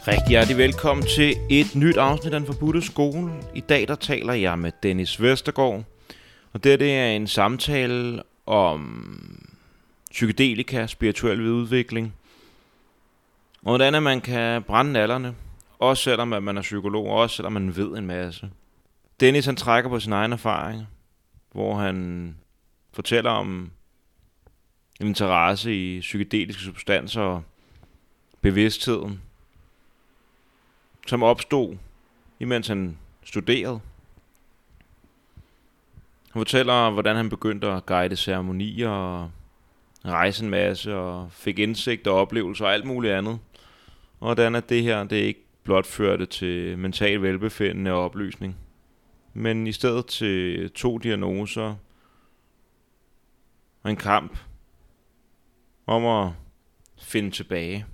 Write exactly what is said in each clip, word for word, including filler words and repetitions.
Rigtig hjertelig velkommen til et nyt afsnit af Den Forbudte Skole. I dag der taler jeg med Dennis Vestergaard, og det, det er en samtale om psykedelika, spirituel udvikling, og hvordan man kan brænde nallerne, også selvom at man er psykolog, og også selvom man ved en masse. Dennis han trækker på sin egen erfaring, hvor han fortæller om en interesse i psykedeliske substanser og bevidstheden, som opstod, imens han studerede. Han fortæller, hvordan han begyndte at guide ceremonier og rejse en masse, og fik indsigt og oplevelser og alt muligt andet. Og hvordan at det her, det ikke blot førte til mental velbefindende og oplysning, men i stedet til to diagnoser og en kamp om at finde tilbage.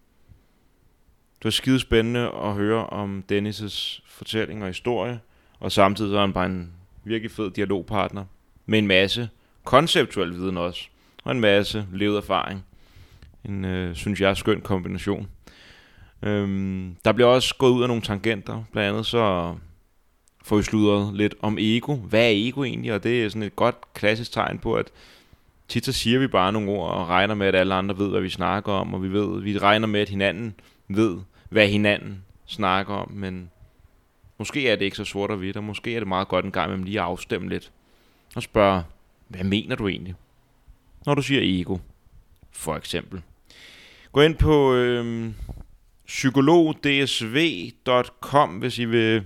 Det var skide spændende at høre om Dennis' fortælling og historie, og samtidig er han bare en virkelig fed dialogpartner med en masse konceptuel viden også, og en masse levet erfaring. En, øh, synes jeg, skøn kombination. Øhm, der bliver også gået ud af nogle tangenter, blandt andet så får vi sludret lidt om ego. Hvad er ego egentlig? Og det er sådan et godt klassisk tegn på, at tit så siger vi bare nogle ord og regner med, at alle andre ved, hvad vi snakker om, og vi ved, vi regner med, at hinanden ved, hvad hinanden snakker om, men måske er det ikke så sort og hvidt, og måske er det meget godt en gang imellem lige at afstemme lidt og spørge, hvad mener du egentlig, når du siger ego, for eksempel. Gå ind på øh, psykolog d s v punktum com, hvis I vil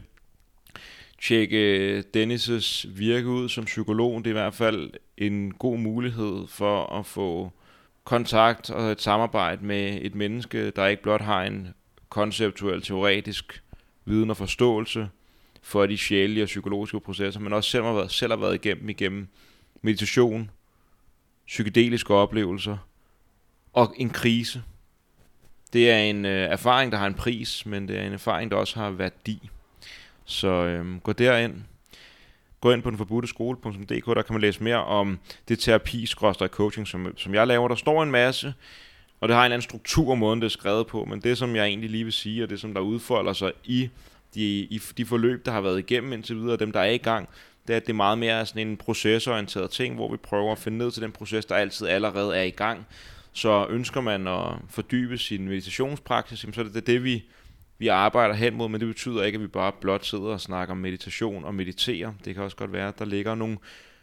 tjekke Dennis' virke ud som psykolog. Det er i hvert fald en god mulighed for at få kontakt og et samarbejde med et menneske, der ikke blot har en konceptuel, teoretisk viden og forståelse for de sjælelige og psykologiske processer, men også selv har været, selv har været igennem, igennem meditation, psykedeliske oplevelser og en krise. Det er en øh, erfaring, der har en pris, men det er en erfaring, der også har værdi. Så øh, gå derind. Gå ind på den forbudte skole punktum d k, der kan man læse mere om det terapi-coaching, som, som jeg laver. Der står en masse, og det har en eller anden struktur og måden, det er skrevet på, men det, som jeg egentlig lige vil sige, og det, som der udfolder sig i de, i de forløb, der har været igennem indtil videre, og dem, der er i gang, det er, at det er meget mere sådan en procesorienteret ting, hvor vi prøver at finde ned til den proces, der altid allerede er i gang. Så ønsker man at fordybe sin meditationspraksis, så er det det, vi Vi arbejder hen mod, men det betyder ikke, at vi bare blot sidder og snakker om meditation og mediterer. Det kan også godt være, at der ligger nogle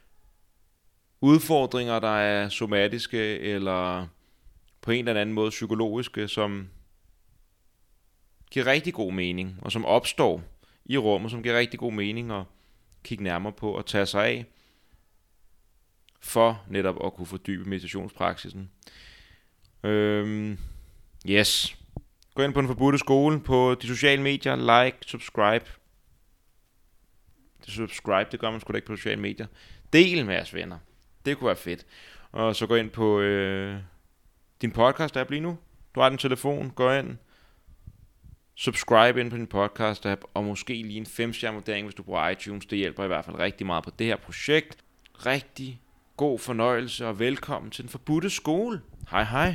udfordringer, der er somatiske eller på en eller anden måde psykologiske, som giver rigtig god mening, og som opstår i rummet, som giver rigtig god mening at kigge nærmere på og tage sig af, for netop at kunne fordybe meditationspraksisen. Øhm, yes. Gå ind på Den Forbudte Skole på de sociale medier, like, subscribe. Det subscribe, det gør man sgu da ikke på sociale medier. Del med jeres venner. Det kunne være fedt. Og så gå ind på øh, din podcast-app lige nu. Du har din telefon, gå ind. Subscribe ind på din podcast-app, og måske lige en fem-stjerne vurdering, hvis du bruger iTunes. Det hjælper i hvert fald rigtig meget på det her projekt. Rigtig god fornøjelse, og velkommen til Den Forbudte Skole. Hej hej.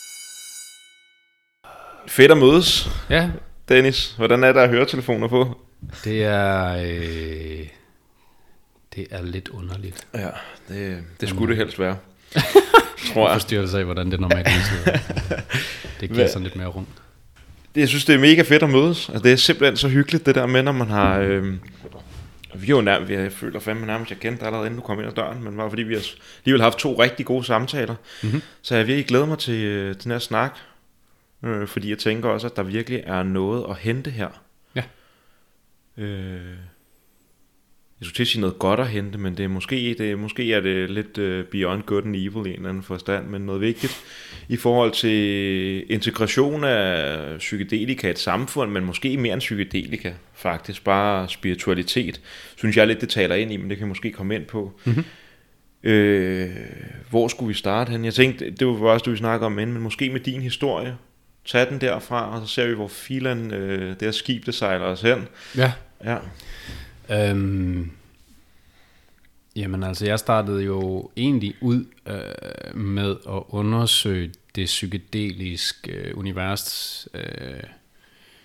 Fedt at mødes. Ja. Dennis, hvordan er der høretelefoner på? Det er øh, det er lidt underligt. Ja, det, det skulle det helst være. Tror jeg. Forstyrrelse af, hvordan det normalt er. Det giver sådan lidt mere rum. Jeg synes, det er mega fedt at mødes. Altså, det er simpelthen så hyggeligt, det der med, når man har... Øh, vi har jo nærmest, vi har, føler fandme nærmest, jeg kendte allerede inden du kom ind ad døren, men bare fordi vi har alligevel haft to rigtig gode samtaler. Mm-hmm. Så jeg virkelig glæder mig til, øh, til den her snak. Øh, fordi jeg tænker også, at der virkelig er noget at hente her. Ja. Øh, jeg skulle til at sige noget godt at hente, men det er måske, det, måske er det lidt uh, beyond good and evil i en eller anden forstand, men noget vigtigt i forhold til integration af psykedelika i et samfund, men måske mere end psykedelika, faktisk bare spiritualitet, synes jeg lidt det taler ind i, men det kan måske komme ind på. Mm-hmm. Øh, hvor skulle vi starte hen? Jeg tænkte, det var også det vi snakkede om inden, men måske med din historie. Tag den derfra, og så ser vi, hvor filen øh, det her skib, det sejler os hen. Ja. Ja. Øhm, jamen altså, jeg startede jo egentlig ud øh, med at undersøge det psykedeliske øh, univers øh,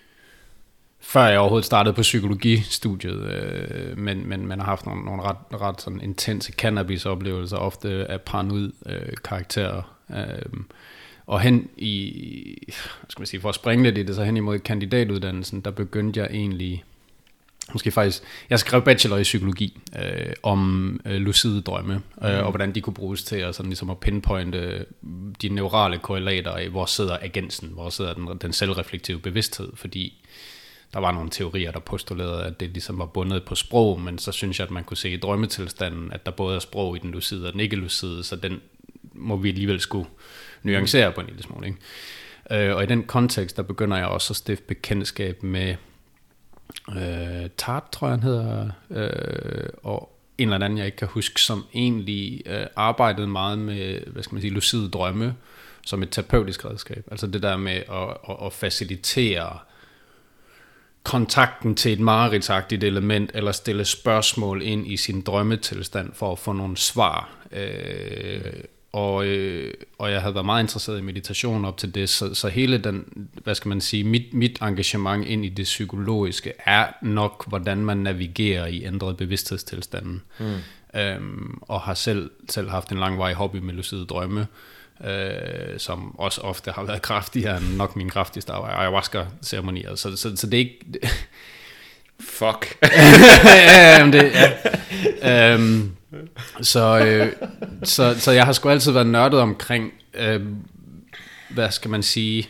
før jeg overhovedet startede på psykologistudiet, øh, men, men man har haft nogle, nogle ret, ret sådan intense cannabis-oplevelser, ofte af paranoid øh, karakterer. Øh, og hen i, skal man sige, for at springe lidt i det, så hen imod kandidatuddannelsen, der begyndte jeg egentlig, måske faktisk, jeg skrev bachelor i psykologi øh, om øh, lucide drømme, øh, mm. og hvordan de kunne bruges til at, sådan ligesom at pinpointe de neurale korrelater i, hvor sidder agensen, hvor sidder den, den selvreflektive bevidsthed, fordi der var nogle teorier, der postulerede, at det ligesom var bundet på sprog, men så synes jeg, at man kunne se i drømmetilstanden, at der både er sprog i den lucide og den ikke lucide, så den må vi alligevel skulle nuancere på en lille smule. Ikke? Øh, og i den kontekst, der begynder jeg også at stifte bekendtskab med øh, Tart, tror jeg han hedder, øh, og en eller anden, jeg ikke kan huske, som egentlig øh, arbejdede meget med, hvad skal man sige, lucide drømme, som et terapeutisk redskab. Altså det der med at, at, at facilitere kontakten til et mareridtsagtigt element, eller stille spørgsmål ind i sin drømmetilstand for at få nogle svar. Øh, og, øh, og jeg havde været meget interesseret i meditation op til det, så, så hele den, hvad skal man sige, mit, mit engagement ind i det psykologiske er nok, hvordan man navigerer i ændret bevidsthedstilstanden. Mm. Øhm, og har selv, selv haft en langvarig hobby med lucide drømme, Øh, som også ofte har været kraftigere end nok min kraftigste ayahuasca-ceremonier. Så, så, så det er ikke... Fuck. ja, jamen det, ja. Øhm, så, øh, så, så jeg har sgu altid været nørdet omkring, øh, hvad skal man sige,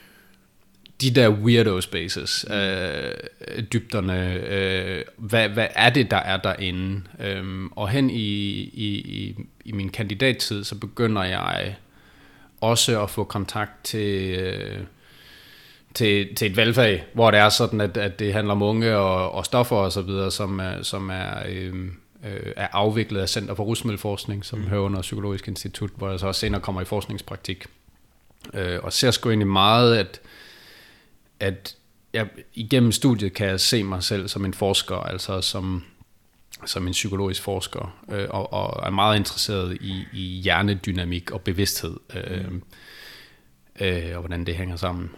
de der weirdo spaces, øh, dybderne, øh, hvad, hvad er det, der er derinde? Øhm, og hen i, i, i, i min kandidattid, så begynder jeg også at få kontakt til, øh, til, til et valgfag, hvor det er sådan, at, at det handler om unge og, og stoffer og så videre, som er, som er, øh, øh, er afviklet af Center for Rusmiddelforskning, som mm. hører under Psykologisk Institut, hvor jeg så også senere kommer i forskningspraktik. Øh, og ser sgu egentlig meget, at, at jeg, igennem studiet kan jeg se mig selv som en forsker, altså som... som en psykologisk forsker, øh, og, og er meget interesseret i, i hjernedynamik og bevidsthed, øh, mm. øh, og hvordan det hænger sammen.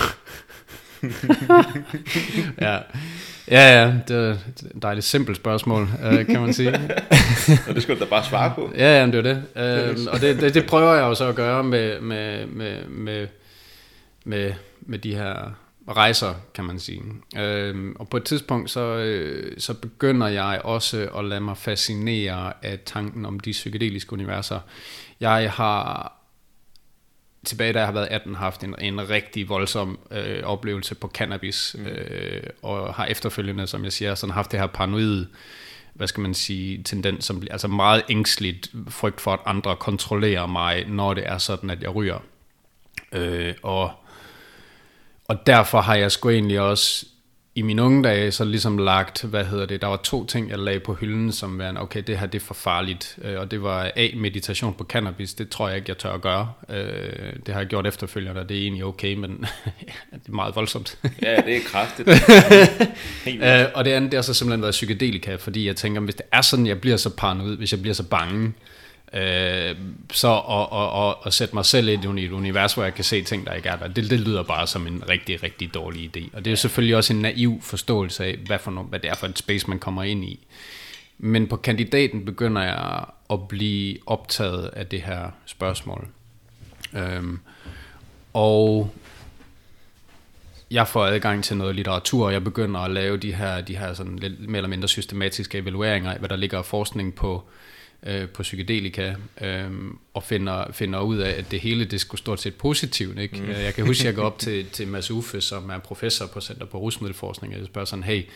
ja. ja, ja, det er et dejligt simpelt spørgsmål, øh, kan man sige. Og det skulle du da bare svare på. Ja, ja, det er det. Øh, og det, det, det prøver jeg jo så at gøre med, med, med, med, med, med de her rejser, kan man sige. Øhm, og på et tidspunkt, så, øh, så begynder jeg også at lade mig fascinere af tanken om de psykedeliske universer. Jeg har, tilbage da jeg har været atten, haft en, en rigtig voldsom øh, oplevelse på cannabis, mm. øh, og har efterfølgende, som jeg siger, sådan haft det her paranoid, hvad skal man sige, tendens, som bliver altså meget ængstligt, frygt for, at andre kontrollerer mig, når det er sådan, at jeg ryger. Øh, og Og derfor har jeg sgu egentlig også i mine unge dage så ligesom lagt, hvad hedder det, der var to ting, jeg lagde på hylden, som var, okay, det her det er for farligt. Og det var A, meditation på cannabis, det tror jeg ikke, jeg tør at gøre. Det har jeg gjort efterfølgende, og det er egentlig okay, men det er meget voldsomt. Ja, det er kraftigt. Og det andet, det har så simpelthen været psykedelika, fordi jeg tænker, hvis det er sådan, jeg bliver så paranoid, hvis jeg bliver så bange, Øh, så at, at, at, at sætte mig selv ind i et univers, hvor jeg kan se ting, der ikke er der, det, det lyder bare som en rigtig, rigtig dårlig idé. Og det er jo selvfølgelig også en naiv forståelse af, hvad, for noget, hvad det er for et space, man kommer ind i. Men på kandidaten begynder jeg at blive optaget af det her spørgsmål. Øhm, og jeg får adgang til noget litteratur, og jeg begynder at lave de her, de her sådan lidt mere eller mindre systematiske evalueringer af, hvad der ligger af forskning på på psykedelika, øhm, og finder, finder ud af, at det hele, det skulle stort set positivt, ikke? Mm. Jeg kan huske, at jeg går op til, til Mads Uffe, som er professor på Center for Rusmiddelforskning, og jeg spørger sådan, hey,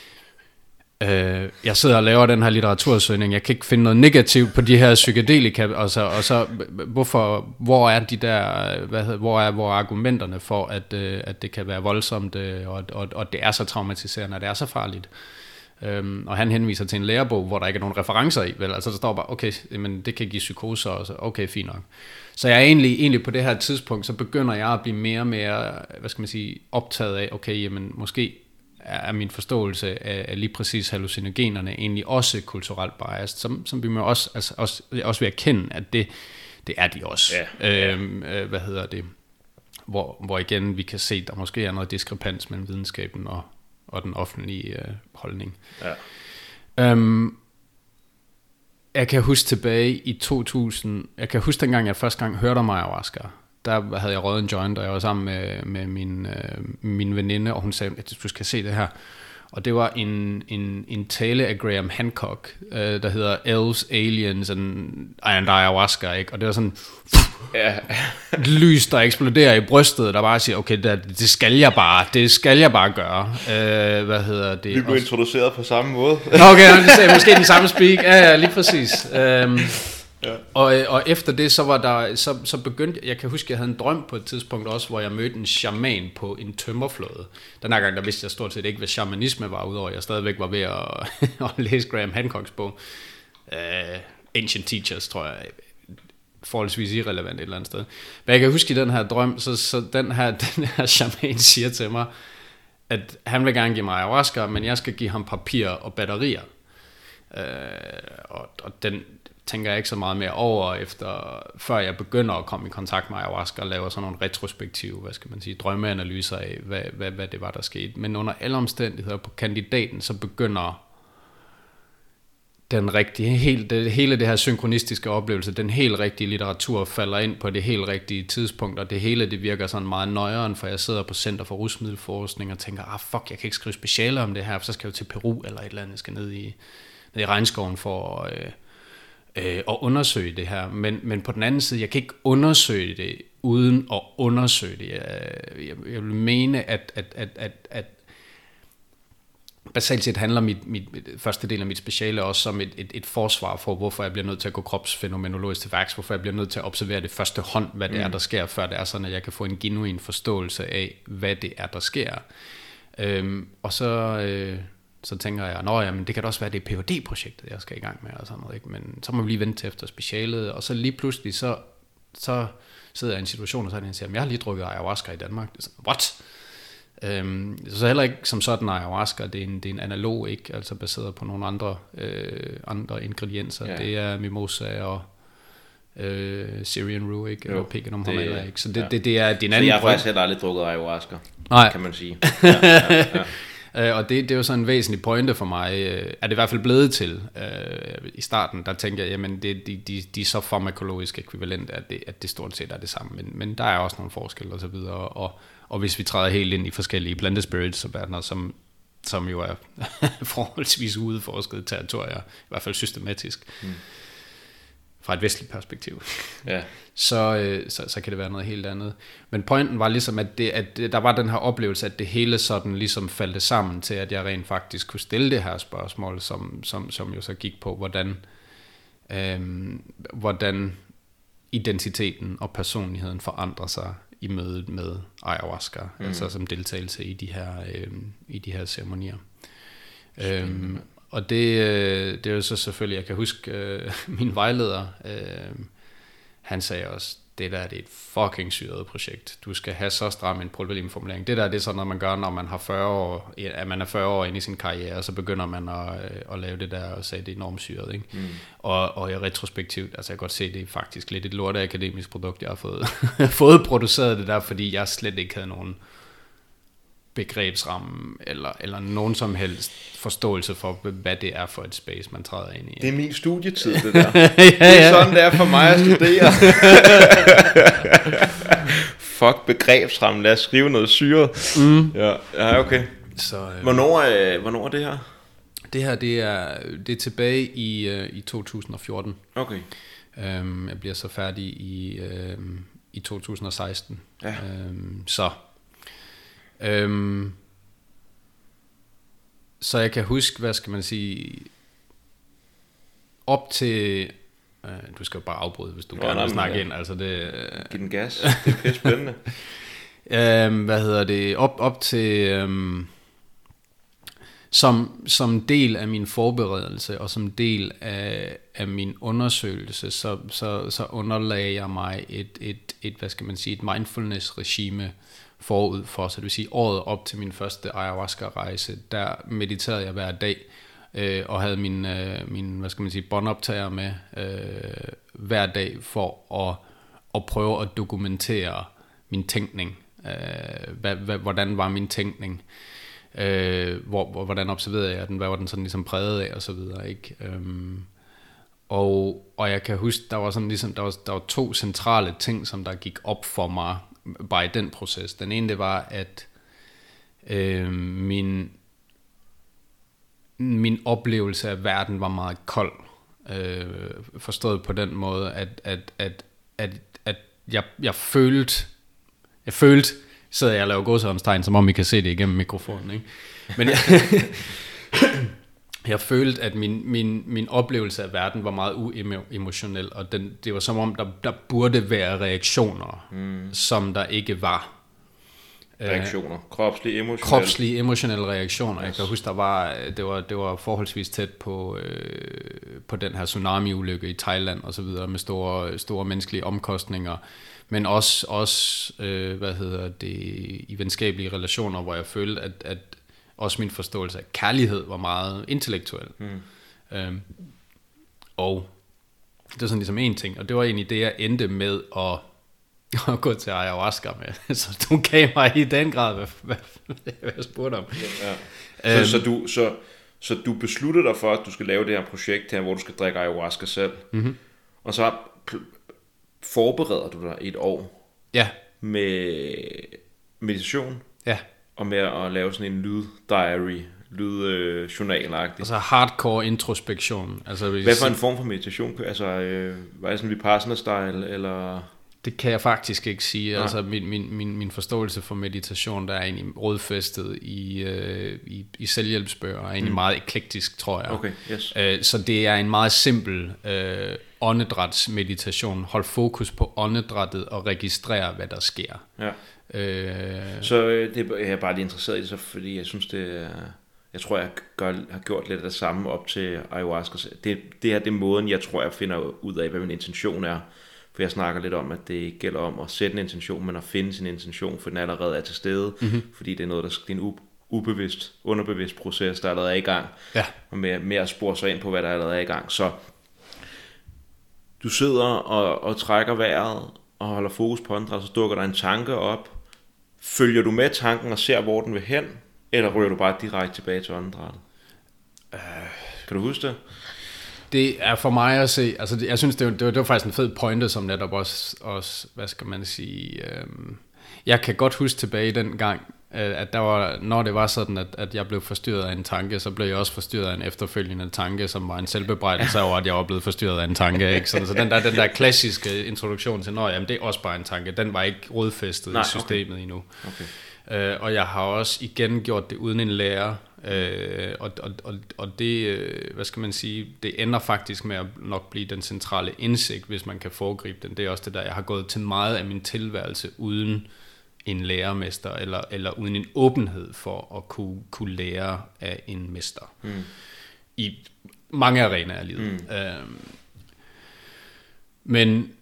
øh, jeg sidder og laver den her litteratursøgning, jeg kan ikke finde noget negativt på de her psykedelika, og så, og så hvorfor, hvor er de der, hvad hedder, hvor er, hvor er argumenterne for, at, øh, at det kan være voldsomt, øh, og, og, og det er så traumatiserende, og det er så farligt. Øhm, og han henviser til en lærebog, hvor der ikke er nogen referencer i, vel? Altså der står bare, okay, men det kan give psykoser, og så okay, fint nok. Så jeg er egentlig, egentlig på det her tidspunkt, så begynder jeg at blive mere og mere, hvad skal man sige, optaget af, okay, jamen måske er min forståelse af, af lige præcis hallucinogenerne egentlig også kulturelt biased, som, som vi må også, altså, også, også vil erkende, at det, det er de også. Ja. Øhm, øh, hvad hedder det? Hvor, hvor igen vi kan se, der måske er noget diskrepans mellem videnskaben og og den offentlige øh, holdning. Ja. Um, jeg kan huske tilbage i to tusind, jeg kan huske dengang, jeg første gang hørte om ayahuasca. Der havde jeg røget en joint, og jeg var sammen med, med min, øh, min veninde, og hun sagde, at du skal se det her. Og det var en, en, en tale af Graham Hancock, øh, der hedder Elves, Aliens and, and Ayahuasca, ikke? Og det var sådan Ja. lys, der eksploderer i brystet, der bare siger, okay, det, det skal jeg bare, det skal jeg bare gøre. Øh, hvad hedder det? Vi blev introduceret på samme måde. Okay, det sagde måske den samme speak. Ja, ja, lige præcis. Øhm, Ja. og, og efter det, så var der, så, så begyndte, jeg kan huske, jeg havde en drøm på et tidspunkt også, hvor jeg mødte en shaman på en tømmerflåde. Den her gang, der vidste jeg stort set ikke, hvad shamanisme var, udover jeg stadigvæk var ved at, at læse Graham Hancocks bog. Uh, Ancient Teachers, tror jeg, forholdsvis irrelevant et eller andet sted. Men jeg kan huske i den her drøm, så, så den, her, den her shaman siger til mig, at han vil gerne give mig ayahuasca, men jeg skal give ham papir og batterier. Uh, og, og den tænker jeg ikke så meget mere over, efter, før jeg begynder at komme i kontakt med ayahuasca og laver sådan nogle retrospektive, hvad skal man sige, drømmeanalyser af, hvad, hvad, hvad det var, der skete. Men under alle omstændigheder på kandidaten, så begynder den rigtige, helt, det, hele det her synkronistiske oplevelse, den helt rigtige litteratur falder ind på det helt rigtige tidspunkt, og det hele, det virker sådan meget nøjeren, for jeg sidder på Center for Rusmiddelforskning og tænker, ah fuck, jeg kan ikke skrive specialer om det her, for så skal jeg jo til Peru eller et eller andet, jeg skal ned i, ned i regnskoven for øh, øh, at undersøge det her. Men, men på den anden side, jeg kan ikke undersøge det uden at undersøge det. Jeg, jeg, jeg vil mene, at, at, at, at, at basalt set handler mit, mit, mit første del af mit speciale også som et, et, et forsvar for, hvorfor jeg bliver nødt til at gå kropsfænomenologisk til værks, hvorfor jeg bliver nødt til at observere det første hånd, hvad det mm. er, der sker, før det er sådan, at jeg kan få en genuin forståelse af, hvad det er, der sker. Øhm, og så, øh, så tænker jeg, nå ja, men det kan da også være det P H D-projektet, jeg skal i gang med, og sådan noget, ikke? Men så må vi lige vente til efter specialet, og så lige pludselig, så, så sidder jeg i en situation, og så siger jeg, jeg har lige drukket ayahuasca i Danmark. Det er sådan, what? Øhm, så heller ikke som sådan ayahuasca, det er en, det er en analog, ikke, altså baseret på nogle andre, øh, andre ingredienser. Ja. Det er mimosa og øh, Syrian rue, ikke, eller Pecanum Hammala, ikke. Så det, ja. det, det er din anden. Så jeg har faktisk heller aldrig drukket ayahuasca, Nej. kan man sige. Ja, ja, ja. øh, og det, det er jo sådan en væsentlig pointe for mig, øh, er det i hvert fald blevet til. Øh, I starten, der tænker jeg, jamen det, de, de, de er så farmakologisk ekvivalent, at det, at det stort set er det samme, men, men der er også nogle forskelle og så videre, og Og hvis vi træder helt ind i forskellige plantespirits og verdener, som, som jo er forholdsvis udforsket territorier, i hvert fald systematisk, mm. fra et vestligt perspektiv, ja. så, så, så kan det være noget helt andet. Men pointen var ligesom, at, det, at der var den her oplevelse, at det hele sådan ligesom faldt sammen til, at jeg rent faktisk kunne stille det her spørgsmål, som, som, som jo så gik på, hvordan, øhm, hvordan identiteten og personligheden forandrer sig i mødet med ayahuasca, mm. altså som deltagelse i de her øhm, i de her ceremonier. Øhm, og det, øh, det er jo så selvfølgelig, jeg kan huske øh, min vejleder, øh, han sagde også, det der det er et fucking syret projekt. Du skal have så stram en problemformulering. Det der det er sådan noget, man gør, når man har fyrre år, at man er fyrre år inde i sin karriere, og så begynder man at, at lave det der, og sige, det er enormt syret. Ikke? Mm. Og, og i retrospektivt, altså jeg kan godt se, det er faktisk lidt et lorte akademisk produkt, jeg har fået, fået produceret det der, fordi jeg slet ikke havde nogen begrebsramme, eller, eller nogen som helst forståelse for, hvad det er for et space, man træder ind i. Det er min studietid, det der. ja, ja. Det er sådan, det er for mig at studere. Fuck begrebsramme, lad os skrive noget syret. Mm. Ja, ja, okay. Så, øh, hvornår, øh, hvornår er det her? Det her, det er, det er tilbage i, øh, i to tusind og fjorten. Okay. Øhm, jeg bliver så færdig i, øh, i to tusind og seksten. Ja. Øhm, så Øhm, så jeg kan huske, hvad skal man sige, op til, øh, du skal jo bare afbryde, hvis du ja, gerne vil snakke ja. ind, altså det, øh, giv den gas, det er spændende. øhm, hvad hedder det, op, op til, øhm, som, som del af min forberedelse, og som del af, af min undersøgelse, så, så, så underlagde jeg mig et, et, et, hvad skal man sige, et mindfulness-regime, forud for, så det vil sige året op til min første ayahuasca-rejse, der mediterede jeg hver dag, øh, og havde min, øh, min, hvad skal man sige, båndoptager med øh, hver dag, for at, at prøve at dokumentere min tænkning. Øh, hvad, hvad, hvordan var min tænkning? Øh, hvor, hvor, hvordan observerede jeg den, hvad var den sådan ligesom præget af, og så videre, ikke? Øhm, og, og jeg kan huske, der var sådan ligesom, der var, der var to centrale ting, som der gik op for mig, bare i den proces. Den ene, det var, at øh, min, min oplevelse af verden var meget kold, øh, forstået på den måde, at, at, at, at, at jeg, jeg følte, jeg følte, sidder jeg og laver gåsehåndstegn, som om I kan se det igennem mikrofonen, ikke? Men jeg, jeg følte, at min, min, min oplevelse af verden var meget uemotionel, og den, det var som om, der, der burde være reaktioner, mm. som der ikke var. Reaktioner. Kropslige, emotionelle. Kropslige, emotionelle reaktioner. Yes. Jeg kan huske, der var, det var, det var forholdsvis tæt på, øh, på den her tsunami-ulykke i Thailand og så videre, med store, store menneskelige omkostninger, men også, også øh, hvad hedder det, i venskabelige relationer, hvor jeg følte, at, at også min forståelse af kærlighed var meget intellektuel. Mm. Øhm, og det var sådan ligesom en ting, og det var egentlig det, jeg endte med at og gå til ayahuasca med. Så du gav mig i den grad, hvad, hvad, hvad jeg spurgte om. Ja, ja. Øhm, så, så, du, så, så du besluttede dig for, at du skal lave det her projekt her, hvor du skal drikke ayahuasca selv. Mm-hmm. Og så forbereder du dig et år ja. med meditation ja. og med at lave sådan en lyddiary, lydjournal-agtig. Altså hardcore introspektion. Altså, hvad for en form for meditation? Altså, øh, var det sådan Vipassana-style, eller... Det kan jeg faktisk ikke sige. Ja. Altså min, min, min, min forståelse for meditation, der er egentlig rådfæstet i, øh, i, i selvhjælpsbøger, er egentlig mm. meget eklektisk, tror jeg. Okay, yes. øh, så det er en meget simpel øh, åndedrætsmeditation. Hold fokus på åndedrættet og registrere, hvad der sker. Ja. Øh, så øh, det, jeg er bare lige interesseret i det, så, fordi jeg synes, det er... Jeg tror, jeg gør, har gjort lidt af det samme op til ayahuasca. Det, det her det er måden, jeg tror, jeg finder ud af, hvad min intention er. For jeg snakker lidt om, at det gælder om at sætte en intention, men at finde sin intention, for den allerede er til stede, mm-hmm. fordi det er noget, der det er en ubevidst, underbevidst proces, der allerede er i gang, ja. og med, med at spore sig ind på, hvad der allerede er i gang. Så du sidder og, og trækker vejret, og holder fokus på åndedrættet, så dukker der en tanke op. Følger du med tanken og ser, hvor den vil hen, eller ryger du bare direkte tilbage til åndedrættet? Øh. Kan du huske det? Det er for mig at se, altså jeg synes, det var, det var, det var faktisk en fed pointe, som netop også, også hvad skal man sige, øhm, jeg kan godt huske tilbage i den gang, at der var, når det var sådan, at, at jeg blev forstyrret af en tanke, så blev jeg også forstyrret af en efterfølgende tanke, som var en selvbebrejdelse over, at jeg var blevet forstyrret af en tanke, ikke? Så, så den der, den der klassiske introduktion til, nå, jamen det er også bare en tanke, den var ikke rodfæstet Nej, i systemet okay. endnu. Okay. Øh, og jeg har også igen gjort det uden en lærer, øh, og, og, og, og det, øh, hvad skal man sige, det ender faktisk med at nok blive den centrale indsigt, hvis man kan foregribe den. Det er også det der, jeg har gået til meget af min tilværelse uden en lærermester, eller, eller uden en åbenhed for at kunne, kunne lære af en mester. Mm. I mange arenaer af livet. Mm. Øh, men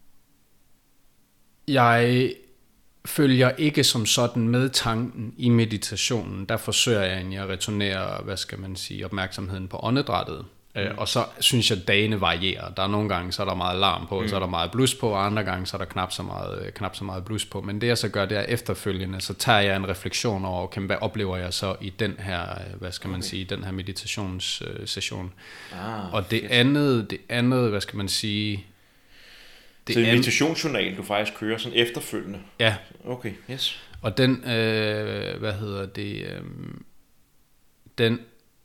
jeg... følger ikke som sådan med tanken i meditationen. Der forsøger jeg egentlig at returnere, hvad skal man sige, opmærksomheden på åndedrættet. Mm. Øh, og så synes jeg, at dagene varierer. Der er nogle gange, så er der meget larm på, mm. så er der meget blus på, og andre gange, så er der knap så meget, knap så meget blus på. Men det jeg så gør, det er efterfølgende, så tager jeg en refleksion over, okay, hvad oplever jeg så i den her, hvad skal man okay. sige, den her meditationssession. Ah, og det andet, det andet, hvad skal man sige... Det så det er en meditationsjournal, du faktisk kører sådan efterfølgende? Ja. Okay, yes. Og den, øh, hvad hedder det, øh, den,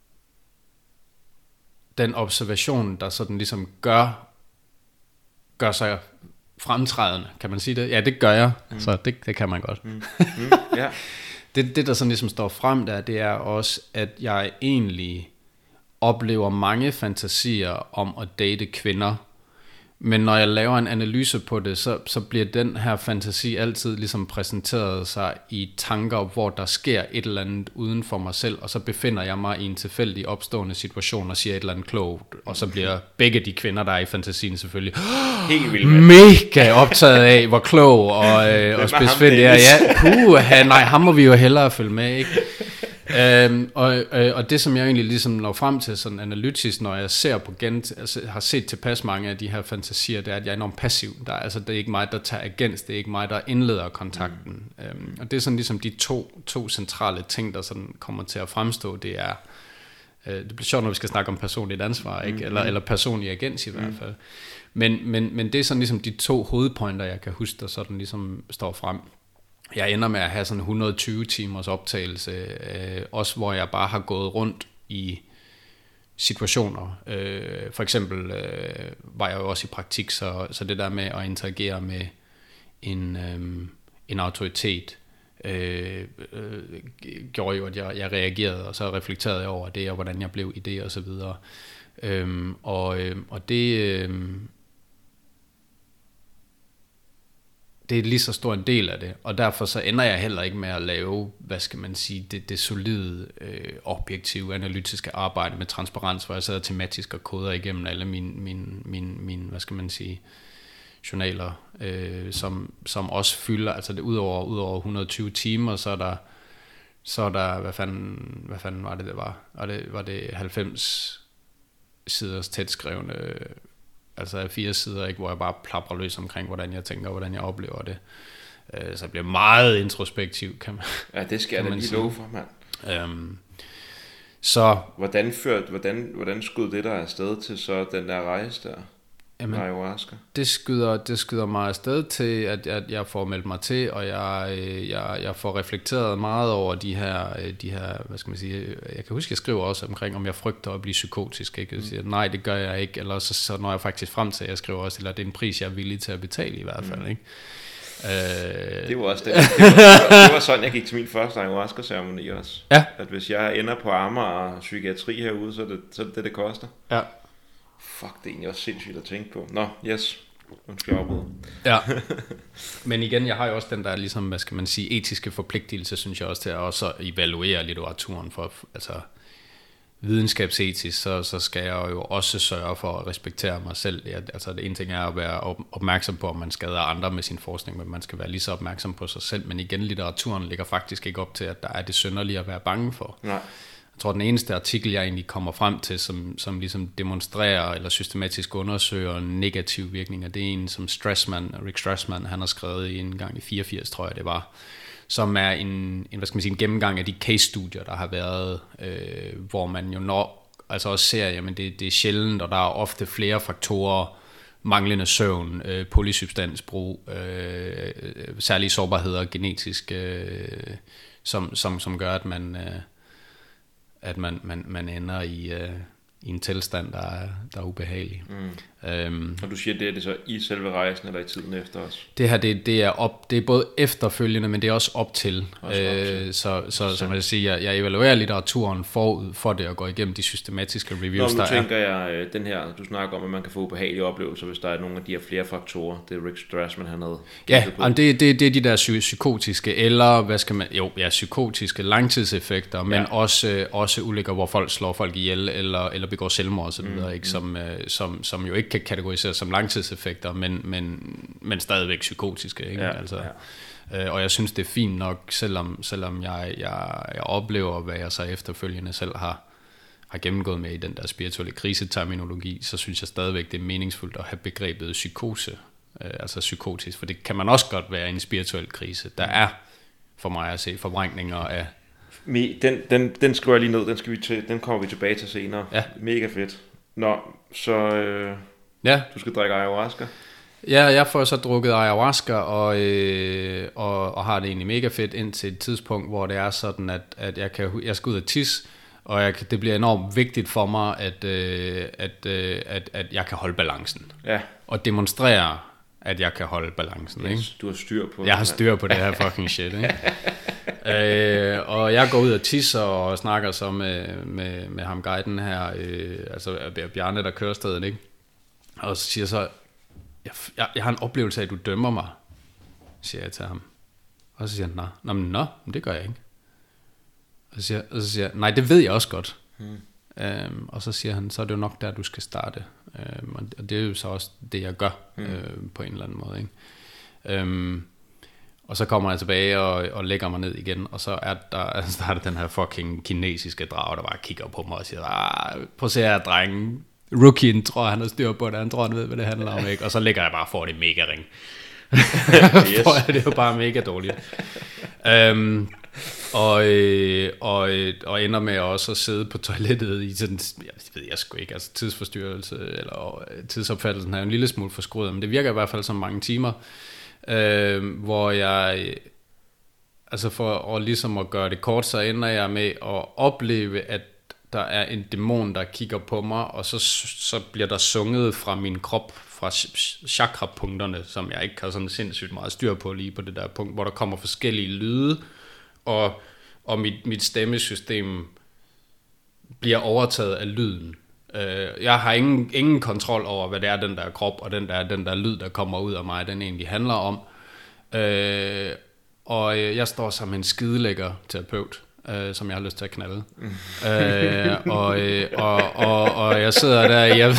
den observation, der sådan ligesom gør, gør sig fremtrædende, kan man sige det? Ja, det gør jeg, mm. så det, det kan man godt. Mm. Mm. Yeah. det, det, der sådan ligesom står frem der, det er også, at jeg egentlig oplever mange fantasier om at date kvinder. Men når jeg laver en analyse på det, så, så bliver den her fantasi altid ligesom præsenteret sig i tanker, hvor der sker et eller andet uden for mig selv, og så befinder jeg mig i en tilfældig opstående situation og siger et eller andet klogt, og så bliver begge de kvinder, der er i fantasien selvfølgelig helt vildt mega optaget af, hvor klog og, øh, og spidsfindig er. Ja, puh, nej, ham må vi jo hellere følge med, ikke? øhm, og, øh, og det som jeg egentlig ligesom når frem til sådan analytisk, når jeg ser på gent, altså har set tilpas mange af de her fantasier, det er, at jeg er enormt passiv. Der er, altså, det er ikke mig, der tager agens, det er ikke mig, der indleder kontakten. Mm. Øhm, og det er sådan ligesom de to, to centrale ting, der sådan kommer til at fremstå, det er, øh, det bliver sjovt, når vi skal snakke om personligt ansvar, ikke? Mm. Eller, eller personlig agens i hvert fald. Mm. Men, men, men det er sådan ligesom de to hovedpointer, jeg kan huske, der sådan ligesom står frem. Jeg ender med at have sådan hundrede og tyve timers optagelse, øh, også hvor jeg bare har gået rundt i situationer. Øh, for eksempel øh, var jeg jo også i praktik, så, så det der med at interagere med en, øh, en autoritet, øh, øh, gjorde jo, at jeg, jeg reagerede, og så reflekterede jeg over det, og hvordan jeg blev i det, og så videre. Øh, og, øh, og det... Øh, det er lige så stor en del af det, og derfor så ender jeg heller ikke med at lave, hvad skal man sige, det, det solide, øh, objektive, analytiske arbejde med transparens, hvor jeg sidder tematisk og koder igennem alle mine, mine, mine, mine hvad skal man sige, journaler, øh, som, som også fylder, altså det udover, udover hundrede og tyve timer, så er der, så er der, hvad fanden, hvad fanden var det, det var? Var det, var det halvfems siders tætskrevne, altså fire sider, ikke, hvor jeg bare plapper løs omkring, hvordan jeg tænker, hvordan jeg oplever det. Så jeg bliver meget introspektiv, kan man. Ja, det skal jeg da lige love for, mand. Øhm, så hvordan ført, hvordan, hvordan skød det der afsted til så den der rejse der? Jamen, ayahuasca? Det skyder, det skyder mig afsted til, at, at jeg får meldt mig til, og jeg, jeg, jeg får reflekteret meget over de her, de her, hvad skal man sige, jeg kan huske, jeg skriver også omkring, om jeg frygter at blive psykotisk, ikke? Jeg siger, nej, det gør jeg ikke, eller så, så når jeg faktisk frem til, jeg skriver også, eller det er en pris, jeg er villig til at betale i hvert fald, ikke? Øh... Det var også det. Det var, det var sådan, jeg gik til min første ayahuasca-ceremoni også. Ja. At hvis jeg ender på Amager og psykiatri herude, så er det så er det, det, det koster. Ja. Fuck, det er egentlig også sindssygt at tænke på. Nå, yes. Nu skal jeg afbryde. Ja. Men igen, jeg har jo også den der, ligesom, hvad skal man sige, etiske forpligtelse, synes jeg også, til at også evaluere litteraturen for, altså videnskabsetisk, så, så skal jeg jo også sørge for at respektere mig selv. Ja, altså det ene ting er at være opmærksom på, om man skader andre med sin forskning, men man skal være lige så opmærksom på sig selv. Men igen, litteraturen ligger faktisk ikke op til, at der er det synderlige at være bange for. Nej. Jeg tror, den eneste artikel, jeg egentlig kommer frem til, som, som ligesom demonstrerer eller systematisk undersøger negative virkninger, det er en, som Strassman, Rick Strassman, han har skrevet i en gang i fireogfirs, tror jeg det var, som er en, en, hvad skal man sige, en gennemgang af de case-studier, der har været, øh, hvor man jo når, altså også ser, jamen det, det er sjældent, og der er ofte flere faktorer, manglende søvn, øh, polysubstansbrug, øh, særlige sårbarheder genetisk, øh, som, som, som gør, at man... Øh, at man, man, man ender i, øh, i en tilstand, der er, der er ubehagelig. Mm. Øhm, og du siger, det er det så i selve rejsen, eller i tiden efter os? Det her, det, det, er, op, det er både efterfølgende, men det er også op til. Også op til. Øh, så så som jeg siger, jeg, jeg evaluerer litteraturen forud for det, at gå igennem de systematiske reviews, Nå, der nu tænker er. jeg, den her, du snakker om, at man kan få ubehagelige oplevelser, hvis der er nogle af de her flere faktorer. Det er Rick Strassman, han havde ja, det, det, det er de der psy- psykotiske, eller hvad skal man, jo, ja, psykotiske langtidseffekter, men ja. også, også ulykker, hvor folk slår folk ihjel, eller, eller begår selvmord og så videre, mm, ikke? Som, øh, som, som jo ikke kan kategoriseres som langtidseffekter, men, men, men stadigvæk psykotiske, ikke? Ja, altså, ja. øh, og jeg synes, det er fint nok, selvom, selvom jeg, jeg, jeg oplever, hvad jeg så efterfølgende selv har, har gennemgået med i den der spirituelle kriseterminologi, så synes jeg stadigvæk, det er meningsfuldt at have begrebet psykose, øh, altså psykotisk, for det kan man også godt være i en spirituel krise. Der er, for mig at se, forvrængninger af... Den, den, den skriver jeg lige ned, den, skal vi til, den kommer vi tilbage til senere. Ja. Mega fedt. Nå, så øh, ja. Du skal drikke ayahuasca? Ja, jeg får så drukket ayahuasca, og, øh, og, og har det egentlig mega fedt indtil et tidspunkt, hvor det er sådan, at, at jeg, kan, jeg skal ud og tisse, og jeg, det bliver enormt vigtigt for mig, at, øh, at, øh, at, at jeg kan holde balancen. Ja. Og demonstrere, at jeg kan holde balancen. Yes, ikke? Du har styr på det. Jeg har styr på det her fucking shit. Ikke? øh, og jeg går ud og tisser og snakker så med, med, med ham guiden her, øh, altså Bjarne, der kører stedet, ikke? Og så siger så, jeg, jeg, jeg har en oplevelse af, at du dømmer mig, siger jeg til ham. Og så siger han, nå, nå, nå men det gør jeg ikke. Og så siger, og så siger jeg, nej, det ved jeg også godt. Hmm. Øhm, og så siger han, så er det jo nok der, du skal starte. Øhm, og det er jo så også det, jeg gør, hmm. øh, på en eller anden måde. Ikke? Øhm, Og så kommer jeg tilbage og, og lægger mig ned igen, og så er der, så er der den her fucking kinesiske drage, der bare kigger på mig og siger, ah, prøv at se her, drengen. Rookien tror, han har styr på det, han tror, han ved, hvad det handler om, ikke? Og så ligger jeg bare for det mega ring. Yes. For det er jo bare mega dårligt. um, og, øh, og, øh, og ender med også at sidde på toilettet i sådan, jeg ved jeg sgu ikke, altså tidsforstyrrelse, eller tidsopfattelsen er en lille smule forskruet, men det virker i hvert fald som mange timer, øh, hvor jeg, altså for at ligesom at gøre det kort, så ender jeg med at opleve, at der er en dæmon, der kigger på mig, og så, så bliver der sunget fra min krop, fra chakra-punkterne, som jeg ikke har sådan sindssygt meget styr på lige på det der punkt, hvor der kommer forskellige lyde, og, og mit, mit stemmesystem bliver overtaget af lyden. Jeg har ingen, ingen kontrol over, hvad det er, den der krop, og den der, den der lyd, der kommer ud af mig, den egentlig handler om. Og jeg står som en skidelækker terapeut, Øh, som jeg har lyst til at knalde. Mm. øh, og, øh, og, og, og jeg sidder der jeg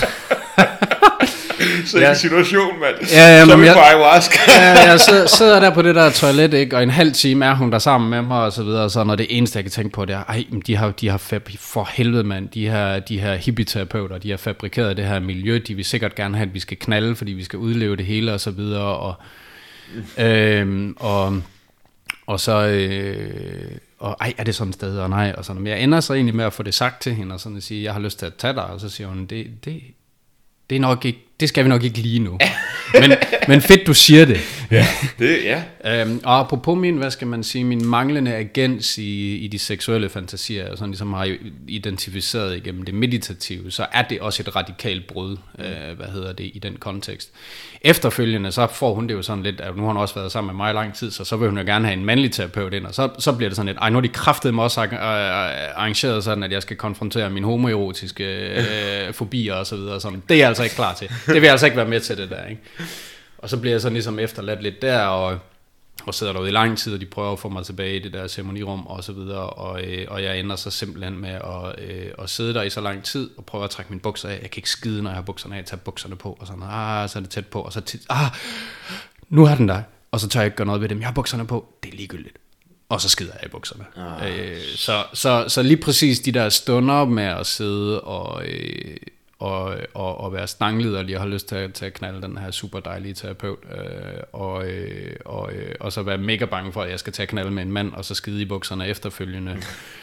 så i en situation, mand. Ja, ja, som jeg, på ayahuasca. ja, jeg sidder, sidder der på det der toilet, ikke? Og en halv time er hun der sammen med mig og så videre, og så når det eneste jeg kan tænke på det er, ej, de har, de har fab- for helvede mand, de her, de her hippie-terapeuter, de har fabrikeret det her miljø, de vil sikkert gerne have, at vi skal knalde, fordi vi skal udleve det hele og så videre, og mm. øh, og, og så øh, og ej, er det sådan et sted, og nej, og sådan. Men jeg ender så egentlig med at få det sagt til hende, og sådan at sige, jeg har lyst til at tage dig, og så siger hun, det, det, det er nok ikke, det skal vi nok ikke lige nu. men, men fedt, du siger det. Ja, det, ja. øhm, og apropos min, hvad skal man sige, min manglende agens i, i de seksuelle fantasier, og sådan ligesom har identificeret igennem det meditative, så er det også et radikalt brud, mm. øh, hvad hedder det, i den kontekst. Efterfølgende, så får hun det jo sådan lidt, at nu har hun også været sammen med mig i lang tid, så så vil hun jo gerne have en mandlig terapeut ind, og så, så bliver det sådan lidt, ej, nu har de kraftedeme også arrangeret sådan, at jeg skal konfrontere mine homoerotiske øh, fobier og så videre, og sådan. Det er jeg altså ikke klar til. Det vil jeg altså ikke være med til, det der, ikke? Og så bliver jeg sådan ligesom efterladt lidt der, og, og sidder derude i lang tid, og de prøver at få mig tilbage i det der ceremonirum og så videre, og, øh, og jeg ender så simpelthen med at, øh, at sidde der i så lang tid, og prøve at trække mine bukser af. Jeg kan ikke skide, når jeg har bukserne af, jeg tager bukserne på, og sådan, ah, så er det tæt på, og så tit, ah, nu er den der, og så tør jeg ikke gøre noget ved dem, jeg har bukserne på, det er ligegyldigt. Og så skider jeg i bukserne. Oh. Øh, så, så, så lige præcis de der stunder med at sidde og... Øh, Og, og, og være stanglederlig og have lyst til at, til at knalde den her super dejlige terapeut, øh, og, øh, og, øh, og så være mega bange for, at jeg skal tage knalde med en mand, og så skide i bukserne efterfølgende.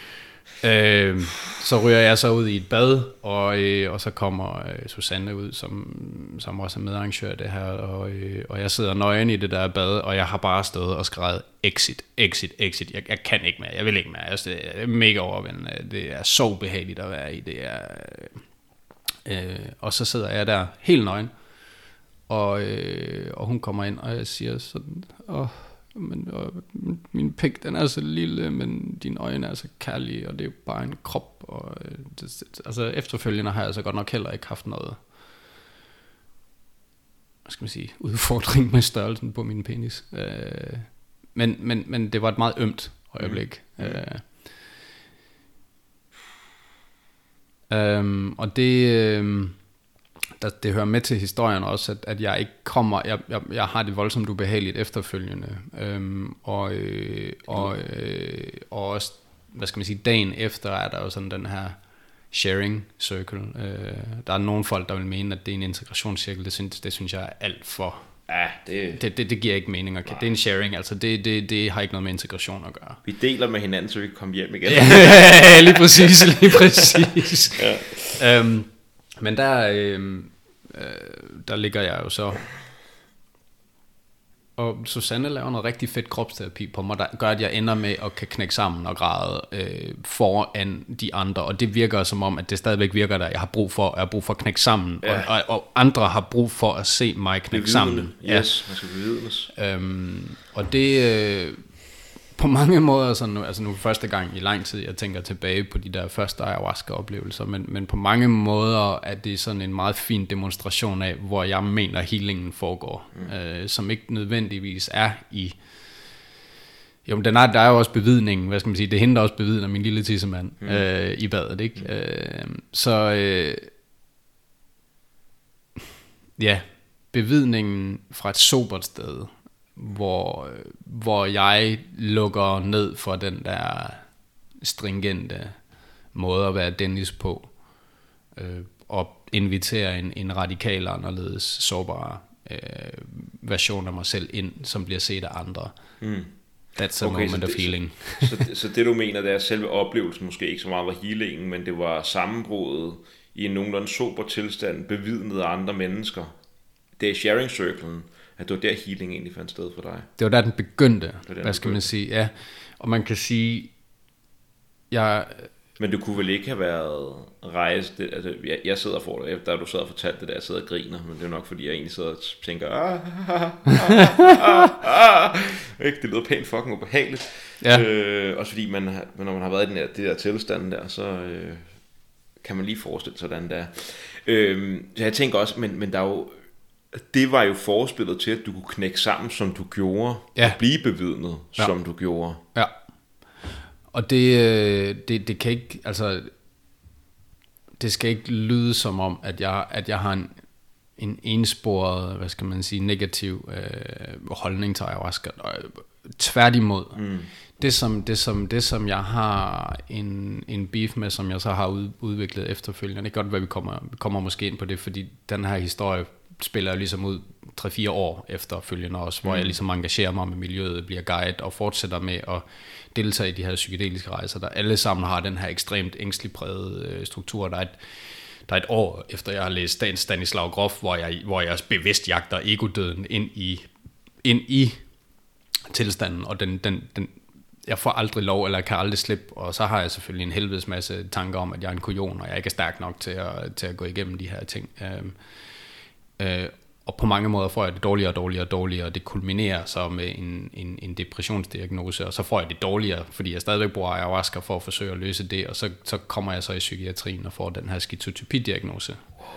øh, så ryger jeg så ud i et bad, og, øh, og så kommer øh, Susanne ud, som, som også er medarrangør af det her, og, øh, og jeg sidder nøgen i det der bad, og jeg har bare stået og skrevet exit, exit, exit. Jeg, jeg kan ikke mere, jeg vil ikke mere. Altså, det er mega overvældende. Det er så behageligt at være i. Det er... Øh, og så sidder jeg der helt nøgen, og, øh, og hun kommer ind, og jeg siger sådan, åh, men, og, min pik, den er så lille, men dine øjne er så kærlige, og det er jo bare en krop, og øh, det, altså efterfølgende har jeg så godt nok heller ikke haft noget, hvad skal man sige, udfordring med størrelsen på min penis, øh, men, men, men det var et meget ømt øjeblik. Mm. Øh, Um, og det, um, der, det hører med til historien også, at, at jeg ikke kommer, jeg, jeg, jeg har det voldsomt ubehageligt efterfølgende, um, og, øh, og, øh, og også, hvad skal man sige, dagen efter er der jo sådan den her sharing circle. Uh, der er nogle folk, der vil mene, at det er en integrationscirkel, det synes, det synes jeg er alt for... Ja, det... Det, det, det giver ikke mening. Okay? Det er en sharing, altså det, det, det har ikke noget med integration at gøre. Vi deler med hinanden, så vi kan komme hjem igen. Ja, lige præcis, lige præcis. Ja. Øhm, men der, øhm, øh, der ligger jeg jo så, og Susanne laver noget rigtig fedt kropsterapi på mig, der gør, at jeg ender med at kan knække sammen og græde øh, foran de andre, og det virker som om, at det stadigvæk virker der, jeg har brug for, jeg har brug for at knække sammen, ja. og, og, og andre har brug for at se mig knække sammen. Yes, man skal bevidnes. Øhm, og det øh, på mange måder, sådan nu, altså nu første gang i lang tid, jeg tænker tilbage på de der første ayahuasca-oplevelser, men, men på mange måder er det sådan en meget fin demonstration af, hvor jeg mener healingen foregår, mm. øh, som ikke nødvendigvis er i, jo, den er, der er jo også bevidningen, hvad skal man sige, det henter også bevidner min lille tissemand mm. øh, i badet, ikke? Mm. Øh, så øh, ja, bevidningen fra et sobert sted, hvor, hvor jeg lukker ned for den der stringente måde at være Dennis på, øh, og invitere en, en radikal anderledes sårbar øh, version af mig selv ind, som bliver set af andre. Mm. That's a okay, moment of healing. så, så, så det du mener, det er selve oplevelsen måske ikke så meget var healingen, men det var sammenbruddet i en nogenlunde sober tilstand, bevidnet af andre mennesker. Det er sharing circlen, at det var der healing egentlig fandt sted for dig. Det var der den begyndte, der, den hvad skal begyndte. man sige, ja. Og man kan sige, jeg... Men det kunne vel ikke have været rejst, det, altså jeg, jeg sidder for dig, da du sad og fortalte det der, jeg sidder og griner, men det er nok fordi jeg egentlig sidder og tænker, ah, ah, ah, ah, ah. Ikke? Det lyder pænt fucking ubehageligt. Ja. Øh, også fordi man, når man har været i den der, det der tilstand der, så øh, kan man lige forestille sig, hvordan det er. Øh, så jeg tænker også, men, men der er jo, det var jo forspillet til, at du kunne knække sammen, som du gjorde, ja. Og blive bevidnet, ja. Som du gjorde. Ja. Og det, det, det kan ikke, altså, det skal ikke lyde som om, at jeg, at jeg har en, en ensporet, hvad skal man sige, negativ øh, holdning til ayahuasca. Tværtimod. Mm. Det, som, det, som, det, som jeg har en, en beef med, som jeg så har ud, udviklet efterfølgende, det kan godt være, vi kommer, vi kommer måske ind på det, fordi den her historie spiller jeg ligesom ud tre fire år efterfølgende også, hvor mm. jeg ligesom engagerer mig med miljøet, bliver guide og fortsætter med at deltage i de her psykedeliske rejser, der alle sammen har den her ekstremt ængstligt prægede struktur. Der er et, der er et år efter jeg har læst Stanislav Grof, hvor jeg, hvor jeg bevidst jagter egodøden ind i, ind i tilstanden, og den, den, den, jeg får aldrig lov, eller kan aldrig slippe, og så har jeg selvfølgelig en helvedes masse tanker om, at jeg er en kujon, og jeg ikke er stærk nok til at, til at gå igennem de her ting. Øhm, øh, og på mange måder får jeg det dårligere og dårligere og dårligere, og det kulminerer så med en, en, en depressionsdiagnose, og så får jeg det dårligere, fordi jeg stadigvæk bruger ayahuasca for at forsøge at løse det, og så, så kommer jeg så i psykiatrien og får den her skizotypi-diagnose.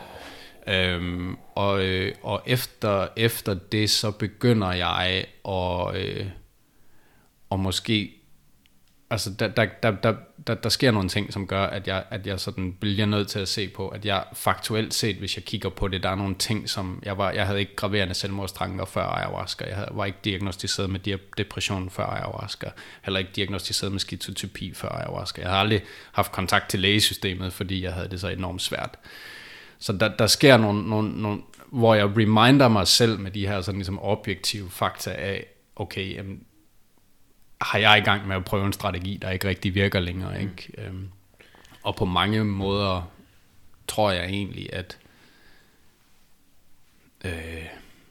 Øhm, og øh, og efter, efter det, så begynder jeg at, øh, og måske, altså der, der, der, der, der, der sker nogle ting, som gør, at jeg, at jeg sådan bliver nødt til at se på, at jeg faktuelt set, hvis jeg kigger på det, der er nogle ting, som jeg var, jeg havde ikke graverende selvmordstanker før ayahuasca, jeg havde, var ikke diagnostiseret med depression før ayahuasca, heller ikke diagnostiseret med skizotypi før ayahuasca. Jeg havde aldrig haft kontakt til lægesystemet, fordi jeg havde det så enormt svært. Så der, der sker nogle, nogle, nogle, hvor jeg reminder mig selv med de her sådan ligesom objektive fakta af, okay, jamen, har jeg i gang med at prøve en strategi, der ikke rigtig virker længere, ikke? Mm. Øhm, og på mange måder tror jeg egentlig, at øh,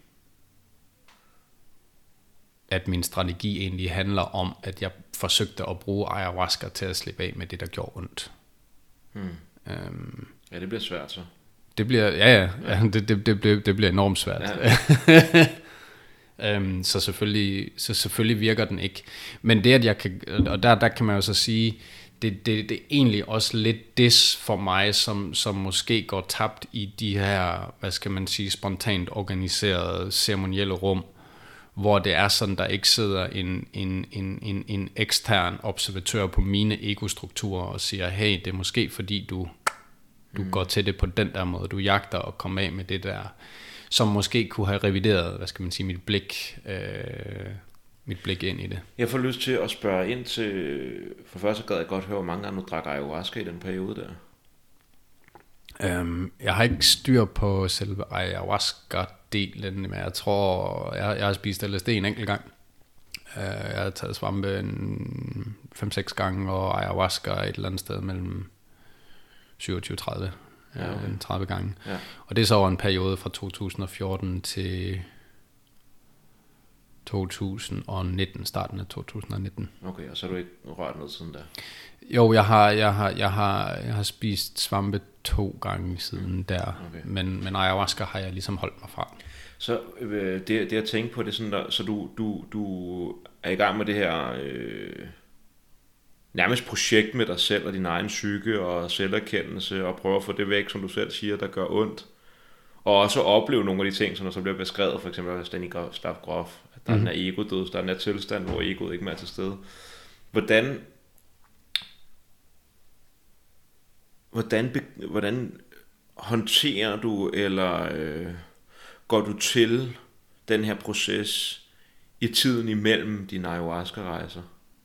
at min strategi egentlig handler om, at jeg forsøgte at bruge ayahuasca til at slippe af med det, der gjorde ondt. Mm. Øhm, ja, det bliver svært så. Det bliver, ja, ja, ja. Det, det, det, bliver, det bliver enormt svært. Ja. um, så, selvfølgelig, så selvfølgelig virker den ikke. Men det, at jeg kan, og der, der kan man jo så sige, det, det, det er egentlig også lidt det for mig, som, som måske går tabt i de her, hvad skal man sige, spontant organiserede ceremonielle rum, hvor det er sådan, der ikke sidder en, en, en, en, en ekstern observatør på mine egostrukturer og siger, hey, det er måske fordi du Du mm. går til det på den der måde. Du jagter at komme af med det der, som måske kunne have revideret, hvad skal man sige, mit blik, øh, mit blik ind i det. Jeg får lyst til at spørge ind til, for først så gad jeg godt høre, hvor mange gange du drak ayahuasca i den periode der. Øhm, jeg har ikke styr på selve ayahuasca-delen, men jeg tror, jeg, jeg har spist L S D en enkelt gang. Uh, jeg har taget svampe en fem seks gange, og ayahuasca et eller andet sted mellem syvogtyve tredive, ja, okay. tredive gange. Ja. Og det er så over en periode fra to tusind og fjorten til to tusind og nitten, starten af to tusind og nitten. Okay, og så har du ikke rørt noget siden der? Jo, jeg har, jeg har, jeg har, jeg har spist svampe to gange siden mm. der, okay. men, men ayahuasca har jeg ligesom holdt mig fra. Så øh, det, det at tænke på det sådan der, så du, du, du er i gang med det her øh, nærmest projekt med dig selv og din egen psyke og selverkendelse og prøve at få det væk, som du selv siger, der gør ondt. Og også opleve nogle af de ting, som der så bliver beskrevet, for eksempel af Stanislav Grof, at der mm. er den her egodød, der er den her tilstand, hvor egoet ikke er til stede. Hvordan, hvordan, hvordan håndterer du, eller øh, går du til den her proces i tiden imellem dine ayahuasca-rejser?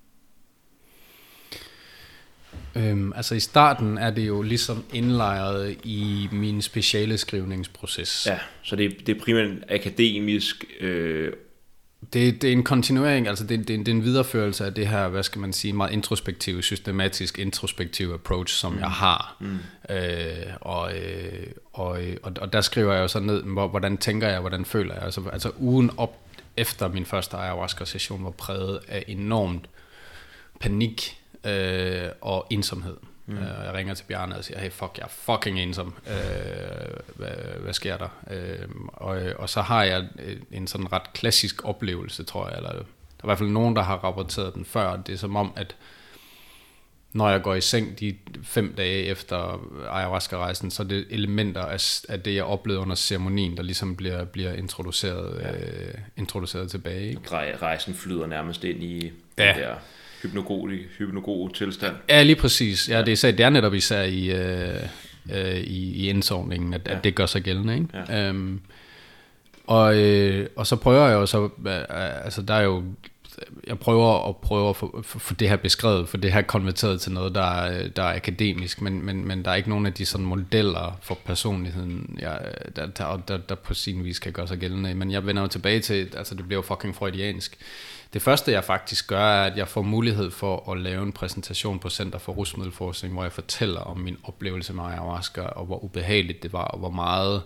Øhm, altså i starten er det jo ligesom indlejret i min speciale skrivningsproces. Ja, så det, det er primært en akademisk... Øh... Det, det er en kontinuering, altså det, det, det er en videreførelse af det her, hvad skal man sige, meget introspektive, systematisk introspektive approach, som mm. jeg har. Mm. Øh, og, øh, og, og, og der skriver jeg jo så ned, hvordan tænker jeg, hvordan føler jeg. Altså, altså ugen op efter min første ayahuasca-session var præget af enormt panik, Øh, og ensomhed. Mm. Øh, jeg ringer til Bjarne og siger, hey fuck, jeg er fucking ensom. Øh, hvad, hvad sker der? Øh, og, og så har jeg en sådan ret klassisk oplevelse, tror jeg. Eller, der er i hvert fald nogen, der har rapporteret den før. Det er som om, at når jeg går i seng de fem dage efter ayahuasca-rejsen, så er det elementer af, af det, jeg oplevede under ceremonien, der ligesom bliver, bliver introduceret, ja. øh, introduceret tilbage. Ikke? Rejsen flyder nærmest ind i ja. den der hypnogod tilstand. Ja, lige præcis. Ja, det, er især, det er netop især i, øh, øh, i, i indsovningen, at, ja. at det gør sig gældende. Ikke? Ja. Øhm, og, øh, og så prøver jeg jo så, øh, altså der er jo, jeg prøver at prøve at få, for, for det her beskrevet, for det her konverteret til noget, der er, der er akademisk, men, men, men der er ikke nogen af de sådan modeller for personligheden, jeg, der, der, der, der på sin vis kan gøre sig gældende. Men jeg vender jo tilbage til, altså det bliver jo fucking freudiansk. Det første, jeg faktisk gør, er, at jeg får mulighed for at lave en præsentation på Center for Rusmiddelforskning, hvor jeg fortæller om min oplevelse med ayahuasca, og hvor ubehageligt det var, og hvor meget,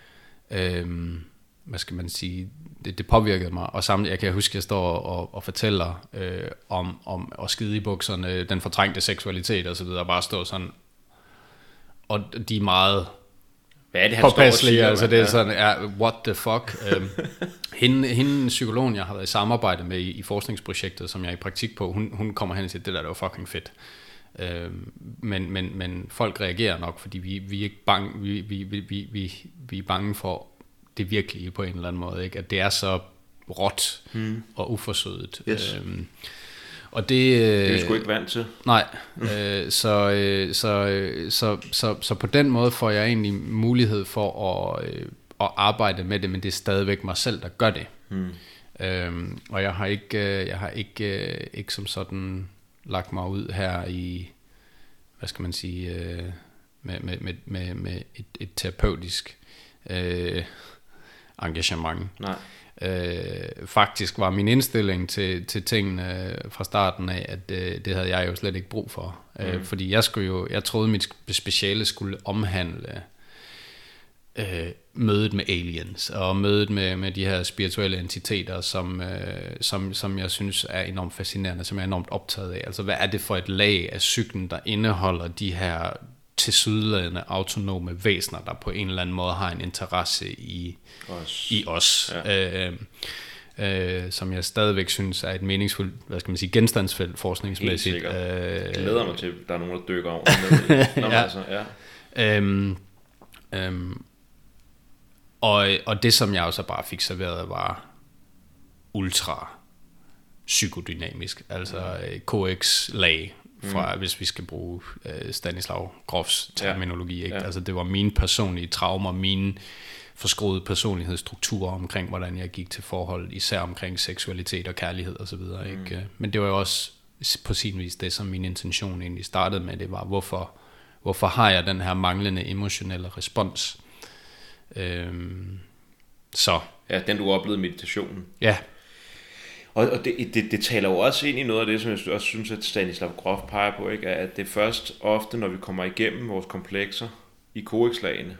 øhm, hvad skal man sige, det, det påvirkede mig. Og samtidig, jeg kan huske, at jeg står og, og fortæller øh, om, om at skide i bukserne, den fortrængte seksualitet og så videre, og bare stå sådan, og de er meget... Hvad er det, han står og siger? Altså det er sådan, ja, what the fuck. øhm, hende, hende, psykologen, jeg har været i samarbejde med i, i forskningsprojektet, som jeg er i praktik på, hun, hun kommer hen og siger, det der, det var fucking fedt. Øhm, men, men, men folk reagerer nok, fordi vi, vi er ikke bange, vi, vi, vi, vi, vi er bange for det virkelige på en eller anden måde, ikke? At det er så råt hmm. og uforsødet. Yes. Øhm, Og det, det er vi sgu ikke vant til. Nej, øh, så, øh, så, øh, så, så, så på den måde får jeg egentlig mulighed for at, øh, at arbejde med det, men det er stadigvæk mig selv, der gør det. Mm. Øhm, og jeg har ikke, jeg har ikke, øh, ikke som sådan lagt mig ud her i, hvad skal man sige, øh, med, med, med, med, med et, et terapeutisk øh, engagement. Nej. Øh, faktisk var min indstilling til, til tingene fra starten af, at øh, det havde jeg jo slet ikke brug for. Mm. Øh, fordi jeg skulle jo, jeg troede mit speciale skulle omhandle øh, mødet med aliens, og mødet med, med de her spirituelle entiteter, som, øh, som, som jeg synes er enormt fascinerende, som jeg er enormt optaget af. Altså hvad er det for et lag af psyken, der indeholder de her tilsyneladende autonome væsener, der på en eller anden måde har en interesse i os, i os. Ja. øh, øh, som jeg stadigvæk synes er et meningsfuldt, hvad skal man sige, genstandsfelt forskningsmæssigt. Helt sikkert. Øh, glæder mig til, at der er nogen, der dykker over ned i. Nå, ja. Altså, ja. øhm, øhm, og, og det, som jeg også bare fik serveret, var ultra psykodynamisk, altså K X-lag, fra, mm. hvis vi skal bruge øh, Stanislav Grofs terminologi. Ikke? Ja. Altså, det var mine personlige traumer, mine forskruede personlighedsstrukturer omkring, hvordan jeg gik til forhold, især omkring seksualitet og kærlighed og så videre. Mm. Ikke? Men det var jo også på sin vis det, som min intention egentlig startede med. Det var, hvorfor, hvorfor har jeg den her manglende emotionelle respons? Øhm, så. Ja, den du oplevede i meditationen. Ja. Og, og det, det, det taler jo også ind i noget af det, som jeg også synes, at Stanislav Grof peger på, ikke? At det først ofte, når vi kommer igennem vores komplekser i K X-lagene,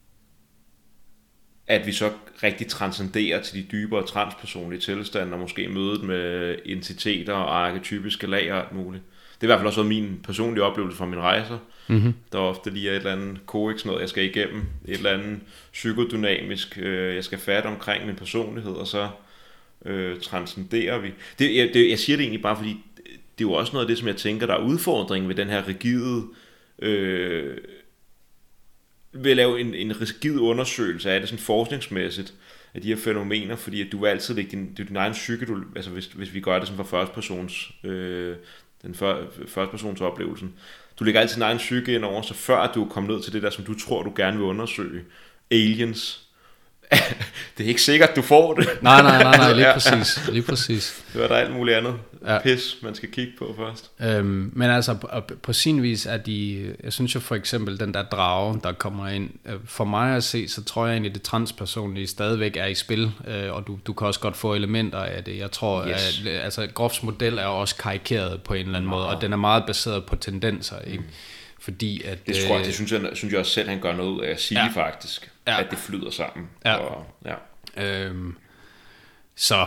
at vi så rigtig transcenderer til de dybere transpersonlige tilstande, og måske mødet med entiteter og arketypiske lag og alt muligt. Det er i hvert fald også min personlige oplevelse fra mine rejser. Mm-hmm. Der er ofte lige et eller andet K X noget, jeg skal igennem, et eller andet psykodynamisk, øh, jeg skal fatte omkring min personlighed, og så øh, transcenderer vi. Det, jeg, det, jeg siger det egentlig bare, fordi det er jo også noget af det, som jeg tænker, der er udfordringen ved den her rigide... Øh, ved at lave en, en rigid undersøgelse af det sådan forskningsmæssigt af de her fænomener, fordi at du vil altid lægge din, din egen psyke, du, altså hvis, hvis vi gør det sådan for første persons, øh, den for, første persons oplevelsen, du lægger altid din egen psyke ind over, så før du er kommet ned til det der, som du tror, du gerne vil undersøge, aliens, det er ikke sikkert, du får det. Nej, nej, nej, nej, lige præcis, lige præcis. Det var der alt muligt andet ja. pis, man skal kigge på først. Øhm, men altså, på, på sin vis er de, jeg synes jo for eksempel, den der drage, der kommer ind, for mig at se, så tror jeg egentlig, det transpersonlige stadigvæk er i spil, øh, og du, du kan også godt få elementer af det. Jeg tror, yes. at altså, Groffs model er også karikeret på en eller anden wow. måde, og den er meget baseret på tendenser, ikke? Mm. Fordi at, det, tror jeg, det synes jeg, synes jeg også selv, han gør noget ud af at sige ja. faktisk, ja. at det flyder sammen. Ja. Og, ja. Øhm, så,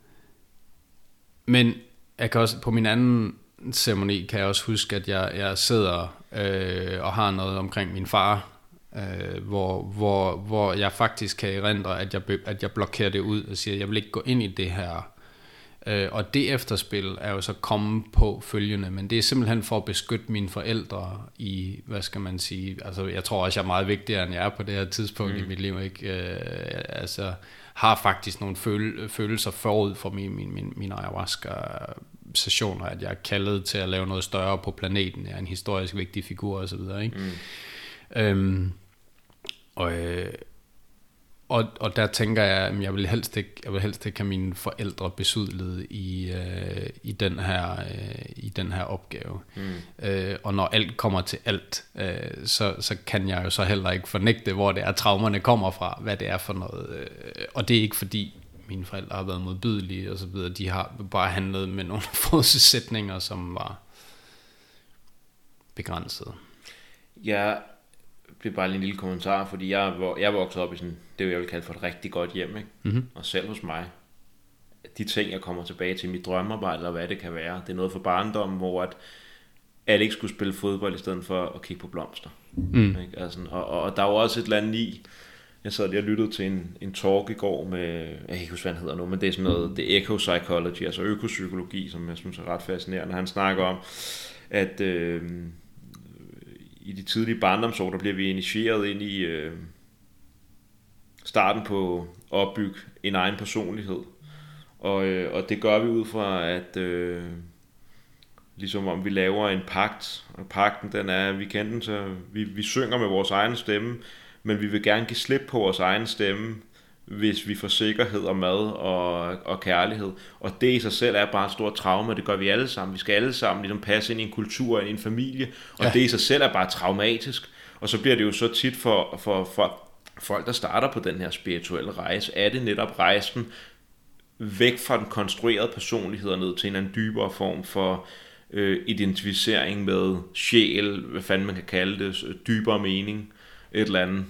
men jeg kan også, på min anden ceremoni, kan jeg også huske, at jeg, jeg sidder øh, og har noget omkring min far, øh, hvor, hvor, hvor jeg faktisk kan erindre, at jeg, at jeg blokerer det ud og siger, at jeg vil ikke gå ind i det her. Øh, og det efterspil er jo så kommet på følgende, men det er simpelthen for at beskytte mine forældre i, hvad skal man sige, altså jeg tror også, jeg er meget vigtigere, end jeg er på det her tidspunkt mm. i mit liv, ikke? Øh, altså har faktisk nogle føle, følelser forud for min, min, min, min ayahuasca-sessioner, at jeg er kaldet til at lave noget større på planeten, jeg er en historisk vigtig figur og så videre, ikke? Mm. Øhm, og øh, Og, og der tænker jeg, at jeg vil helst ikke, jeg vil helst ikke have mine forældre besudlet i, øh, i, den her, øh, i den her opgave. Mm. Øh, og når alt kommer til alt, øh, så, så kan jeg jo så heller ikke fornægte, hvor det er, traumerne kommer fra, hvad det er for noget. Øh, og det er ikke fordi, mine forældre har været modbydelige og så videre. De har bare handlet med nogle forudsætninger, som var begrænsede. Ja, det er bare lige en lille kommentar, fordi jeg, jeg voksede op i sådan, det jeg vil kalde for et rigtig godt hjem, ikke? Mm-hmm. Og selv hos mig, de ting jeg kommer tilbage til, mit drømmearbejde eller hvad det kan være, det er noget for barndommen, hvor at alle ikke skulle spille fodbold i stedet for at kigge på blomster. Mm. Ikke? Altså, og, og, og der er jo også et eller andet i, jeg sad lige og lyttede til en, en talk i går med, jeg kan ikke huske hvad han hedder nu, men det er sådan noget, det er ecopsychology, altså økopsykologi, som jeg synes er ret fascinerende. Han snakker om, at øh, i de tidlige barndomsår, der bliver vi initieret ind i øh, starten på at opbygge en egen personlighed. Og, øh, og det gør vi ud fra, at øh, ligesom om vi laver en pagt, og pagten den er, vi kender den, så vi, vi synger med vores egen stemme, men vi vil gerne give slip på vores egen stemme, hvis vi får sikkerhed og mad og, og kærlighed. Og det i sig selv er bare et stort traume, det gør vi alle sammen. Vi skal alle sammen ligesom passe ind i en kultur, ind i en familie, og ja. Det i sig selv er bare traumatisk. Og så bliver det jo så tit for, for, for folk, der starter på den her spirituelle rejse, er det netop rejsen væk fra den konstruerede personlighed og ned til en anden dybere form for øh, identificering med sjæl, hvad fanden man kan kalde det, dybere mening, et eller andet,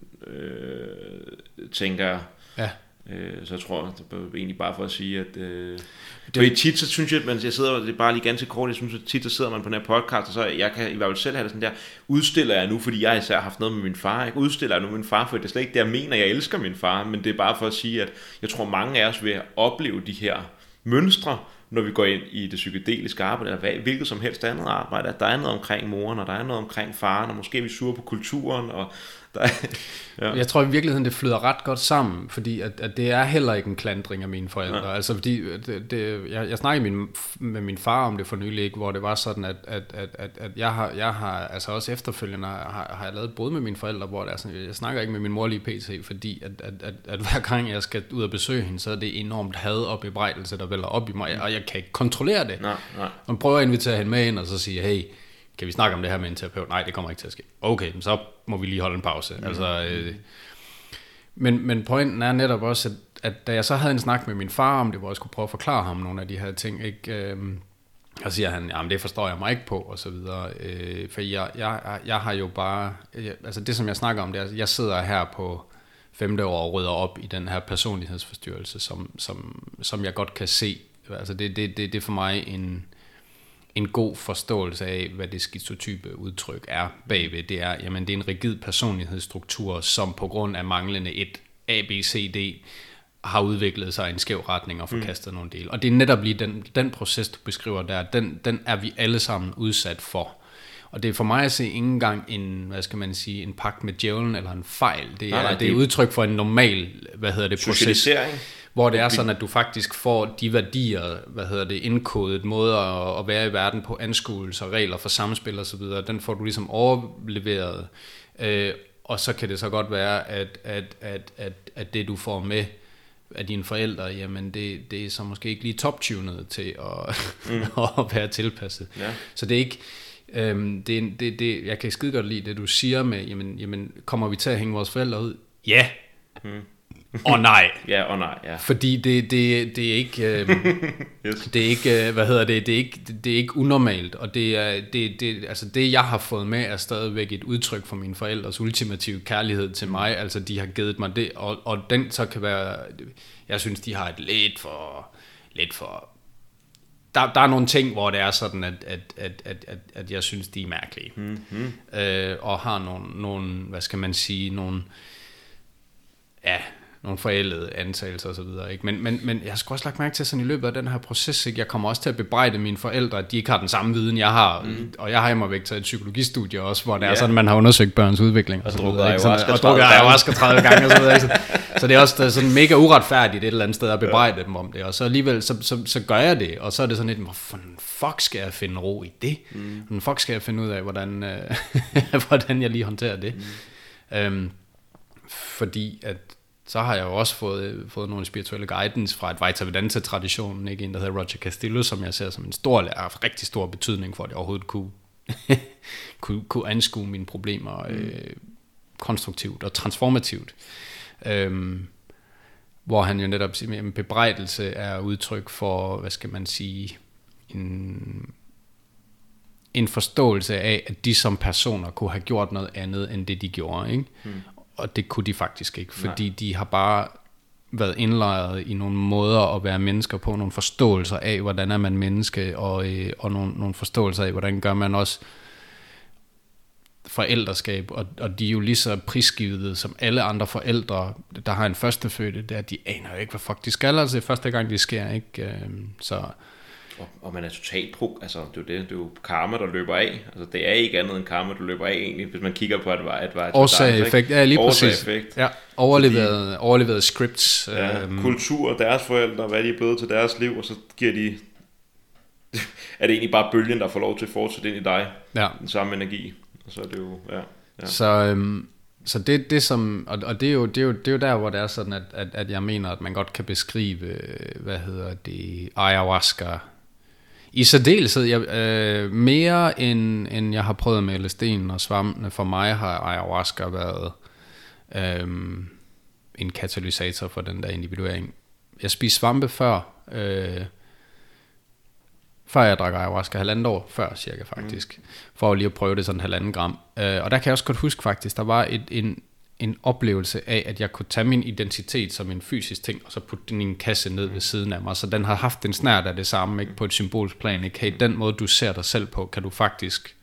øh, tænker jeg. Ja. Øh, så jeg tror, det er egentlig bare for at sige, at øh, det er tit, så synes jeg, at man, jeg sidder, det er bare lige ganske kort, jeg synes, at tit, så sidder man på den her podcast, og så jeg kan i hvert fald selv have det sådan der, udstiller jeg nu, fordi jeg især har haft noget med min far, ikke? Udstiller jeg nu min far, for det er slet ikke det, jeg mener, jeg elsker min far, men det er bare for at sige, at jeg tror, mange af os vil opleve de her mønstre, når vi går ind i det psykedeliske arbejde, eller hvad, hvilket som helst andet arbejde, at der er noget omkring moren, og der er noget omkring faren, og måske er vi sure på kulturen, og der, ja. Jeg tror i virkeligheden, det flyder ret godt sammen, fordi at, at det er heller ikke en klandring af mine forældre. Ja. Altså fordi, det, det, jeg, jeg snakkede med min, med min far om det for nylig, ikke, hvor det var sådan, at, at, at, at, at jeg, har, jeg har, altså også efterfølgende, har, har jeg lavet brud med mine forældre, hvor det er sådan, jeg snakker ikke med min mor lige pt, fordi at, at, at, at hver gang jeg skal ud og besøge hende, så er det enormt had og bebrejdelse, der vælger op i mig, og jeg kan ikke kontrollere det. Nej, nej. Man prøver at invitere hende med ind, og så sige, hey, kan vi snakke om det her med en terapeut? Nej, det kommer ikke til at ske. Okay, så må vi lige holde en pause. Mm. Altså, øh, men, men pointen er netop også, at, at da jeg så havde en snak med min far om det, hvor jeg skulle prøve at forklare ham nogle af de her ting, ikke, øh, og siger han, jamen det forstår jeg mig ikke på, og så videre. Øh, for jeg, jeg, jeg har jo bare, jeg, altså det som jeg snakker om, det er, jeg sidder her på femte år og rydder op i den her personlighedsforstyrrelse, som, som, som jeg godt kan se. Altså det, det, det, det er for mig en... en god forståelse af, hvad det skizotype udtryk er bagved. Det er, jamen, det er en rigid personlighedsstruktur, som på grund af manglende et A, B, C, D, har udviklet sig i en skæv retning og forkastet mm. nogle dele. Og det er netop lige den, den proces, du beskriver der, den, den er vi alle sammen udsat for. Og det er for mig at se ikke engang en, hvad skal man sige, en pagt med djævlen eller en fejl. Det er, nej, nej, det er udtryk for en normal, hvad hedder det, proces. Hvor det er sådan, at du faktisk får de værdier, hvad hedder det, indkodet måder at være i verden på, anskuelser, regler for samspil og så videre, den får du ligesom overleveret. Øh, og så kan det så godt være, at, at, at, at, at det du får med af dine forældre, jamen det, det er så måske ikke lige top-tunet til at, mm. at være tilpasset. Ja. Så det er ikke, øhm, det, det, det, jeg kan skide godt lide det du siger med, jamen, jamen kommer vi til at hænge vores forældre ud? Ja. Mm. Og nej. Ja, og nej, ja. Fordi det, det, det er ikke, øh, yes. det er ikke, hvad hedder det, det er ikke, det er ikke unormalt, og det er, det, det, altså det jeg har fået med er stadigvæk et udtryk for mine forældres ultimative kærlighed til mig, altså de har givet mig det, og, og den så kan være, jeg synes de har et lidt for, lidt for, der, der er nogle ting, hvor det er sådan, at, at, at, at, at, at jeg synes de er mærkelige, mm-hmm. øh, og har nogle, nogle, hvad skal man sige, nogle, ja, nogle forældede antagelser og så videre, ikke? Men, men, men jeg har sgu også lagt mærke til sådan i løbet af den her proces, ikke? Jeg kommer også til at bebrejde mine forældre, at de ikke har den samme viden, jeg har, mm. og jeg har imod væk taget et psykologistudie også, hvor det yeah. er sådan, man har undersøgt børns udvikling og, og så videre, ikke? Sådan, og drukker ayahuasca tredive gange og så videre, ikke? Så det er også sådan mega uretfærdigt et eller andet sted at bebrejde ja. dem om det, og så alligevel, så, så, så gør jeg det, og så er det sådan lidt, hvor fuck skal jeg finde ro i det? Mm. Hvordan fuck skal jeg finde ud af, hvordan, øh, hvordan jeg lige håndterer det? Mm. Øhm, fordi at så har jeg jo også fået, fået nogle spirituelle guidance fra et Vajta Vedanta-traditionen, ikke? En, der hedder Roger Castillo, som jeg ser som en stor lærer, rigtig stor betydning for, at jeg overhovedet kunne, kunne, kunne anskue mine problemer mm. øh, konstruktivt og transformativt. Øhm, hvor han jo netop siger, at en bebrejdelse er udtryk for, hvad skal man sige, en, en forståelse af, at de som personer kunne have gjort noget andet, end det de gjorde, ikke? Mm. Og det kunne de faktisk ikke, fordi Nej. de har bare været indlejret i nogle måder at være mennesker på, nogle forståelser af, hvordan er man menneske, og, øh, og nogle, nogle forståelser af, hvordan gør man også forældreskab, og, og de er jo lige så prisgivet som alle andre forældre, der har en førstefødte, der de aner jo ikke, hvad fuck de skal, altså første gang det sker, ikke? Så... Og, og man er totalt pro, altså det er, det, det er jo karma, der løber af, altså det er ikke andet end karma, der løber af egentlig, hvis man kigger på, at det var et var årsag-effekt, ja lige præcis, ja, overleveret, Fordi, overleveret scripts. Ja, øhm. Kultur, deres forældre, hvad de er blevet til deres liv, og så giver de, er det egentlig bare bølgen, der får lov til at fortsætte ind i dig, ja. Den samme energi, og så er det jo, ja. ja. Så, øhm, så det, det som, og, og det, er jo, det, er jo, det er jo der, hvor det er sådan, at, at, at jeg mener, at man godt kan beskrive, hvad hedder det, ayahuasca, i særdeleshed, jeg, øh, mere end, end jeg har prøvet med L S D'en og svampene, for mig har ayahuasca været øh, en katalysator for den der individuering. Jeg spiste svampe før, øh, før jeg drak ayahuasca, halvandet år før cirka faktisk, mm. for lige at prøve det sådan halvanden gram. Øh, og der kan jeg også godt huske faktisk, der var et, en, en oplevelse af, at jeg kunne tage min identitet som en fysisk ting, og så putte den i en kasse ned ved siden af mig, så den har haft en snært af det samme, ikke, på et symbolsk plan, ikke? Hey, den måde du ser dig selv på, kan du faktisk,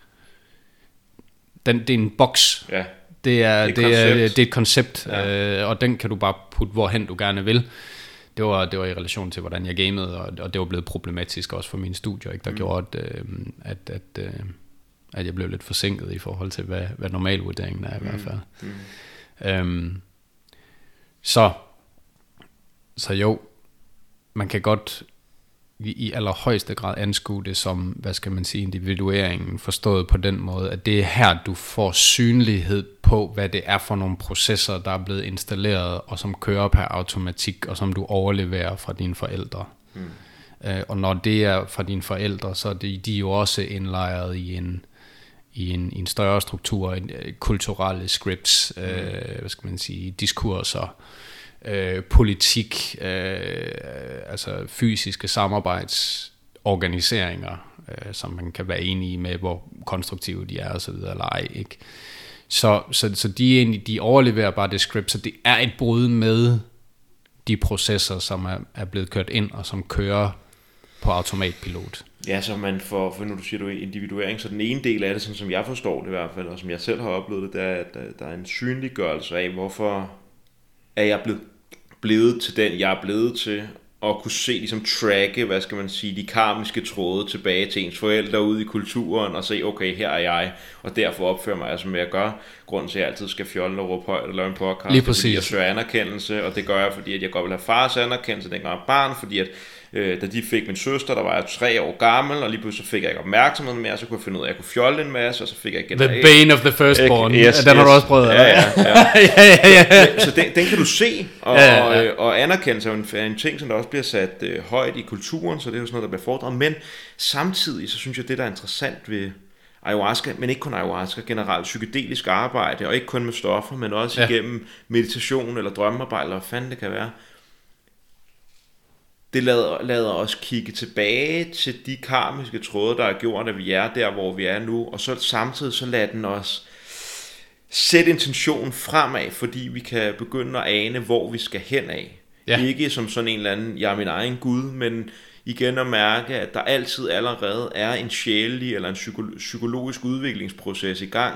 den, det er en boks, ja. det, er, det, er det, er, det er et koncept, ja. øh, og den kan du bare putte hvorhen du gerne vil. Det var, det var i relation til, hvordan jeg gamede, og, og det var blevet problematisk også for mine studier, ikke? Der mm. gjorde, at, øh, at, at, øh, at jeg blev lidt forsinket i forhold til, hvad, hvad normalvurderingen er i mm. hvert fald. Mm. Øhm, så så jo, man kan godt i, i allerhøjeste grad anskue det som, hvad skal man sige, individueringen, forstået på den måde, at det er her du får synlighed på, hvad det er for nogle processer, der er blevet installeret og som kører per automatik, og som du overleverer fra dine forældre. mm. øh, og når det er fra dine forældre, så er de, de er jo også indlejret i en i en, i en større struktur, en, kulturelle scripts, mm. øh, hvad skal man sige, diskurser, øh, politik, øh, altså fysiske samarbejdsorganiseringer, øh, som man kan være enige med, hvor konstruktive de er og så videre, eller ej, ikke? Så, så, så de, egentlig, de overleverer bare det script, så det er et brud med de processer, som er, er blevet kørt ind, og som kører på automatpilot. Ja, så man får, for nu du siger du individuering, så den ene del af det, sådan som jeg forstår det i hvert fald, og som jeg selv har oplevet det, det er, at der er en synliggørelse af, hvorfor er jeg blevet, blevet til den, jeg er blevet til, og kunne se, ligesom tracke, hvad skal man sige, de karmiske tråde tilbage til ens forældre ude i kulturen, og se, okay, her er jeg, og derfor opfører mig, som jeg gør. Grunden til, at jeg altid skal fjolle og råbe højt og lave en podcast, lige præcis. Fordi jeg søger anerkendelse, og det gør jeg, fordi at jeg godt vil have fars anerkendelse, dengang jeg var barn, fordi at Øh, da de fik min søster, der var jeg tre år gammel, og lige pludselig fik jeg ikke opmærksomhed mere, så kunne jeg finde ud af, at jeg kunne fjolle en masse, og så fik jeg igen... The bane of the firstborn, yes, den yes. har du også prøvet. Ja, ja, ja. ja, ja, ja. Så den, den kan du se, og, ja, ja, ja. og, og anerkendelse er en, en ting, som der også bliver sat øh, højt i kulturen, så det er jo sådan noget, der bliver foredraget. Men samtidig, så synes jeg, det der er interessant ved ayahuasca, men ikke kun ayahuasca, generelt psykedelisk arbejde, og ikke kun med stoffer, men også ja. igennem meditation eller drømmearbejde, eller hvad fanden det kan være. Det lader, lader os kigge tilbage til de karmiske tråde, der har gjort, at vi er der, hvor vi er nu, og så samtidig så lader den os sætte intentionen fremad, fordi vi kan begynde at ane, hvor vi skal hen af. Ja. Ikke som sådan en eller anden, jeg er min egen Gud, men igen at mærke, at der altid allerede er en sjælelig eller en psyko- psykologisk udviklingsproces i gang,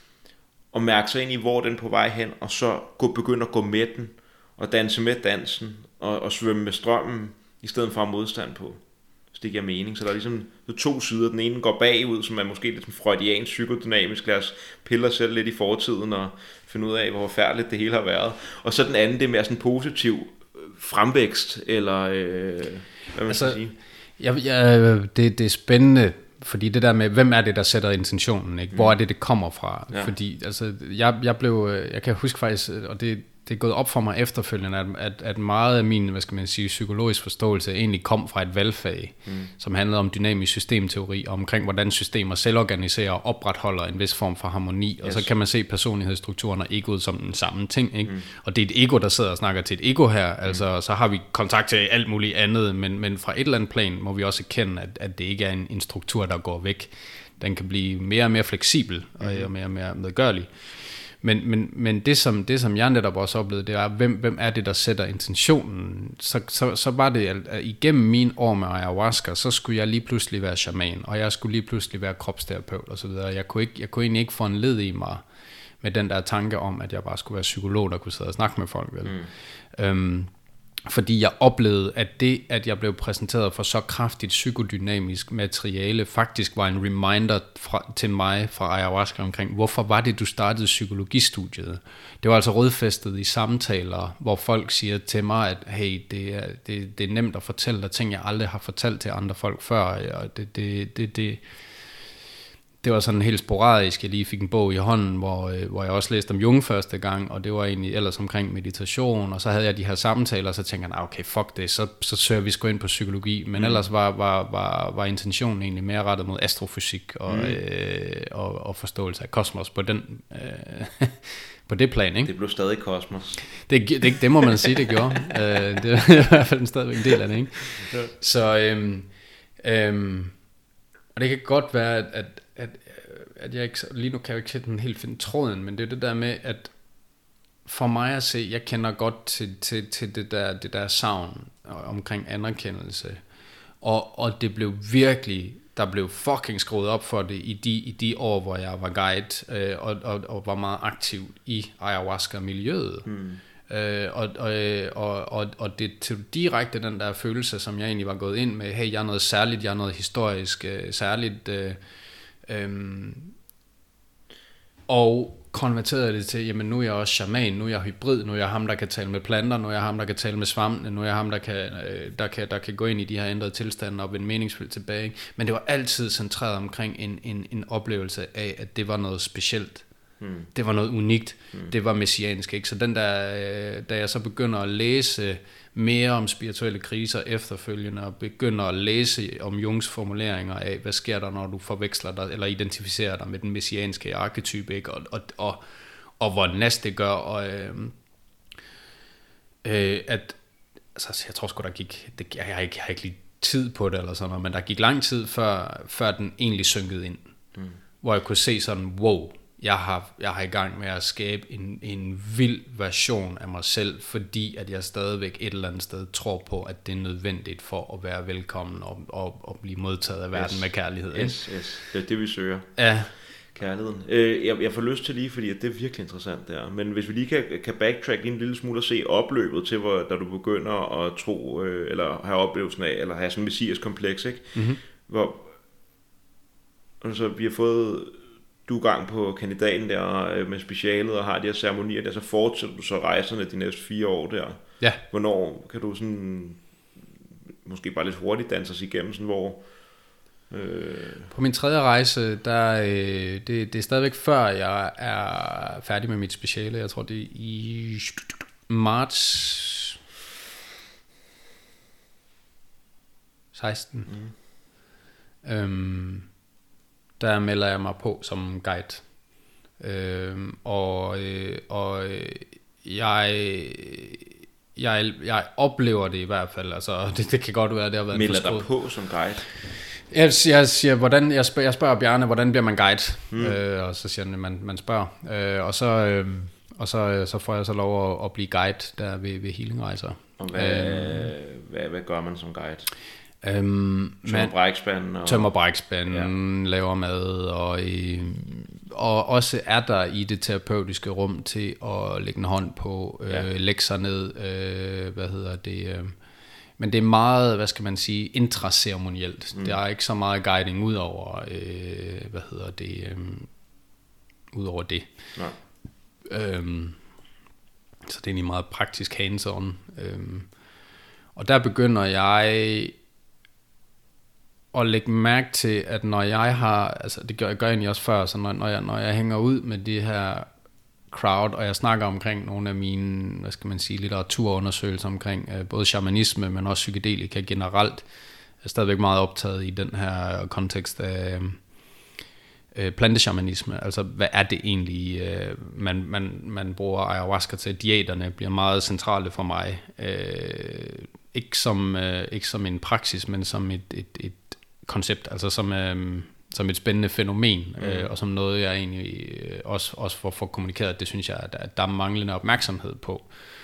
og mærke sig ind i, hvor den er på vej hen, og så gå, begynde at gå med den, og danse med dansen, og, og svømme med strømmen, i stedet for at modstand på. Så det giver mening. Så der er ligesom to sider. Den ene går bagud, som er måske lidt freudiansk psykodynamisk. Lad os pille os selv lidt i fortiden og finde ud af, hvor forfærdeligt det hele har været. Og så den anden, det er mere sådan positiv fremvækst, eller øh, hvad man altså, skal sige. Jeg, jeg, det, det er spændende, fordi det der med, hvem er det, der sætter intentionen, ikke? Hvor er det, det kommer fra? Ja. Fordi altså, jeg, jeg blev, jeg kan huske faktisk, og det det er gået op for mig efterfølgende, at, at, at meget af min, hvad skal man sige, psykologisk forståelse egentlig kom fra et valgfag, mm. som handlede om dynamisk systemteori, og omkring hvordan systemer selvorganiserer og opretholder en vis form for harmoni, yes. og så kan man se personlighedsstrukturen og egoet som den samme ting, ikke? Mm. Og det er et ego, der sidder og snakker til et ego her, altså så har vi kontakt til alt muligt andet, men, men fra et eller andet plan må vi også erkende, at, at det ikke er en, en struktur, der går væk. Den kan blive mere og mere fleksibel, mm. og mere og mere medgørlig. Men, men, men det, som, det, som jeg netop også oplevede, det er, hvem, hvem er det, der sætter intentionen? Så, så, så var det, at igennem mine år med ayahuasca, så skulle jeg lige pludselig være shaman, og jeg skulle lige pludselig være kropsterapeut og så videre. Jeg kunne, ikke, jeg kunne egentlig ikke få en led i mig med den der tanke om, at jeg bare skulle være psykolog, der kunne sidde og snakke med folk. Vel? Mm. Øhm, fordi jeg oplevede, at det, at jeg blev præsenteret for så kraftigt psykodynamisk materiale, faktisk var en reminder fra, til mig fra ayahuasca omkring, hvorfor var det, du startede psykologistudiet? Det var altså rødfæstet i samtaler, hvor folk siger til mig, at hey, det er, det, det er nemt at fortælle dig ting, jeg aldrig har fortalt til andre folk før, og det, det, det, det Det var sådan helt sporadisk. Jeg lige fik en bog i hånden, hvor, øh, hvor jeg også læste om Jung første gang, og det var egentlig ellers omkring meditation, og så havde jeg de her samtaler, og så tænkte jeg, okay, fuck det, så, så søger vi sgu ind på psykologi, men mm. ellers var, var, var, var intentionen egentlig mere rettet mod astrofysik og, mm. øh, og, og forståelse af kosmos på den øh, på det plan, ikke? Det blev stadig kosmos. Det, det, det må man sige, det gjorde. øh, det er i hvert fald stadigvæk en del af det, ikke? Ja. Så øhm, øhm, og det kan godt være, at, at At, at jeg ikke, lige nu kan jeg ikke sætte den helt finde tråden, men det er det der med, at for mig at se, jeg kender godt til, til, til det der, det der savn omkring anerkendelse, og, og det blev virkelig, der blev fucking skruet op for det i de, i de år, hvor jeg var guide, øh, og, og, og var meget aktiv i ayahuasca-miljøet. Hmm. Øh, og, og, og, og, og det er direkte den der følelse, som jeg egentlig var gået ind med, hey, jeg er noget særligt, jeg er noget historisk, øh, særligt, øh, Øhm, og konverterede det til, jamen nu er jeg også shaman, nu er jeg hybrid, nu er jeg ham, der kan tale med planter, nu er jeg ham, der kan tale med svampene, nu er jeg ham, der kan, øh, der kan, der kan gå ind i de her ændrede tilstande og vende meningsfuldt tilbage. Men det var altid centreret omkring en, en, en oplevelse af, at det var noget specielt. Hmm. Det var noget unikt. Hmm. Det var messiansk, ikke? Så den der, øh, da jeg så begynder at læse mere om spirituelle kriser efterfølgende, og begynder at læse om Jungs formuleringer af, hvad sker der, når du forveksler dig, eller identificerer dig med den messianske arketype, ikke? Og, og, og, og hvor næst det gør, og øh, øh, at, altså jeg tror sgu, der gik, det, jeg, har ikke, jeg har ikke lige tid på det, eller sådan noget, men der gik lang tid, før, før den egentlig synkede ind, mm. hvor jeg kunne se sådan, wow, Jeg har, jeg har i gang med at skabe en, en vild version af mig selv, fordi at jeg stadigvæk et eller andet sted tror på, at det er nødvendigt for at være velkommen og, og, og blive modtaget af verden yes. med kærlighed. Yes, yes. Det er det, vi søger. Ja. Kærligheden. Øh, jeg, jeg får lyst til lige, fordi det er virkelig interessant der. Men hvis vi lige kan, kan backtrack en lille smule og se opløbet til, hvor, da du begynder at tro, øh, eller have oplevelsen af, eller have sådan en messias kompleks, ikke? Mm-hmm. Hvor altså, vi har fået... Du er gang på kandidaten der med specialet og har de her ceremonier der, så fortsætter du så rejserne de næste fire år der. Ja. Hvornår kan du sådan måske bare lidt hurtigt danser sig igennem, sådan hvor... Øh... På min tredje rejse, der, øh, det, det er stadigvæk før jeg er færdig med mit speciale. Jeg tror, det er i marts seksten. Mm. Øhm, der melder jeg mig på som guide. Øhm, og øh, og øh, jeg... Jeg, jeg oplever det i hvert fald. Altså, det, det kan godt være, det har været melder dig på som guide? Jeg, jeg siger, hvordan, jeg, spørger, jeg spørger Bjarne, hvordan bliver man guide? Mm. Øh, og så siger han, man, man spørger. Øh, og så, øh, og så, så får jeg så lov at, at blive guide der ved, ved healingrejser. Og hvad, øh, hvad, hvad gør man som guide? Øhm, tømmer brækspanden? Og... Tømmer brækspanden, ja. Laver mad, og, øh, og også er der i det terapeutiske rum til at lægge en hånd på, øh, ja. Lægge sig ned, øh, hvad hedder det... Øh, Men det er meget, hvad skal man sige, intraceremonielt. Mm. Der er ikke så meget guiding ud over, øh, hvad hedder det, øh, ud over det. Nej. Øhm, så det er egentlig meget praktisk hands-on. Øhm, og der begynder jeg at lægge mærke til, at når jeg har, altså det gør jeg, gør jeg egentlig også før, så når, når, jeg, når jeg hænger ud med det her crowd, og jeg snakker omkring nogle af mine, hvad skal man sige, litteraturundersøgelser omkring øh, både shamanisme, men også psykedelika generelt. Jeg er stadigvæk meget optaget i den her kontekst af øh, planteshamanisme. Altså, hvad er det egentlig, øh, man, man, man bruger ayahuasca til? Diæterne bliver meget centrale for mig. Øh, ikke, som, øh, ikke som en praksis, men som et, et, et koncept, altså som... Øh, som et spændende fænomen, mm. øh, og som noget, jeg egentlig øh, også, også får, får kommunikeret, det synes jeg, at der, at der er manglende opmærksomhed på.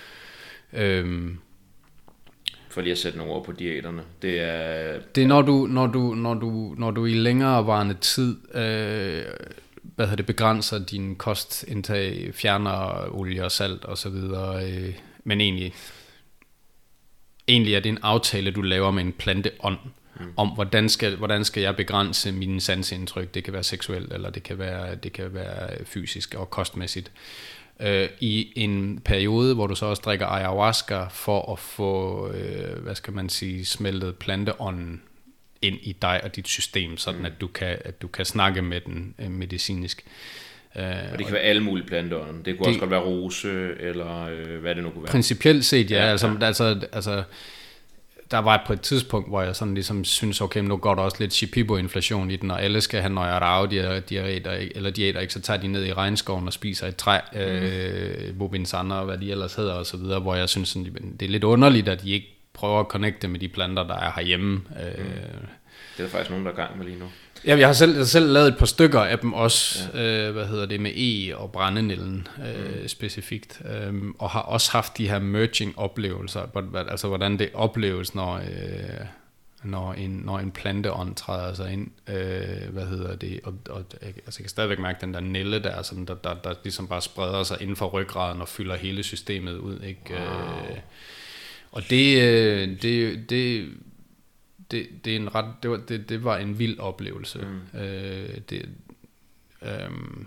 Øhm, For lige at sætte nogle ord på diæterne. Det er, det er når du, når du, når du, når du i længerevarende tid øh, hvad hedder det, begrænser din kostindtag, fjerner olie og salt og så videre, øh, men egentlig, egentlig er det en aftale, du laver med en planteånd, Mm. om hvordan skal, hvordan skal jeg begrænse mine sanseindtryk. Det kan være seksuelt, eller det kan være, det kan være fysisk og kostmæssigt. Øh, I en periode, hvor du så også drikker ayahuasca for at få, øh, hvad skal man sige, smeltet planteånden ind i dig og dit system, sådan mm. at, du kan, at du kan snakke med den øh, medicinsk. Øh, og det kan være alle mulige planteånden. Det kunne det, også godt være rose, eller øh, hvad det nu kunne være. Principielt set, ja. ja, altså, ja. altså, altså der var på et tidspunkt, hvor jeg sådan ligesom synes, okay, nu går der også lidt shipibo-inflation i den, og alle skal have nøjere diæter, eller diæter, ikke, så tager de ned i regnskoven og spiser et træ, mm. øh, bobinsander og hvad de ellers hedder og så videre, hvor jeg synes, sådan, det er lidt underligt, at de ikke prøver at connecte med de planter, der er herhjemme. Mm. Øh, det er der faktisk nogen, der er gang med lige nu. Ja, jeg har selv, jeg har selv lavet et par stykker af dem også, ja. øh, hvad hedder det, med E og brændenælden øh, mm. specifikt, øh, og har også haft de her merging oplevelser, altså hvordan det opleves, når, øh, når, en, når en planteånd træder sig ind, øh, hvad hedder det, og, og altså jeg kan stadigvæk mærke den der nælle der, sådan, der, der, der ligesom bare spreder sig inden for ryggraden og fylder hele systemet ud, ikke? Wow. Øh, og det, øh, det, det Det, det, er en ret, det, var, det, det var en vild oplevelse. Mm. Øh, det, øhm,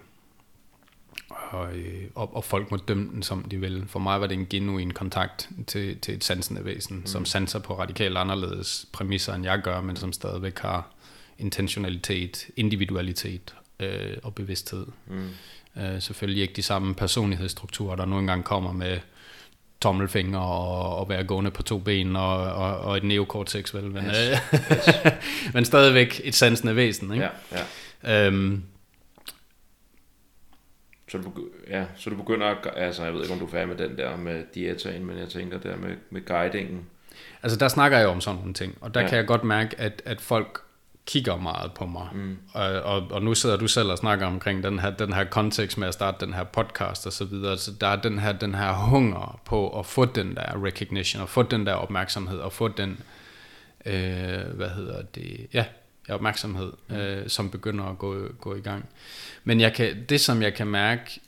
og, og, og folk må dømme den, som de vil. For mig var det en genuin kontakt til, til et sansende væsen, mm. som sanser på radikalt anderledes præmisser, end jeg gør, men som stadigvæk har intentionalitet, individualitet øh, og bevidsthed. Mm. Øh, selvfølgelig ikke de samme personlighedsstrukturer, der nu engang kommer med tommelfinger og, og være gående på to ben og, og, og et neokortex, vel? Men, yes. Yes. men stadigvæk et sansende væsen, ikke? Ja, ja. Øhm. Så, du, ja, så du begynder, altså jeg ved ikke, om du er færdig med den der med diætaen, men jeg tænker der med, med guidingen. Altså der snakker jeg om sådan nogle ting, og der ja. kan jeg godt mærke, at, at folk kigger meget på mig. Mm. Og, og, og nu sidder du selv og snakker omkring den her, den her kontekst med at starte den her podcast og så videre. Så der er den her, den her hunger på at få den der recognition, og få den der opmærksomhed, og få den, øh, hvad hedder det, ja, opmærksomhed, mm. øh, som begynder at gå, gå i gang. Men jeg kan, det som jeg kan mærke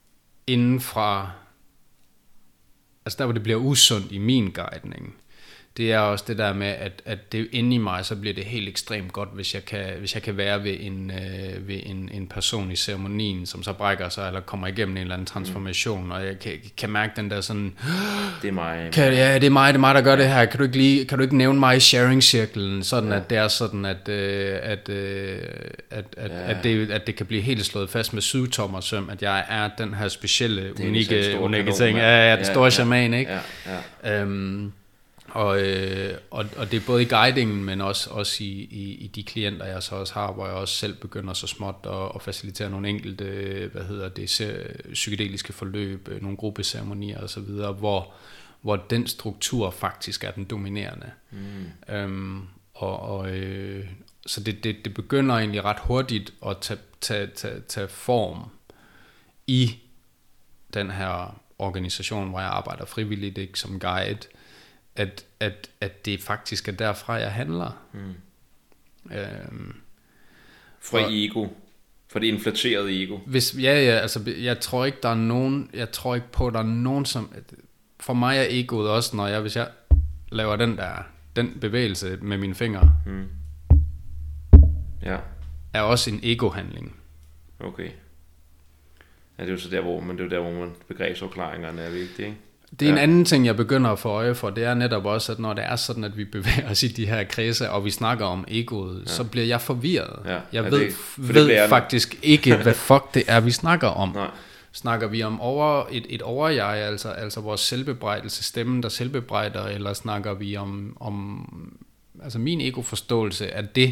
inden fra, altså der hvor det bliver usundt i min guidning, det er også det der med, at, at det inde i mig, så bliver det helt ekstremt godt, hvis jeg kan, hvis jeg kan være ved, en, øh, ved en, en person i ceremonien, som så brækker sig, eller kommer igennem en eller anden transformation, mm. og jeg kan, kan mærke den der sådan, det er mig. Kan, ja, det er mig, det er mig, der gør det her. Kan du ikke, lige, kan du ikke nævne mig i sharing-cirklen, sådan ja. At det er sådan, at, øh, at, øh, at, at, ja. at, det, at det kan blive helt slået fast med syvtommersøm, at jeg er den her specielle, unikke, unikke ting. Ja, ja, den store ja, shaman, ikke? Ja, ja. Øhm, Og, øh, og, og det er både i guidingen, men også, også i, i, i de klienter, jeg så også har, hvor jeg også selv begynder så småt at, at facilitere nogle enkelte, hvad hedder det, psykedeliske forløb, nogle gruppeceremonier og så videre, hvor, hvor den struktur faktisk er den dominerende. Mm. Øhm, og, og, øh, så det, det, det begynder egentlig ret hurtigt at tage, tage, tage, tage form i den her organisation, hvor jeg arbejder frivilligt, ikke, som guide, At, at, at det faktisk er derfra, jeg handler. Mm. Øhm, fra og, ego. Fra det inflaterede ego. Hvis, ja, ja, altså, jeg tror ikke, der er nogen, jeg tror ikke på, der er nogen, som, for mig er egoet også, når jeg, hvis jeg laver den der, den bevægelse med mine fingre, mm. ja. er også en ego-handling. Okay. Ja, det er jo så der, hvor man, det er der, hvor man begrebsforklaringerne er vigtige, ikke? Det er en ja. anden ting, jeg begynder at få øje for, det er netop også, at når det er sådan, at vi bevæger os i de her kredse, og vi snakker om egoet, ja. så bliver jeg forvirret. Ja. Jeg ja, ved, det, ved det faktisk ikke, hvad fuck det er, vi snakker om. Nej. Snakker vi om over, et, et overjeg, altså, altså vores selvbebrejdelse, stemmen, der selvbebrejder, eller snakker vi om, om altså min egoforståelse af det,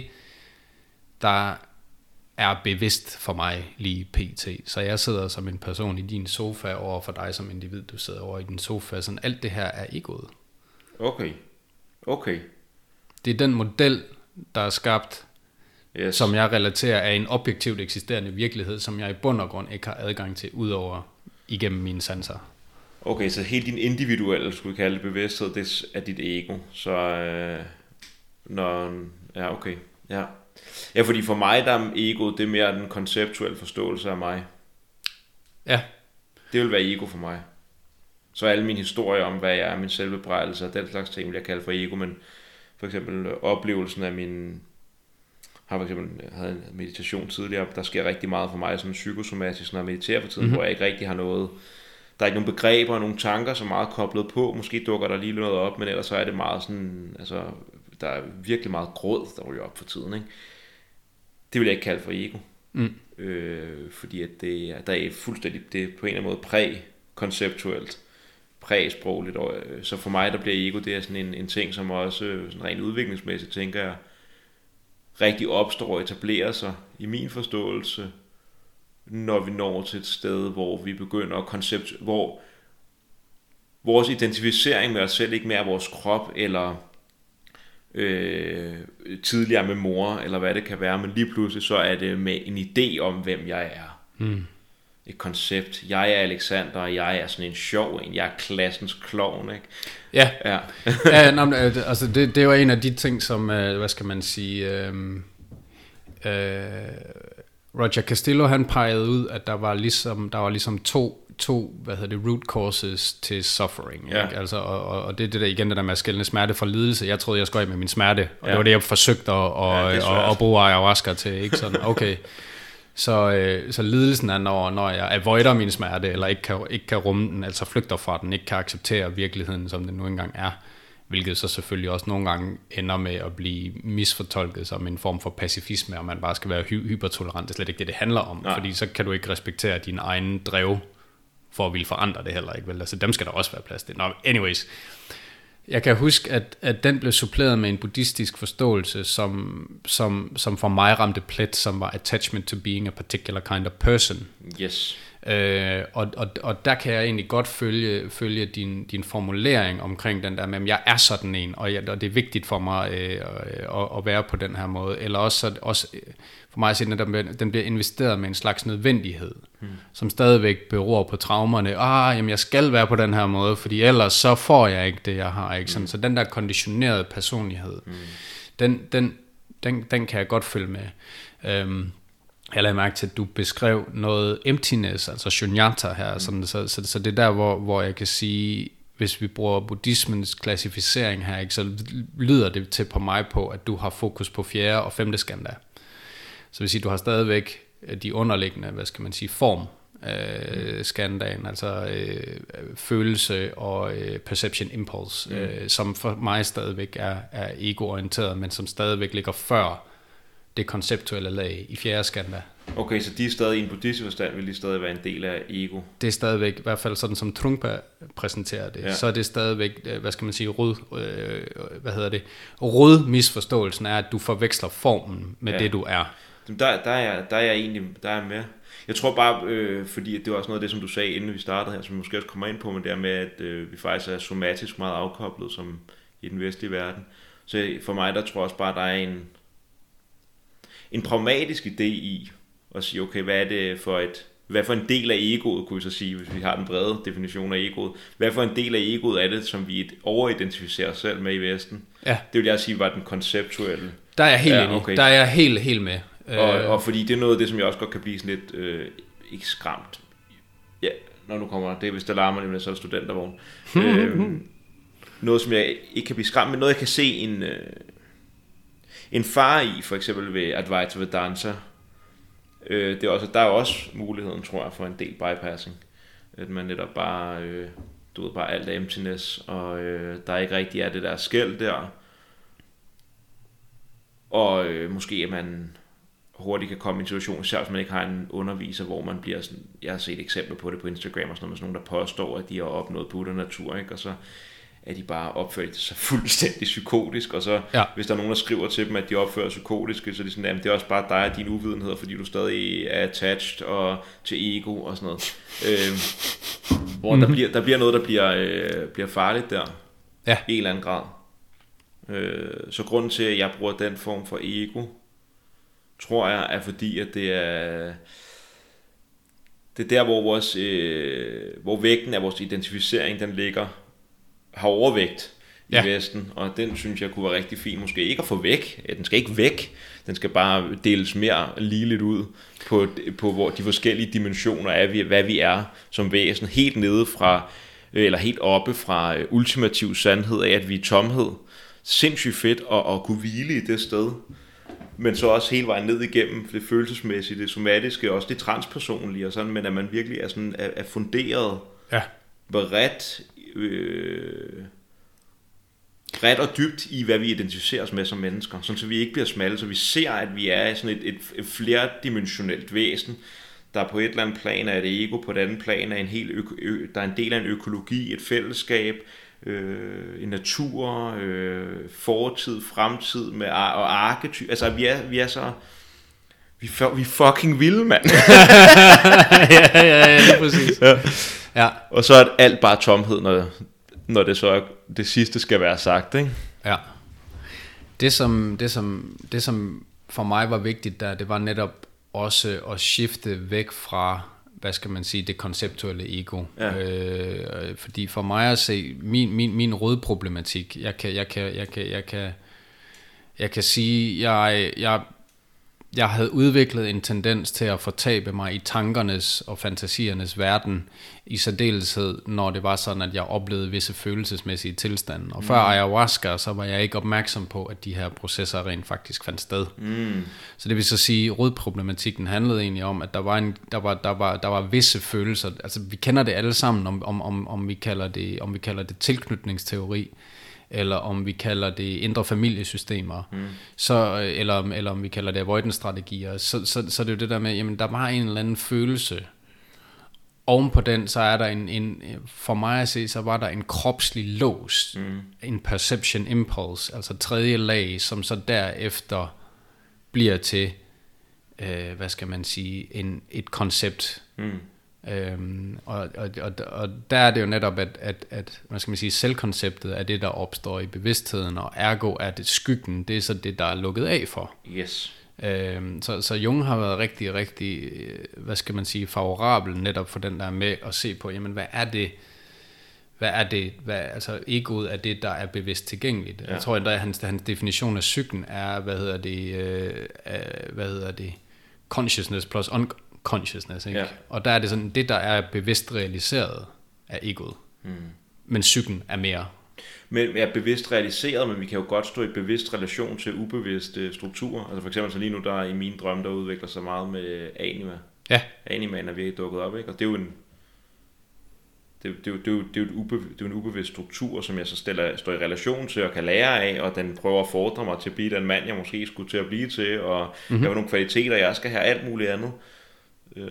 der er bevidst for mig lige pt. Så jeg sidder som en person i din sofa over for dig som individ, du sidder over i din sofa, sådan alt det her er egoet. Okay, okay. Det er den model, der er skabt, yes. som jeg relaterer af en objektivt eksisterende virkelighed, som jeg i bund og grund ikke har adgang til, udover igennem mine sanser. Okay, så helt din individuelle, skulle vi kalde det, bevidsthed, det er dit ego. Så øh, når, ja okay, ja. Ja, fordi for mig, der er egoet, det er mere den konceptuelle forståelse af mig. Ja. Det vil være ego for mig. Så alle mine historier om, hvad jeg er, min selvbebrejdelse og den slags ting, vil jeg kalde for ego, men for eksempel oplevelsen af min, har for eksempel jeg havde en meditation tidligere, der sker rigtig meget for mig, sådan psykosomatisk, når jeg mediterer for tiden, mm-hmm. hvor jeg ikke rigtig har noget, der er ikke nogen begreber og nogle tanker, som er meget koblet på, måske dukker der lige noget op, men ellers så er det meget sådan, altså, der er virkelig meget gråd, der ryger op for tiden, ikke? Det vil jeg ikke kalde for ego. Mm. Øh, fordi at det er, der er fuldstændig, det er på en eller anden måde præ-konceptuelt, præ-sprogligt. Og, så for mig, der bliver ego, det er sådan en, en ting, som også sådan rent udviklingsmæssigt, tænker jeg, rigtig opstår og etablerer sig i min forståelse, når vi når til et sted, hvor vi begynder at koncept, hvor vores identificering med os selv ikke mere er vores krop, eller Øh, tidligere med mor, eller hvad det kan være, men lige pludselig så er det med en idé om, hvem jeg er. Mm. Et koncept. Jeg er Alexander, og jeg er sådan en sjov en. Jeg er klassens klovn, ikke? Ja. Ja. ja nå, altså det, det var en af de ting, som, hvad skal man sige, øh, øh, Roger Castillo, han pegede ud, at der var ligesom, der var ligesom to to, hvad hedder det, root causes til suffering, ja. Ikke? Altså, og, og det er det der igen, det der med at skelne smerte fra lidelse. Jeg troede, jeg skulle af med min smerte, og ja. Det var det, jeg forsøgte at, og, ja, og, og bruge ayahuasca til, ikke sådan, okay. Så, øh, så lidelsen er, når, når jeg avoider min smerte, eller ikke kan, ikke kan rumme den, altså flygter fra den, ikke kan acceptere virkeligheden, som den nu engang er, hvilket så selvfølgelig også nogle gange ender med at blive misfortolket som en form for pacifisme, og man bare skal være hy- hypertolerant. Det er slet ikke det, det handler om, nej. Fordi så kan du ikke respektere din egen drev, for at ville forandre det heller ikke, vel? Altså dem skal der også være plads til. Nå, anyways. Jeg kan huske, at, at den blev suppleret med en buddhistisk forståelse, som, som, som for mig ramte plet, som var attachment to being a particular kind of person. Yes. Øh, og, og, og der kan jeg egentlig godt følge, følge din, din formulering omkring den der med, at jeg er sådan en, og, jeg, og det er vigtigt for mig øh, at, at være på den her måde. Eller også, også for mig at sige, at den bliver investeret med en slags nødvendighed, hmm. som stadigvæk beror på traumerne. Ah, jamen jeg skal være på den her måde, fordi ellers så får jeg ikke det, jeg har. Ikke? Sådan, hmm. Så den der konditionerede personlighed, hmm. den, den, den, den kan jeg godt følge med. Øhm, Jeg lagde mærke til, at du beskrev noget emptiness, altså shunyata her, mm. sådan, så, så, så det er der, hvor, hvor jeg kan sige, hvis vi bruger buddhismens klassificering her, ikke, så lyder det til på mig på, at du har fokus på fjerde og femte skanda. Så vil sige, du har stadigvæk de underliggende, hvad skal man sige, form øh, skandaen, altså øh, følelse og øh, perception impulse, mm. øh, som for mig stadigvæk er, er ego-orienteret, men som stadigvæk ligger før det konceptuelle lag i fjerde skanda. Okay, så de er stadig i en buddhistisk forstand, vil de stadig være en del af ego? Det er stadigvæk, i hvert fald sådan som Trungpa præsenterer det, ja. Så er det stadigvæk, hvad skal man sige, rød, øh, hvad hedder det, rød misforståelsen er, at du forveksler formen med ja. det, du er. Der, der, er jeg, der er jeg egentlig der er jeg med. Jeg tror bare, øh, fordi det var også noget af det, som du sagde, inden vi startede her, som vi måske også kommer ind på, men det er med, at øh, vi faktisk er somatisk meget afkoblet som i den vestlige verden. Så for mig, der tror jeg også bare, der er en, en pragmatisk idé i at sige, okay, hvad er det for et, hvad for en del af egoet, kunne vi så sige, hvis vi har den brede definition af egoet, hvad for en del af egoet er det, som vi overidentificerer os selv med i Vesten? Ja. Det vil jeg sige, var den konceptuelle. Der er jeg helt ja, enig. Okay. Der er jeg helt, helt med. Og, og fordi det er noget af det, som jeg også godt kan blive sådan lidt, øh, ikke skræmt. Ja, når nu kommer det, hvis der larmer nemlig, så er det studentervogn. øh, noget, som jeg ikke kan blive skræmt, men noget, jeg kan se en, øh, en far i, for eksempel ved Advaita Vedanta. Øh, det er også, der er også muligheden, tror jeg, for en del bypassing. At man netop bare, øh, du ved, bare alt er emptiness, og øh, der ikke rigtig er det der skel der. Og øh, måske at man hurtigt kan komme i en situation, selv hvis man ikke har en underviser, hvor man bliver sådan, jeg har set eksempler på det på Instagram og sådan noget, med sådan nogen, der påstår, at de har opnået Buddha-natur, ikke? Og så er de bare opført sig fuldstændig psykotisk, og så ja. Hvis der er nogen, der skriver til dem, at de opfører psykotiske, så er de sådan, jamen det er også bare dig og din uvidenhed, fordi du stadig er attached og til ego og sådan noget. øh, hvor mm-hmm. der, bliver, der bliver noget, der bliver, øh, bliver farligt der, ja. I en eller anden grad. Øh, så grunden til, at jeg bruger den form for ego, tror jeg, er fordi, at det er det er der, hvor vores øh, hvor vægten af vores identificering, den ligger, har overvægt i ja. Vesten, og den synes jeg kunne være rigtig fin, måske ikke at få væk, den skal ikke væk, den skal bare deles mere ligeligt ud på, på hvor de forskellige dimensioner af, hvad vi er som væsen, helt nede fra, eller helt oppe fra ultimativ sandhed af, at vi er tomhed. Sindssygt fedt at, at kunne hvile i det sted, men så også hele vejen ned igennem det følelsesmæssige, det somatiske, også det transpersonlige og sådan, men at man virkelig er sådan er, er funderet, ja. Bredt, øh, bredt og dybt i, hvad vi identificerer os med som mennesker, sådan så vi ikke bliver smalle, så vi ser, at vi er sådan et, et, et flerdimensionelt væsen, der på et eller andet plan er et ego, på et andet plan er en helt øko, ø, der er en del af en økologi, et fællesskab, Øh, i natur, øh, fortid, fremtid med ar- og arketyp. Altså vi er vi er så vi er, vi er fucking vilde, mand. ja, ja, ja, det er præcis. Ja. Ja. Og så er alt bare tomhed, når når det så er, det sidste skal være sagt, ikke? Ja. Det som det som det som for mig var vigtigt der, det var netop også at skifte væk fra, hvad skal man sige, det konceptuelle ego. Ja. Øh, fordi for mig at se, min, min, min rødproblematik, jeg kan, jeg kan, jeg kan, jeg kan, jeg kan sige, jeg, jeg, jeg havde udviklet en tendens til at fortabe mig i tankernes og fantasiernes verden, i særdeleshed, når det var sådan, at jeg oplevede visse følelsesmæssige tilstande. Og mm. før ayahuasca, så var jeg ikke opmærksom på, at de her processer rent faktisk fandt sted. Mm. Så det vil så sige, at rødproblematikken handlede egentlig om, at der var, en, der var, der var, der var visse følelser. Altså vi kender det alle sammen, om, om, om, om, vi, kalder det, om vi kalder det tilknytningsteori, eller om vi kalder det indre familiesystemer, mm. så, eller, eller om vi kalder det avoidance-strategier, så, så, så det er jo det der med, jamen der var en eller anden følelse. Oven på den, så er der en, en, for mig at se, så var der en kropslig lås, mm. en perception impulse, altså tredje lag, som så derefter bliver til, øh, hvad skal man sige, en, et koncept. Mm. Øhm, og, og, og, og der er det jo netop, at, at, at hvad skal man sige, selvkonceptet er det, der opstår i bevidstheden, og ergo er det skyggen, det er så det, der er lukket af for. Yes. Øhm, så, så Jung har været rigtig, rigtig, hvad skal man sige, favorabel netop for den der med at se på, jamen hvad er det, hvad er det, hvad, altså egoet er det, der er bevidst tilgængeligt. Ja. Jeg tror endda, at hans, hans definition af psyken er, hvad hedder det, øh, øh, hvad hedder det, consciousness plus unconsciousness, ikke? Ja. Og der er det sådan, det der er bevidst realiseret af egoet. Mm. men psyken er mere. Men er bevidst realiseret, men vi kan jo godt stå i bevidst relation til ubevidste strukturer. Altså for eksempel så lige nu, der er i mine drømme, der udvikler sig meget med anima. Ja. Animaen er virkelig dukket op, ikke? Og det er jo en, det, det, det, det, det, er jo ube, det er jo en ubevidst struktur, som jeg så stiller, står i relation til og kan lære af, og den prøver at fordre mig til at blive den mand, jeg måske skulle til at blive til, og mm-hmm. jeg har nogle kvaliteter, jeg skal have alt muligt andet. Øh,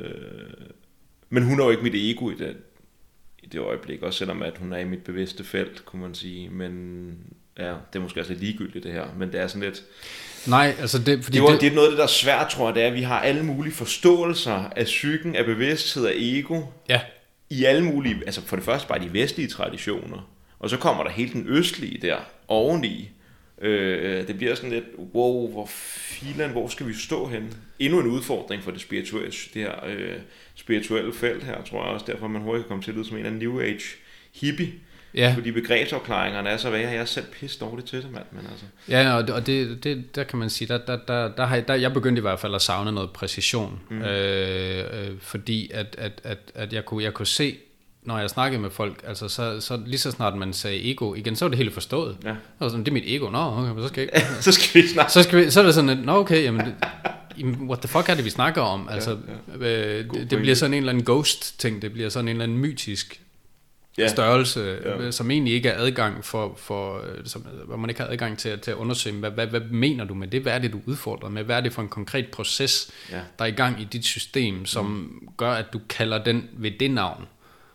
men hun er jo ikke mit ego i det, i det øjeblik, også selvom at hun er i mit bevidste felt, kunne man sige. Men ja, det er måske også lidt ligegyldigt det her, men det er sådan lidt... Nej, altså det... Fordi det, var, det... det er noget af det, der er svært, tror jeg, det er, at vi har alle mulige forståelser af psyken, af bevidsthed, af ego, ja. i alle mulige, altså for det første bare de vestlige traditioner, og så kommer der helt den østlige der oveni. Øh, det bliver sådan lidt, wow, hvor filan, hvor skal vi stå henne? Endnu en udfordring for det spirituelle, det her øh, spirituelle felt her, tror jeg også, derfor man hurtigt kan komme til at lyde som en af New Age hippie. Ja. Fordi begrebsafklaringerne er så værre, jeg er selv pisse dårligt til det, mand. Men altså. Ja, og, det, og det, det, der kan man sige, der, der, der, der, har jeg, der jeg begyndte i hvert fald at savne noget præcision, mm. øh, øh, fordi at, at, at, at jeg, kunne, jeg kunne se, når jeg snakkede med folk, altså så, så lige så snart man sagde ego igen, så var det helt forstået. Ja. Og sådan, det er mit ego, nå, okay, så skal jeg så skal vi snakke. Så, skal vi, så er det sådan, at, nå okay, jamen, det, what the fuck er det, vi snakker om? Altså, ja, ja. Øh, det, det bliver sådan en eller anden ghost-ting, det bliver sådan en eller anden mytisk ja. størrelse, ja. som egentlig ikke er adgang for, for som, hvor man ikke har adgang til, til at undersøge, hvad, hvad, hvad mener du med det? Hvad er det, du udfordrer med? Hvad er det for en konkret proces, ja. der er i gang i dit system, som mm. gør, at du kalder den ved det navn?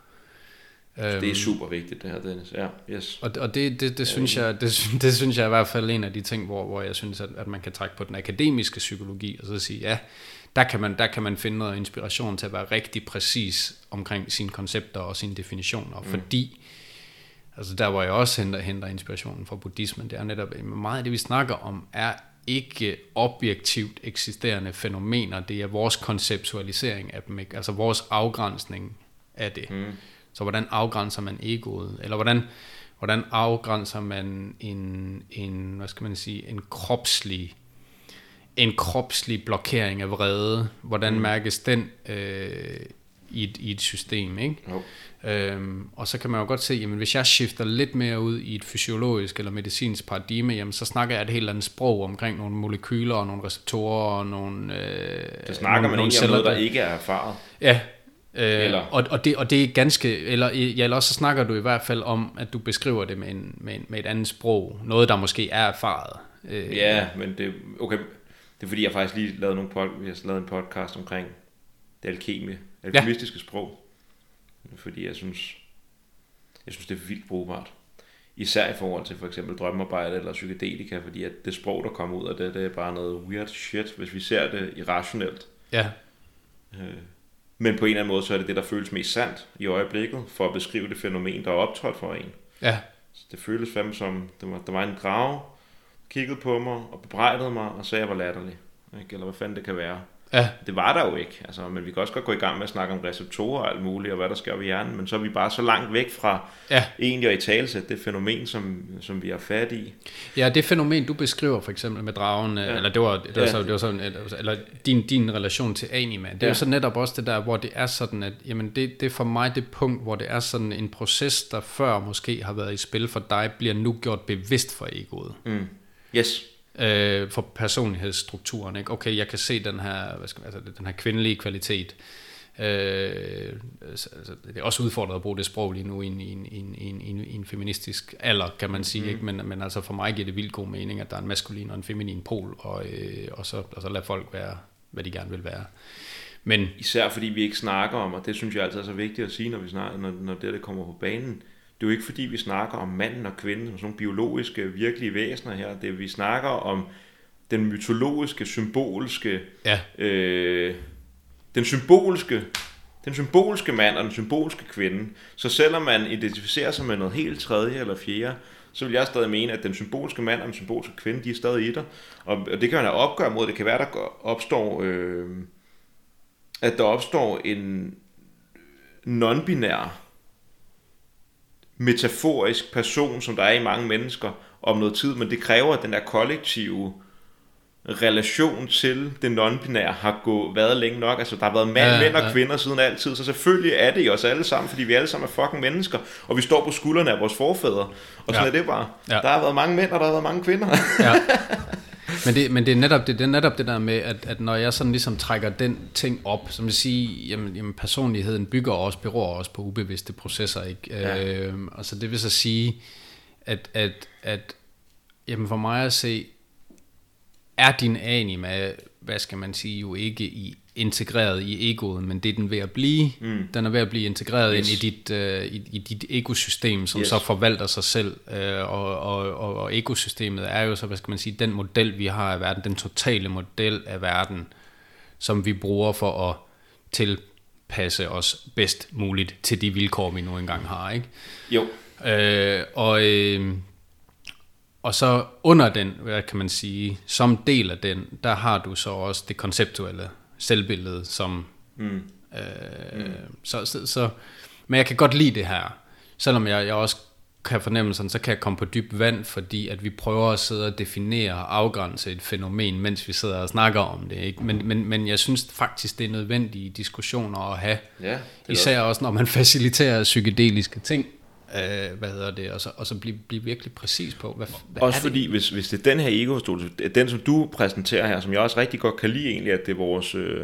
Det er super vigtigt det her, Dennis. Ja, yes. Og, og det, det, det, synes jeg, det, det synes jeg er i hvert fald en af de ting, hvor, hvor jeg synes, at, at man kan trække på den akademiske psykologi, og så sige, ja, der kan man, der kan man finde noget inspiration til at være rigtig præcis omkring sine koncepter og sine definitioner, mm. fordi, altså der hvor jeg også henter, henter inspirationen fra buddhismen, det er netop, meget af det vi snakker om, er ikke objektivt eksisterende fænomener, det er vores konceptualisering af dem, ikke? Altså vores afgrænsning af det. Mm. Så hvordan afgrænser man egoet? Eller hvordan, hvordan afgrænser man en, en, hvad skal man sige, en kropslig, en kropslig blokering af vrede? Hvordan mm. mærkes den øh, i, et, i et system? Ikke? Oh. Øhm, og så kan man jo godt se, jamen hvis jeg skifter lidt mere ud i et fysiologisk eller medicinsk paradigme, jamen så snakker jeg et helt andet sprog omkring nogle molekyler og nogle receptorer og nogle... Øh, det snakker nogle, man ikke om noget, der ikke er erfaret. Ja. Øh, og, og, det, og det er ganske, eller, ja, eller også så snakker du i hvert fald om, at du beskriver det med, en, med, en, med et andet sprog, noget der måske er erfaret. Øh, ja, men det, okay, det er fordi jeg faktisk lige lavede nogle pod, jeg har lavet en podcast omkring det alkemi, alkemistiske ja. sprog, fordi jeg synes, jeg synes det er vildt brugbart, især i forhold til for eksempel drømmearbejde eller psykedelika, fordi at det sprog der kommer ud af det, det er bare noget weird shit, hvis vi ser det irrationelt. Ja. Øh, Men på en eller anden måde, så er det det, der føles mest sandt i øjeblikket, for at beskrive det fænomen, der er optrådt for en. Ja. Så det føles fandme som, der var, der var en drage, kiggede på mig og bebrejdede mig, og sagde, jeg var latterlig. Ikke? Eller hvad fanden det kan være. Ja. Det var der jo ikke, altså, men vi kan også godt gå i gang med at snakke om receptorer og alt muligt, og hvad der sker ved hjernen, men så er vi bare så langt væk fra ja. egentlig at italesætte det fænomen, som, som vi har fat i. Ja, det fænomen, du beskriver for eksempel med dragen, ja. eller det var, det var, ja. så, det var sådan, eller din, din relation til anima, det er ja. jo så netop også det der, hvor det er sådan, at jamen det, det er for mig det punkt, hvor det er sådan en proces, der før måske har været i spil for dig, bliver nu gjort bevidst for egoet. Mm. Yes. Øh, for personlighedsstrukturen, ikke? Okay, jeg kan se den her, hvad skal man, altså, den her kvindelige kvalitet. Øh, altså, det er også udfordret at bruge det sprog lige nu i en, i en, i en, i en, i en feministisk alder, kan man sige, mm. ikke? Men, men altså for mig giver det vildt god mening, at der er en maskulin og en feminin pol, og, øh, og, så, og så lade folk være, hvad de gerne vil være. Men især fordi vi ikke snakker om, og det synes jeg altid er så vigtigt at sige, når vi snakker, når, når det, det kommer på banen. Det er jo ikke fordi vi snakker om manden og kvinden som sådan nogle biologiske, virkelige væsener her. Det er, vi snakker om den mytologiske, symboliske, ja. øh, den symboliske, den symboliske mand og den symboliske kvinde. Så selvom man identificerer sig med noget helt tredje eller fjerde, så vil jeg stadig mene, at den symboliske mand og den symboliske kvinde, de er stadig i dig. Og det kan man have opgør mod. Det kan være, der opstår, øh, at der opstår en non-binær metaforisk person, som der er i mange mennesker om noget tid, men det kræver den der kollektive relation til det non-binære har gået, været længe nok. Altså der har været mænd, Ja, mænd og ja. kvinder siden altid, så selvfølgelig er det i os alle sammen, fordi vi alle sammen er fucking mennesker, og vi står på skuldrene af vores forfædre, og sådan Ja. er det bare. Ja. Der har været mange mænd, og der har været mange kvinder. Ja. Men, det, men det, er netop, det, det er netop det der med, at, at når jeg sådan ligesom trækker den ting op, som vil sige, jamen, jamen personligheden bygger også, beror også på ubevidste processer, ikke? Ja. Øh, altså det vil så sige, at, at, at jamen for mig at se, er din anima, hvad skal man sige, jo ikke i, integreret i egoet, men det er den ved at blive. Mm. Den er ved at blive integreret yes. ind i dit, uh, i, i dit ekosystem, som yes. så forvalter sig selv. Uh, og, og, og, og ekosystemet er jo så, hvad skal man sige, den model, vi har af verden, den totale model af verden, som vi bruger for at tilpasse os bedst muligt til de vilkår, vi nu engang har, ikke? Jo. Uh, og... Uh, Og så under den, hvad kan man sige, som del af den, der har du så også det konceptuelle selvbillede, som... Mm. Øh, mm. Så, så, så, men jeg kan godt lide det her, selvom jeg, jeg også kan fornemme sådan, så kan jeg komme på dyb vand, fordi at vi prøver at sidde og definere og afgrænse et fænomen, mens vi sidder og snakker om det, ikke? Men, men, men jeg synes faktisk, det er nødvendige diskussioner at have, ja, især også, når man faciliterer psykedeliske ting. Øh, hvad hedder det, og så, og så blive, blive virkelig præcis på, hvad, hvad også er fordi, det? hvis, hvis det er den her ego-forståelse, den som du præsenterer her, som jeg også rigtig godt kan lide egentlig, at det er vores, øh,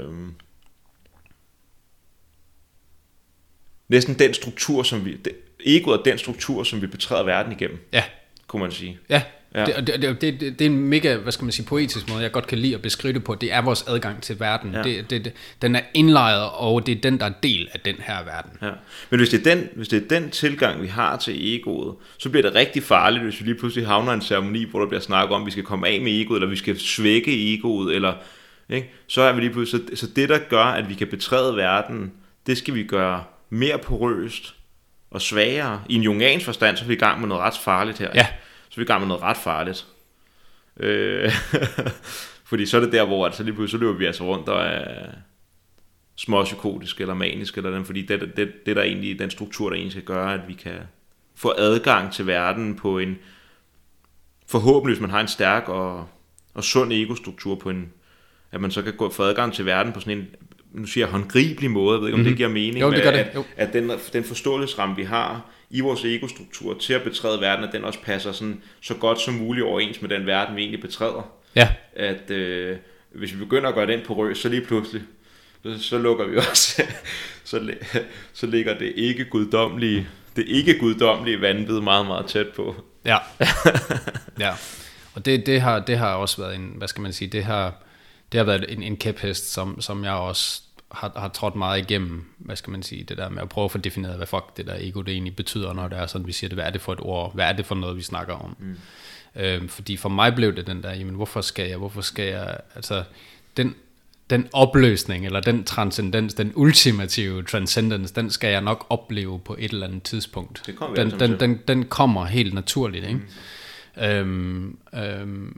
næsten den struktur, som vi, det, egoet er den struktur, som vi betræder verden igennem, ja. kunne man sige. Ja, ja. Det, det, det, det, det er en mega, hvad skal man sige, poetisk måde, jeg godt kan lide at beskrive det på. Det er vores adgang til verden. Ja. Det, det, det, den er indlejret, og det er den, der er del af den her verden. Ja. Men hvis det, er den, hvis det er den tilgang, vi har til egoet, så bliver det rigtig farligt, hvis vi lige pludselig havner i en ceremoni, hvor der bliver snakket om, at vi skal komme af med egoet, eller vi skal svække egoet, eller, ikke? Så er vi lige pludselig, så, så det, der gør, at vi kan betræde verden, det skal vi gøre mere porøst og svagere. I en jungiansk forstand, så er vi i gang med noget ret farligt her. Ja. Så er vi i gang med noget ret farligt. Øh, fordi så er det der, hvor altså lige pludselig så løber vi altså rundt og er småpsykotisk eller manisk, eller den, fordi det, det, det der egentlig den struktur, der egentlig skal gøre, at vi kan få adgang til verden på en, forhåbentlig hvis man har en stærk og, og sund egostruktur på en, at man så kan gå få adgang til verden på sådan en, nu siger jeg håndgribelig måde, jeg ved ikke om mm-hmm. det giver mening, jo, det gør det. At, at den, den forståelsesramme vi har i vores egostruktur til at betræde verden, at den også passer sådan, så godt som muligt overens med den verden, vi egentlig betræder. Ja. At øh, hvis vi begynder at gøre den porøs, så lige pludselig, så, så lukker vi også, så, så ligger det ikke guddommelige, det ikke guddommelige vanvid meget, meget tæt på. Ja. Ja. Og det, det, har, det har også været en, hvad skal man sige, det har, det har været en, en kæphest, som, som jeg også har, har trådt meget igennem, hvad skal man sige, det der med at prøve at få defineret, hvad fuck det der ego det egentlig betyder, når det er sådan, vi siger det, hvad er det for et ord, hvad er det for noget, vi snakker om. Mm. Øhm, fordi for mig blev det den der, jamen hvorfor skal jeg, hvorfor skal jeg, altså den, den opløsning, eller den transcendens, den ultimative transcendence, den skal jeg nok opleve på et eller andet tidspunkt. Det kommer den, den, den, den kommer helt naturligt, ikke? Mm. Øhm, øhm,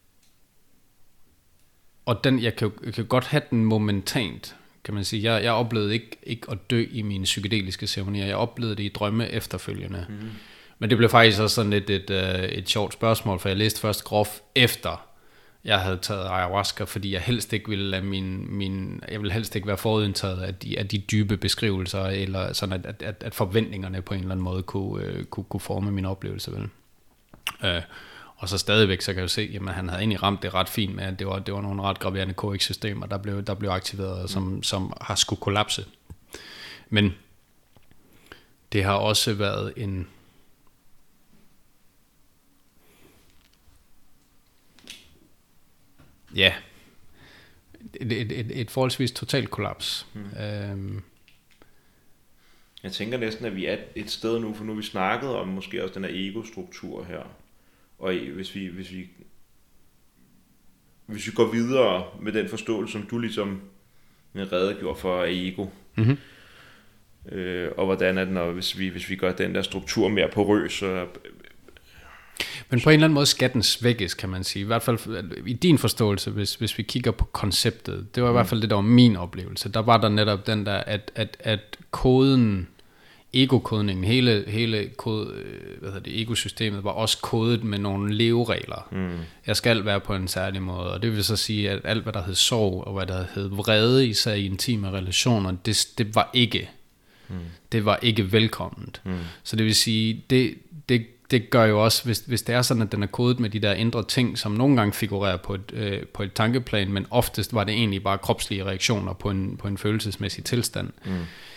og den, jeg kan, jeg kan godt have den momentant, kan man sige. Jeg, jeg oplevede ikke, ikke at dø i mine psykedeliske ceremonier. Jeg oplevede det i drømme efterfølgende. Mm. Men det blev faktisk også sådan et, et, et, et sjovt spørgsmål, for jeg læste først grof efter jeg havde taget ayahuasca, fordi jeg helst ikke ville lade min, min jeg ville helst ikke være forudindtaget af de, af de dybe beskrivelser, eller sådan at, at, at forventningerne på en eller anden måde kunne, uh, kunne, kunne forme min oplevelse, vel? Uh, Og så stadigvæk, så kan jeg jo se, at han havde egentlig ramt det ret fint med, at det var, det var nogle ret graverende K X-systemer, der blev, der blev aktiveret, som, mm. som har skulle kollapse. Men det har også været en... Ja, et, et, et, et forholdsvis totalt kollaps. Mm. Øhm. Jeg tænker næsten, at vi er et sted nu, for nu har vi snakket om måske også den her ego-struktur her. Og hvis vi, hvis vi hvis vi går videre med den forståelse, som du ligesom redegjorde for af ego, mm-hmm. øh, og hvordan er den, og hvis vi, hvis vi gør den der struktur mere porøs, så... Men på en eller anden måde skal den svækkes, kan man sige. I hvert fald i din forståelse, hvis, hvis vi kigger på konceptet. Det var i mm. hvert fald det, der var min oplevelse. Der var der netop den der, at, at, at koden ego-kodningen, hele, hele kode, hvad hedder det, egosystemet var også kodet med nogle leveregler. Mm. Jeg skal være på en særlig måde, og det vil så sige, at alt hvad der hed sorg, og hvad der hed vrede, især i intime relationer, det, det var ikke, mm. det var ikke velkomment. Mm. Så det vil sige, det, det, det gør jo også, hvis, hvis det er sådan, at den er kodet med de der indre ting, som nogle gange figurerer på et, øh, på et tankeplan, men oftest var det egentlig bare kropslige reaktioner på en, på en følelsesmæssig tilstand, mm.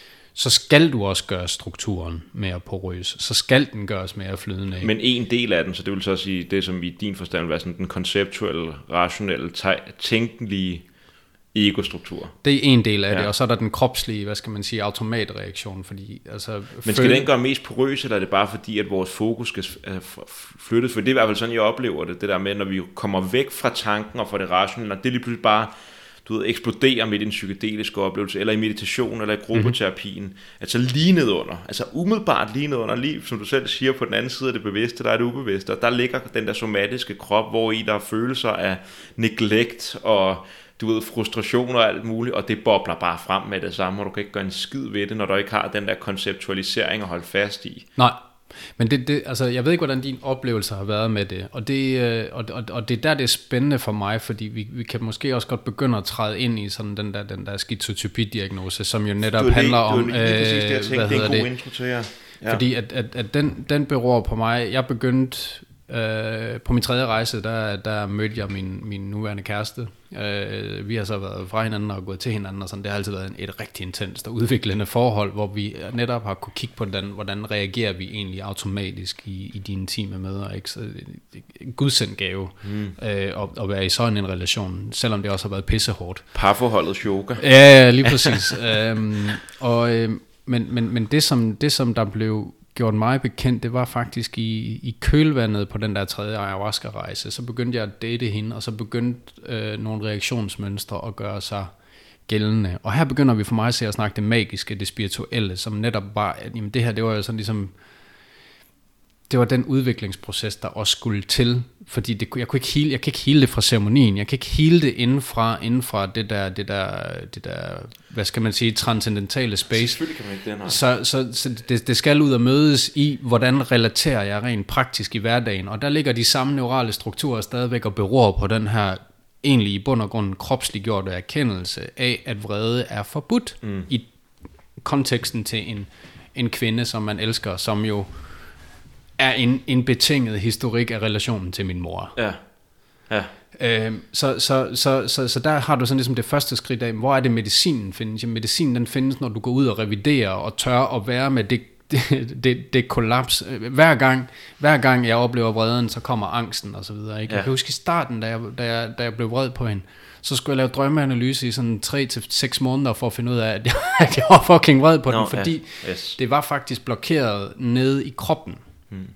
så skal du også gøre strukturen mere porøs. Så skal den gøres mere flydende. Men en del af den, så det vil så sige, det som i din forstand vil være sådan den konceptuelle, rationelle, tænkelige egostruktur. Det er en del af ja. det, og så er der den kropslige, hvad skal man sige, automatreaktion. Fordi, altså, men skal føl- den gøre mest porøs, eller er det bare fordi, at vores fokus skal flyttes? For det er i hvert fald sådan, jeg oplever det, det der med, når vi kommer væk fra tanken og fra det rationelle, og det lige pludselig bare du ved, eksploderer midt i en psykedelisk oplevelse, eller i meditation, eller i gruppeterapien, mm-hmm. altså lige nedunder, altså umiddelbart lige nedunder, lige som du selv siger, på den anden side af det bevidste, der er det ubevidste, og der ligger den der somatiske krop, hvor i der er følelser af neglect, og du ved, frustration og alt muligt, og det bobler bare frem med det samme, og du kan ikke gøre en skid ved det, når du ikke har den der konceptualisering at holde fast i. Nej. Men det, det, altså, jeg ved ikke, hvordan din oplevelse har været med det, og det, og, og, og det er der, det er spændende for mig, fordi vi, vi kan måske også godt begynde at træde ind i sådan den der, den der skizotypi-diagnose, som jo netop det, handler om, det, det, præcis, det, jeg tænkte, hvad hedder det, det? Intro til jer. Ja. Fordi at, at, at den, den beror på mig. Jeg begyndte øh, på min tredje rejse, der, der mødte jeg min, min nuværende kæreste. Øh, vi har så været fra hinanden og gået til hinanden, og sådan. Det har altid været et rigtig intenst og udviklende forhold, hvor vi netop har kunne kigge på, den, hvordan reagerer vi egentlig automatisk i, i de intime møder. Ikke? Så, en gudsendt gave mm. øh, at, at være i sådan en relation, selvom det også har været pissehårdt. Parforholdets yoga. Ja, lige præcis. øhm, og, øh, men men, men det, som, det, som der blev gjort mig bekendt, det var faktisk i, i kølvandet på den der tredje ayahuasca-rejse. Så begyndte jeg at date hende, og så begyndte øh, nogle reaktionsmønstre at gøre sig gældende. Og her begynder vi for mig at se at snakke det magiske, det spirituelle, som netop var, at jamen, det her, det var jo sådan ligesom, det var den udviklingsproces, der også skulle til, fordi det, jeg, kunne ikke heal, jeg kan ikke heale det fra ceremonien, jeg kan ikke heale det inden fra, inden fra det, der, det, der, det der, hvad skal man sige, transcendentale space. Selvfølgelig kan man ikke det, så, så, så det, det skal ud og mødes i, hvordan relaterer jeg rent praktisk i hverdagen, og der ligger de samme neurale strukturer stadigvæk og beror på den her egentlig i bund og grund kropsliggjorte erkendelse af, at vrede er forbudt mm. i konteksten til en, en kvinde, som man elsker, som jo er en, en betinget historik af relationen til min mor. Ja, ja. Øhm, så, så, så, så, så der har du sådan ligesom det første skridt af, hvor er det medicinen findes? Jamen, medicinen den findes, når du går ud og reviderer og tør at være med det, det, det, det kollaps. Hver gang, hver gang jeg oplever vreden, så kommer angsten og så videre. Ikke? Ja. Jeg kan huske i starten, da jeg, da, jeg, da jeg blev vred på hende, så skulle jeg lave drømmeanalyse i sådan tre til seks måneder for at finde ud af, at jeg, at jeg var fucking vred på no, den, fordi ja. yes. det var faktisk blokeret nede i kroppen. Hmm.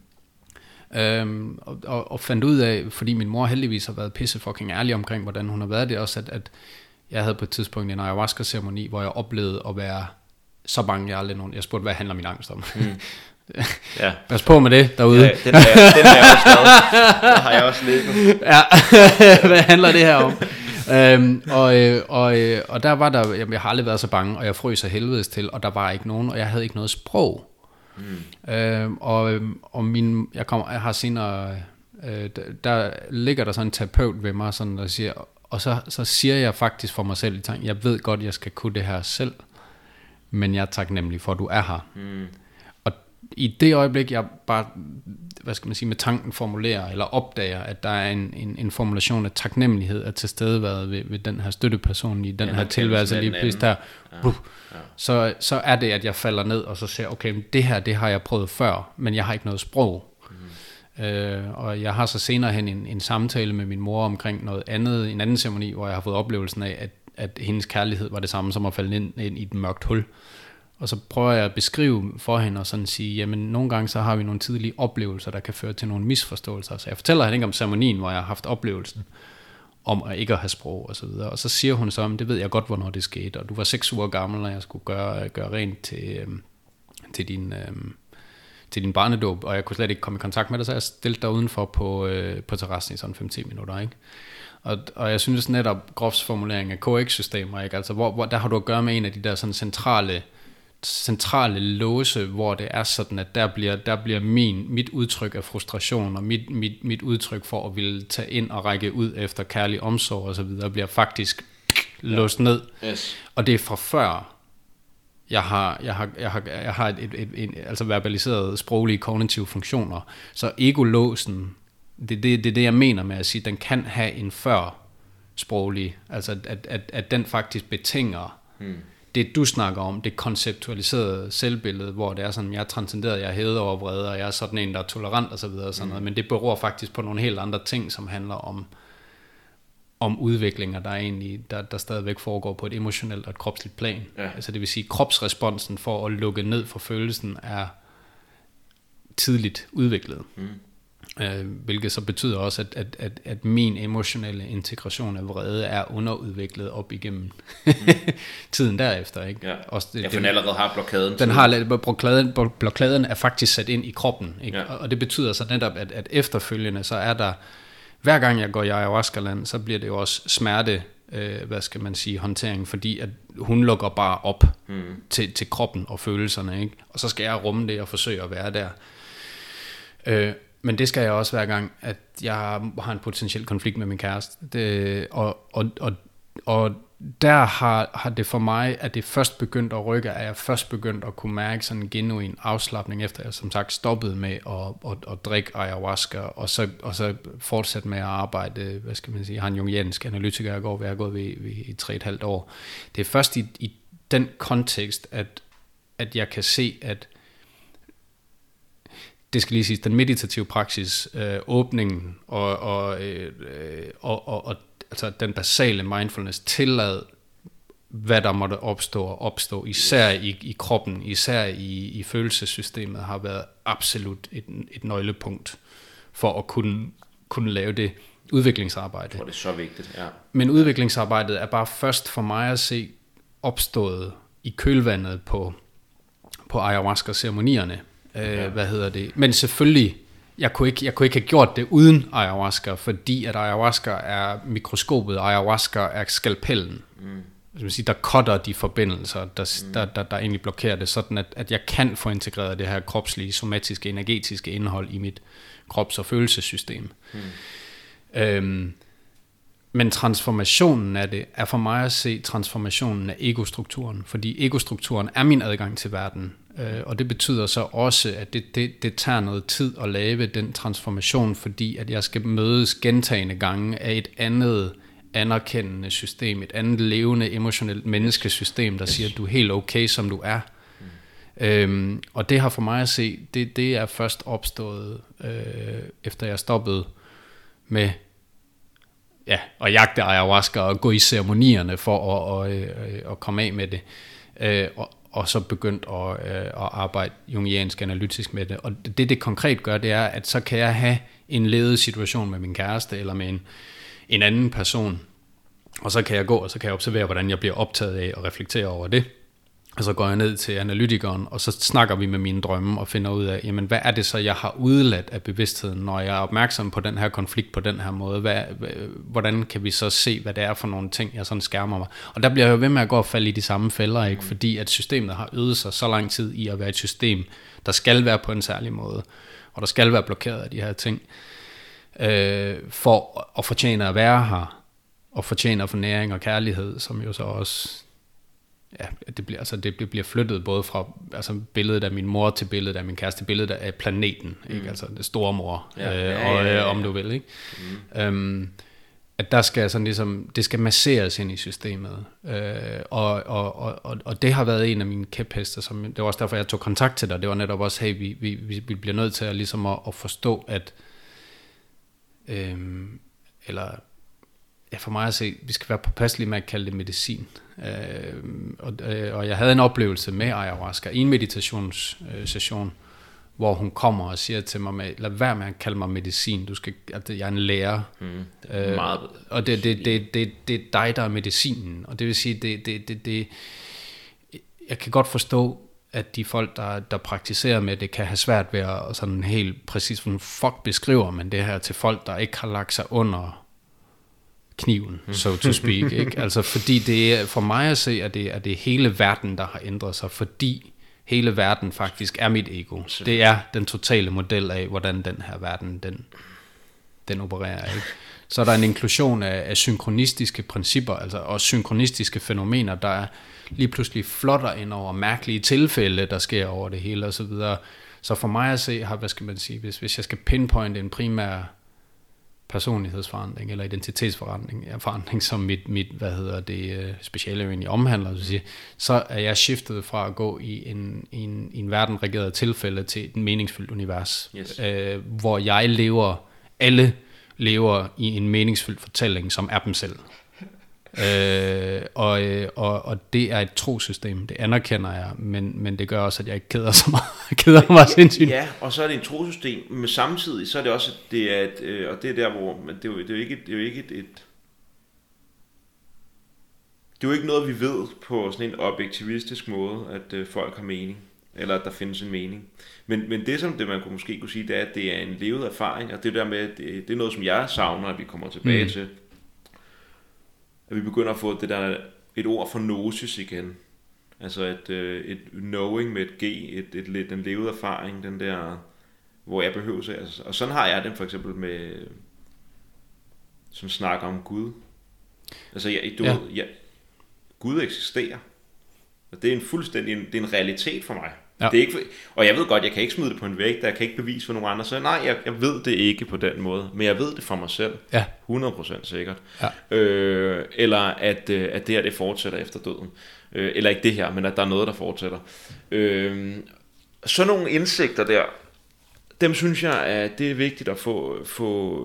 Øhm, og, og, og fandt ud af, fordi min mor heldigvis har været pisse fucking ærlig omkring, hvordan hun har været det også, at, at jeg havde på et tidspunkt en ayahuasca-ceremoni, hvor jeg oplevede at være så bange, jeg aldrig nogen. Jeg spurgte, hvad handler min angst om? Hmm. Ja. Pas på med det derude. Ja, den har jeg, den har jeg også lavet. Der har jeg også ligget. Ja, hvad handler det her om? øhm, og, og, og der var der, jamen, jeg har aldrig været så bange, og jeg frøs af helvedes til, og der var ikke nogen, og jeg havde ikke noget sprog. Mm. Øhm, og, og min, jeg, kommer, jeg har senere, øh, der, der ligger der sådan en terapeut ved mig, sådan, der siger, og så, så siger jeg faktisk for mig selv i tanken, jeg ved godt, jeg skal kunne det her selv, men jeg er taknemmelig for, at du er her. Mm. Og i det øjeblik, jeg bare, hvad skal man sige, med tanken formulerer, eller opdager, at der er en, en, en formulation af taknemmelighed, at tilstedeværet ved, ved den her støtteperson, i den ja, her tilværelse lige pludselig der, ja. uh, ja. så, så er det, at jeg falder ned, og så siger, okay, det her, det har jeg prøvet før, men jeg har ikke noget sprog. Mm. Øh, og jeg har så senere hen en, en samtale med min mor omkring noget andet, en anden ceremoni, hvor jeg har fået oplevelsen af, at, at hendes kærlighed var det samme som at falde ind, ind i et mørkt hul. Og så prøver jeg at beskrive for hende og sådan sige, jamen nogle gange så har vi nogle tidlige oplevelser, der kan føre til nogle misforståelser. Så jeg fortæller hende ikke om ceremonien, hvor jeg har haft oplevelsen om at ikke at have sprog og så videre. Og så siger hun så, det ved jeg godt, hvornår det skete. Og du var seks uger gammel, og jeg skulle gøre, gøre rent til, øhm, til, din, øhm, til din barnedåb, og jeg kunne slet ikke komme i kontakt med dig, så jeg stillede dig udenfor på, øh, på terrassen i sådan fem til ti minutter, ikke? Og, og jeg synes netop, Groffs formulering af K X-systemer, ikke? Altså, hvor, hvor der har du at gøre med en af de der sådan centrale centrale låse, hvor det er sådan, at der bliver, der bliver min, mit udtryk af frustration, og mit, mit, mit udtryk for at ville tage ind og række ud efter kærlig omsorg og så videre, bliver faktisk ja. låst ned. Yes. Og det er fra før, jeg har, jeg har, jeg har, jeg har et, et, et, et, altså verbaliseret sproglige kognitive funktioner. Så egolåsen, det er det, det, det, jeg mener med at sige, den kan have en før sproglig, altså at, at, at den faktisk betinger hmm. det, du snakker om, det konceptualiserede selvbillede, hvor det er sådan, jeg er transcenderet, jeg er hævet over vrede, og jeg er sådan en, der er tolerant og så videre og sådan hmm. noget, men det beror faktisk på nogle helt andre ting, som handler om om udviklinger, der egentlig, der, der stadigvæk foregår på et emotionelt og et kropsligt plan. Ja. Altså det vil sige, kropsresponsen for at lukke ned for følelsen er tidligt udviklet. Mm. Øh, hvilket så betyder også, at, at, at, at min emotionelle integration af vrede er underudviklet op igennem mm. tiden derefter. Ikke? Ja. Også det, ja, for den allerede har blokaden. Den har, blokaden, blokaden er faktisk sat ind i kroppen. Ikke? Ja. Og, og det betyder så netop, at, at efterfølgende, så er der hver gang jeg går i ayahuasca-land, så bliver det jo også smerte, øh, hvad skal man sige, håndtering, fordi at hun lukker bare op mm. til, til kroppen og følelserne, ikke? Og så skal jeg rumme det og forsøge at være der. Øh, men det skal jeg også hver gang, at jeg har en potentiel konflikt med min kæreste. Det, og, og, og, og der har, har det for mig, at det først begyndt at rykke, at jeg først begyndt at kunne mærke sådan en genuin afslapning, efter jeg som sagt stoppede med at, at, at drikke ayahuasca, og så, og så fortsat med at arbejde, hvad skal man sige, jeg har en jungiansk analytiker, jeg går ved, jeg har gået ved, ved i tre og et halvt år. Det er først i, i den kontekst, at, at jeg kan se, at det skal lige siges, den meditative praksis, øh, åbningen og, og, øh, og, og, og altså den basale mindfulness, tillad, hvad der måtte opstå og opstå, især i, i kroppen, især i, i følelsessystemet, har været absolut et, et nøglepunkt for at kunne, kunne lave det udviklingsarbejde. Jeg tror, det er så vigtigt, ja. Men udviklingsarbejdet er bare først for mig at se opstået i kølvandet på, på ayahuasca-ceremonierne. Ja. Øh, hvad hedder det? Men selvfølgelig, Jeg kunne, ikke, jeg kunne ikke have gjort det uden ayahuasca, fordi at ayahuasca er mikroskopet, ayahuasca er skalpellen. Mm. Sige, der cutter de forbindelser, der, mm. der, der, der egentlig blokerer det, sådan at, at jeg kan få integreret det her kropslige, somatiske, energetiske indhold i mit krops- og følelsessystem. Mm. Øhm, men transformationen af det er for mig at se transformationen af egostrukturen, fordi egostrukturen er min adgang til verden. Og det betyder så også, at det, det, det tager noget tid at lave den transformation, fordi at jeg skal mødes gentagne gange af et andet anerkendende system, et andet levende, emotionelt menneskesystem, der siger, at du er helt okay, som du er. Mm. Øhm, og det har for mig at se, det, det er først opstået, øh, efter jeg stoppede med ja, at jagte ayahuasca og gå i ceremonierne for at, at, at, at komme af med det. Øh, og og så begyndt at, øh, at arbejde jungiansk analytisk med det. Og det, det konkret gør, det er, at så kan jeg have en ledet situation med min kæreste, eller med en, en anden person, og så kan jeg gå, og så kan jeg observere, hvordan jeg bliver optaget af og reflektere over det. Og så går jeg ned til analytikeren, og så snakker vi med mine drømme, og finder ud af, jamen, hvad er det så, jeg har udladt af bevidstheden, når jeg er opmærksom på den her konflikt på den her måde? Hvad, hvordan kan vi så se, hvad det er for nogle ting, jeg sådan skærmer mig? Og der bliver jeg jo ved med at gå og falde i de samme fælder, ikke? Fordi at systemet har øvet sig så lang tid i at være et system, der skal være på en særlig måde, og der skal være blokeret af de her ting, øh, for at fortjene at være her, og fortjene at få næring og kærlighed, som jo så også... Ja, det bliver, altså det bliver flyttet både fra altså billedet af min mor til billedet af min kæreste, til billedet af planeten, mm. ikke? Altså det store mor, ja, øh, ja, ja, ja, ja. Og, om du vil, ikke? Mm. Øhm, at der skal sådan ligesom, det skal masseres ind i systemet, øh, og, og, og, og det har været en af mine kæphester, som, det var også derfor, jeg tog kontakt til dig, det var netop også, hey, vi, vi, vi bliver nødt til at, ligesom at, at forstå, at, øh, eller, ja, for mig at se, vi skal være påpasselige med at kalde det medicin. Øh, og, øh, og jeg havde en oplevelse med ayahuasca i en meditationssession, øh, hvor hun kommer og siger til mig, med, lad være med at kalde mig medicin, du skal, at jeg er en lærer. Mm. Øh, Meget og det, det, det, det, det er dig, der er medicinen. Og det vil sige, det, det, det, det, jeg kan godt forstå, at de folk, der, der praktiserer med det, kan have svært ved at sådan helt præcis, hvordan fuck beskriver man det her til folk, der ikke har lagt sig under kniven, so to speak. Ikke? Altså, fordi det er, for mig at se, at det er det hele verden, der har ændret sig, fordi hele verden faktisk er mit ego. Det er den totale model af, hvordan den her verden, den, den opererer. Ikke? Så er der en inklusion af, af synkronistiske principper, altså og synkronistiske fænomener, der er lige pludselig flotter ind over mærkelige tilfælde, der sker over det hele og så videre. Så for mig at se, har, hvad skal man sige, hvis, hvis jeg skal pinpointe en primær personlighedsforandring eller identitetsforandring, forandring, som mit, mit hvad hedder det, speciale egentlig omhandler, så, sige, så er jeg skiftet fra at gå i en, i en, i en verdenregeret tilfælde til et meningsfyldt univers, yes. øh, hvor jeg lever, alle lever i en meningsfyldt fortælling, som er dem selv. øh, og, og, og det er et trosystem, det anerkender jeg, men, men det gør også, at jeg ikke keder så meget, keder mig sindssygt. Ja, og så er det en trosystem, men samtidig så er det også, det er et, øh, og det er der, hvor, men det er jo, det er jo ikke, det er jo ikke et, et, det er jo ikke noget, vi ved på sådan en objektivistisk måde, at øh, folk har mening, eller at der findes en mening. Men, men det, som det man kunne måske kunne sige, det er, at det er en levet erfaring, og det der med, det, det er noget, som jeg savner, at vi kommer tilbage mm. til. At vi begynder at få det der, et ord for gnosis igen. Altså et, et knowing med et G, et, et, et, den levede erfaring, den der, hvor jeg behøver sig. Altså, og sådan har jeg den for eksempel med, som snakker om Gud. Altså, jeg, du, ja. jeg, Gud eksisterer. Og det er en fuldstændig, det er en realitet for mig. Ja. Det er ikke, og jeg ved godt, jeg kan ikke smide det på en væg, der jeg kan ikke bevise for nogen andre. Så nej, jeg, jeg ved det ikke på den måde, men jeg ved det for mig selv. Ja. hundrede procent sikkert. Ja. Øh, eller at, at det her, det fortsætter efter døden. Øh, eller ikke det her, men at der er noget, der fortsætter. Øh, så nogle indsigter der, dem synes jeg, at det er vigtigt at få... få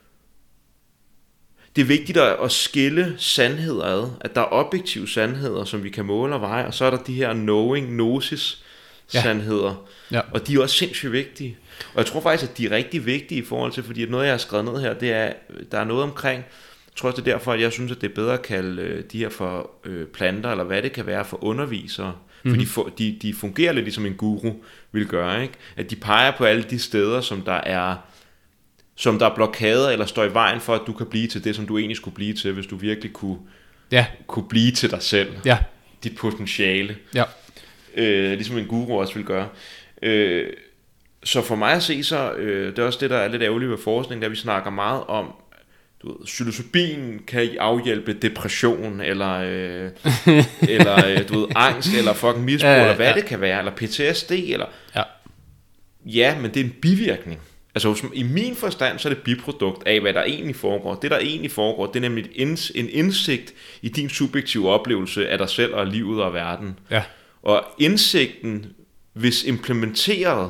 det er vigtigt at skille sandheder ad, at der er objektive sandheder, som vi kan måle og veje, og så er der de her knowing, gnosis sandheder, ja. Ja. Og de er også sindssygt vigtige. Og jeg tror faktisk, at de er rigtig vigtige i forhold til, fordi noget, jeg har skrevet ned her, det er, der er noget omkring, jeg tror også, det er derfor, at jeg synes, at det er bedre at kalde de her for øh, planter, eller hvad det kan være for undervisere, mm-hmm. fordi for, de, de fungerer lidt ligesom en guru vil gøre, ikke? At de peger på alle de steder, som der er som der er blokader eller står i vejen for, at du kan blive til det, som du egentlig skulle blive til, hvis du virkelig kunne, ja. kunne blive til dig selv. Ja. Dit potentiale. Ja. Øh, ligesom en guru også vil gøre. Øh, så for mig at se, så øh, det er også det, der er lidt ærgerligt ved forskning, der vi snakker meget om, du ved, psilocybin kan afhjælpe depression, eller, øh, eller øh, du ved, angst, eller fucking misbrug, ja, ja, eller hvad ja. det kan være, eller P T S D, eller... Ja. Ja, men det er en bivirkning. Altså i min forstand, så er det biprodukt af, hvad der egentlig foregår. Det, der egentlig foregår, det er nemlig en indsigt i din subjektive oplevelse af dig selv og livet og verden. Ja. Og indsigten, hvis implementeret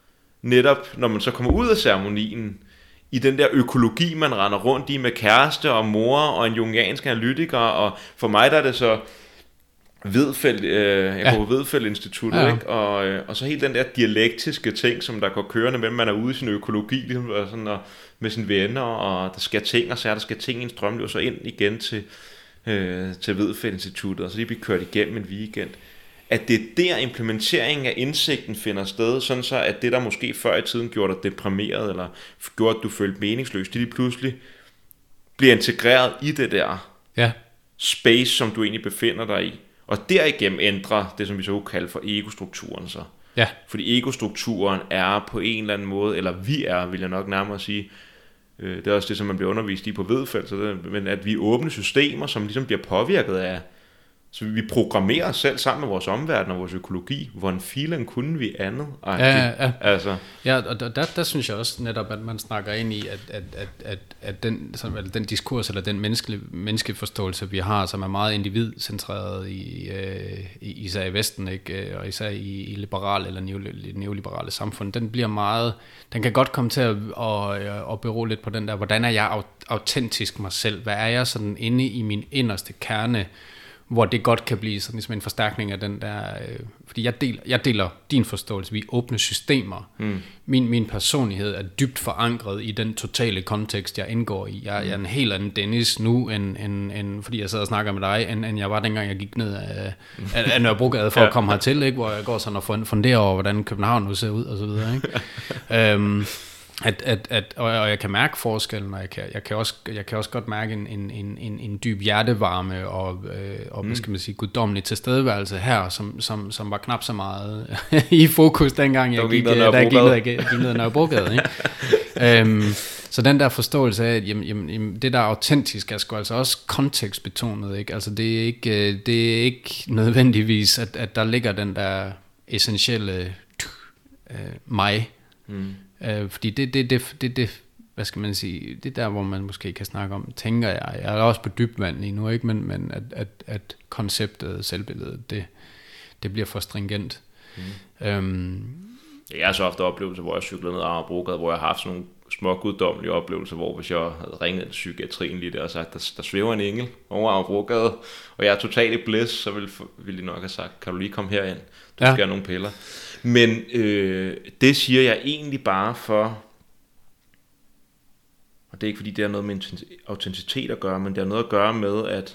netop, når man så kommer ud af ceremonien, i den der økologi, man render rundt i med kæreste og mor og en jungiansk analytiker, og for mig der er det så... Vedfæld, øh, jeg ja. går på Vedfæld-instituttet, ja, ja. Ikke? Og, øh, og så helt den der dialektiske ting, som der går kørende med, man er ude i sin økologi, ligesom, og sådan, og med sine venner, og der sker ting, og så er der sker ting i en strømliv, og så ind igen til, øh, til Vedfæld-instituttet, og så lige bliver kørt igennem en weekend. At det er der implementeringen af indsigten finder sted, sådan så at det, der måske før i tiden gjorde dig deprimeret, eller gjorde, at du følte meningsløst, det lige pludselig bliver integreret i det der ja. space, som du egentlig befinder dig i. Og derigennem ændrer det, som vi så kunne kalde for egostrukturen så. Ja. Fordi egostrukturen er på en eller anden måde, eller vi er, vil jeg nok nærmere sige, øh, det er også det, som man bliver undervist i på Vedfæld, så det, men at vi er åbne systemer, som ligesom bliver påvirket af, så vi programmerer os selv sammen med vores omverden og vores økologi. Hvordan filen kunne vi andet? Ja, ja, ja. Altså. Ja, og der, der, der synes jeg også netop, at man snakker ind i, at, at, at, at, at den, sådan, den diskurs, eller den menneske, menneskeforståelse, vi har, som er meget individcentreret i, øh, især i Vesten, ikke? Og især i, i liberale eller neoliberale samfund, den bliver meget, den kan godt komme til at, at, at bero lidt på den der, hvordan er jeg autentisk mig selv? Hvad er jeg sådan inde i min inderste kerne, hvor det godt kan blive sådan ligesom en forstærkning af den der, øh, fordi jeg deler, jeg deler din forståelse, vi er åbne systemer. Mm. Min, min personlighed er dybt forankret i den totale kontekst, jeg indgår i. Jeg, jeg er en helt anden Dennis nu, end, end, end, fordi jeg sidder og snakker med dig, end, end jeg var dengang, jeg gik ned af, af, af Nørrebrogade for ja. at komme hertil, ikke? Hvor jeg går sådan og funderer over, hvordan København nu ser ud, og så videre. Ikke? øhm, At, at, at, og, og jeg kan mærke forskellen, og jeg kan, jeg kan, også, jeg kan også godt mærke en, en, en, en dyb hjertevarme og, øh, og mm. hvad skal man sige, guddommelig tilstedeværelse her, som, som, som var knap så meget i fokus dengang, jeg gik, da jeg gik ned, jeg gik ned ad Nørrebrogade. Ikke? øhm, så den der forståelse af, at jamen, jamen, det der er autentisk, er sgu altså også kontekstbetonet. Ikke? Altså, det, er ikke, det er ikke nødvendigvis, at, at der ligger den der essentielle øh, mig. Mm. Øh, fordi det, det, det, det, det, hvad skal man sige, det er der, hvor man måske kan snakke om, tænker jeg, jeg er også på dybt vand lige nu, ikke? Men, men at, at, at konceptet, selvbilledet, det, det bliver for stringent. Mm. Øhm, jeg har så ofte oplevelser, hvor jeg cyklede ned ad Amagerbrogade, hvor jeg har haft sådan nogle små guddommelige oplevelser, hvor hvis jeg havde ringet til psykiatrien lige der og sagt, der, der svæver en engel over Amagerbrogade, og jeg er totalt i bliss, så ville, ville de nok have sagt, kan du lige komme herind, du ja. skal have nogle piller. Men øh, det siger jeg egentlig bare for, og det er ikke fordi det har noget med autenticitet at gøre, men det har noget at gøre med, at,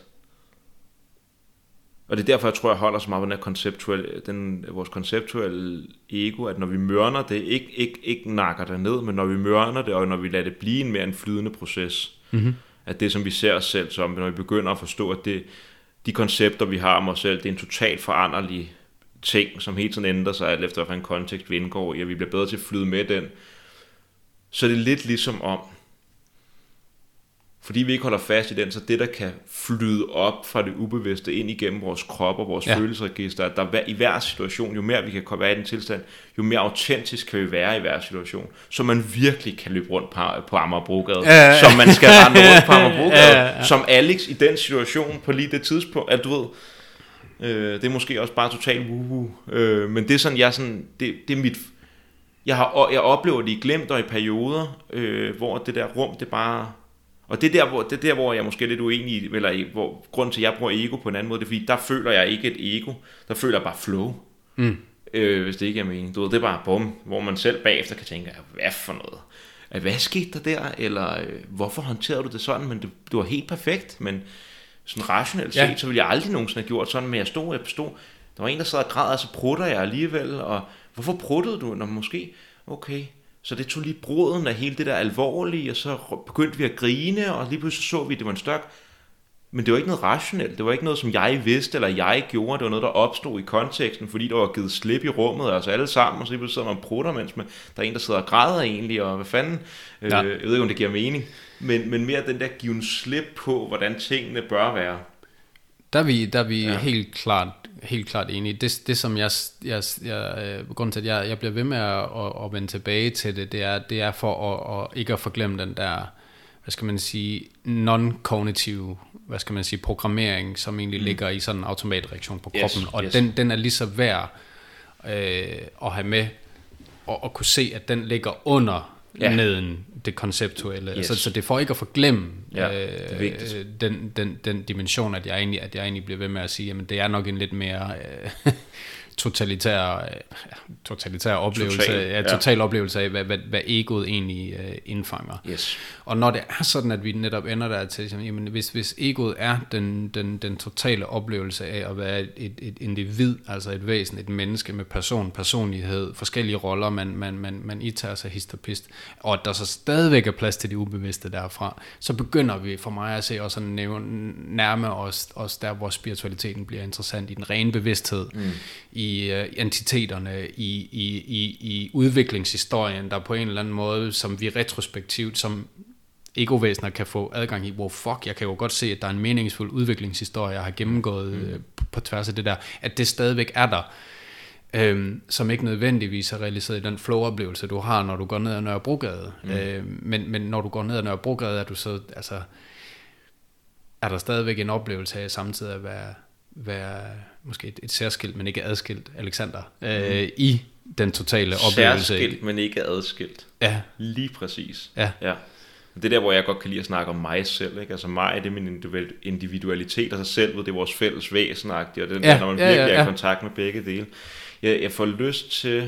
og det er derfor jeg tror jeg holder så meget på den her konceptuelle, den, vores konceptuelle ego, at når vi mørner det, ikke, ikke, ikke nakker det ned, men når vi mørner det, og når vi lader det blive en mere en flydende proces, mm-hmm. at det som vi ser os selv som, når vi begynder at forstå, at det, de koncepter vi har om os selv, det er en totalt foranderlig ting, som hele tiden ændrer sig, alt efter hvilken kontekst vi indgår i, og vi bliver bedre til at flyde med den, så det er lidt ligesom om, fordi vi ikke holder fast i den, så det der kan flyde op fra det ubevidste ind igennem vores krop og vores ja. følelsesregister, at der i hver situation, jo mere vi kan komme af i den tilstand, jo mere autentisk kan vi være i hver situation, så man virkelig kan løbe rundt på, på Amagerbrogade, ja, ja, ja. som man skal rende rundt på Amagerbrogade, ja, ja, ja. som Alex i den situation på lige det tidspunkt, at du ved, øh, det er måske også bare totalt wuhu, øh, men det er sådan, jeg sådan, det, det er mit, jeg har, jeg oplever det i glemt og i perioder, øh, hvor det der rum, det bare. Og det er der, hvor, det er der, hvor jeg måske er lidt uenig i, eller hvor grund til, at jeg bruger ego på en anden måde, det er fordi, der føler jeg ikke et ego, der føler jeg bare flow, mm. øh, hvis det ikke er mening. Du ved, det er bare bum, hvor man selv bagefter kan tænke, hvad for noget? Hvad skete der der? Eller øh, hvorfor håndterede du det sådan? Men det, det var helt perfekt, men sådan rationelt set, ja. så ville jeg aldrig nogensinde have gjort sådan, men jeg stod, jeg stod, der var en, der sad og græd, og så prutter jeg alligevel, og hvorfor pruttede du? Når måske, okay. Så det tog lige broden af hele det der alvorlige, og så begyndte vi at grine, og lige pludselig så vi, at det var en størk. Men det var ikke noget rationelt, det var ikke noget, som jeg vidste, eller jeg gjorde, det var noget, der opstod i konteksten, fordi der var givet slip i rummet, altså alle sammen, og så lige pludselig sidder man og prutter, mens man, der er en, der sidder og græder egentlig, og hvad fanden, ja. øh, jeg ved ikke, om det giver mening, men, men mere den der given slip på, hvordan tingene bør være. Der er vi, der er vi ja. helt klart helt klart enige. Det, det som jeg, jeg, jeg grunden til at jeg, jeg bliver ved med at, at, at vende tilbage til det, det er, det er for at, at ikke at forglemme den der, hvad skal man sige, non-kognitive, hvad skal man sige, programmering, som egentlig mm. ligger i sådan en automatreaktion på kroppen, yes, og yes. den, den er lige så værd øh, at have med, og at kunne se, at den ligger under ja. neden det konceptuelle, yes. så, så det får ikke at forglemme ja, øh, den, den, den dimension, at jeg, egentlig, at jeg egentlig bliver ved med at sige, at det er nok en lidt mere øh, totalitær, øh, totalitær oplevelse, total, ja, total ja. oplevelse af, hvad, hvad, hvad egoet egentlig øh, indfanger. Yes. Og når det er sådan, at vi netop ender der til, jamen, hvis, hvis egoet er den, den, den totale oplevelse af at være et, et individ, altså et væsen, et menneske med person, personlighed, forskellige roller, man, man, man, man itager sig hist og pist, og at der så stadigvæk er plads til det ubevidste derfra, så begynder vi for mig at se også at nærme os, os der, hvor spiritualiteten bliver interessant, i den rene bevidsthed, mm. i uh, entiteterne, i, i, i, i udviklingshistorien, der på en eller anden måde, som vi retrospektivt, som egovæsener kan få adgang i, hvor fuck, jeg kan jo godt se, at der er en meningsfuld udviklingshistorie, jeg har gennemgået mm. øh, på, på tværs af det der, at det stadigvæk er der, øhm, som ikke nødvendigvis er realiseret i den flow-oplevelse, du har, når du går ned ad Nørrebrogade. Mm. Øh, men, men når du går ned ad Nørrebrogade, er du så, altså, er der stadigvæk en oplevelse af samtidig at være, være måske et, et særskilt, men ikke adskilt Alexander, mm. øh, i den totale oplevelse. Særskilt, men ikke adskilt. Ja. Lige præcis. Ja. Ja. Det er der, hvor jeg godt kan lide at snakke om mig selv, ikke? Altså mig, det er min individualitet, og så selv, det er vores fælles væsenagtigt, og det er, ja, når man virkelig ja, ja, ja. er i kontakt med begge dele. Jeg, jeg får lyst til,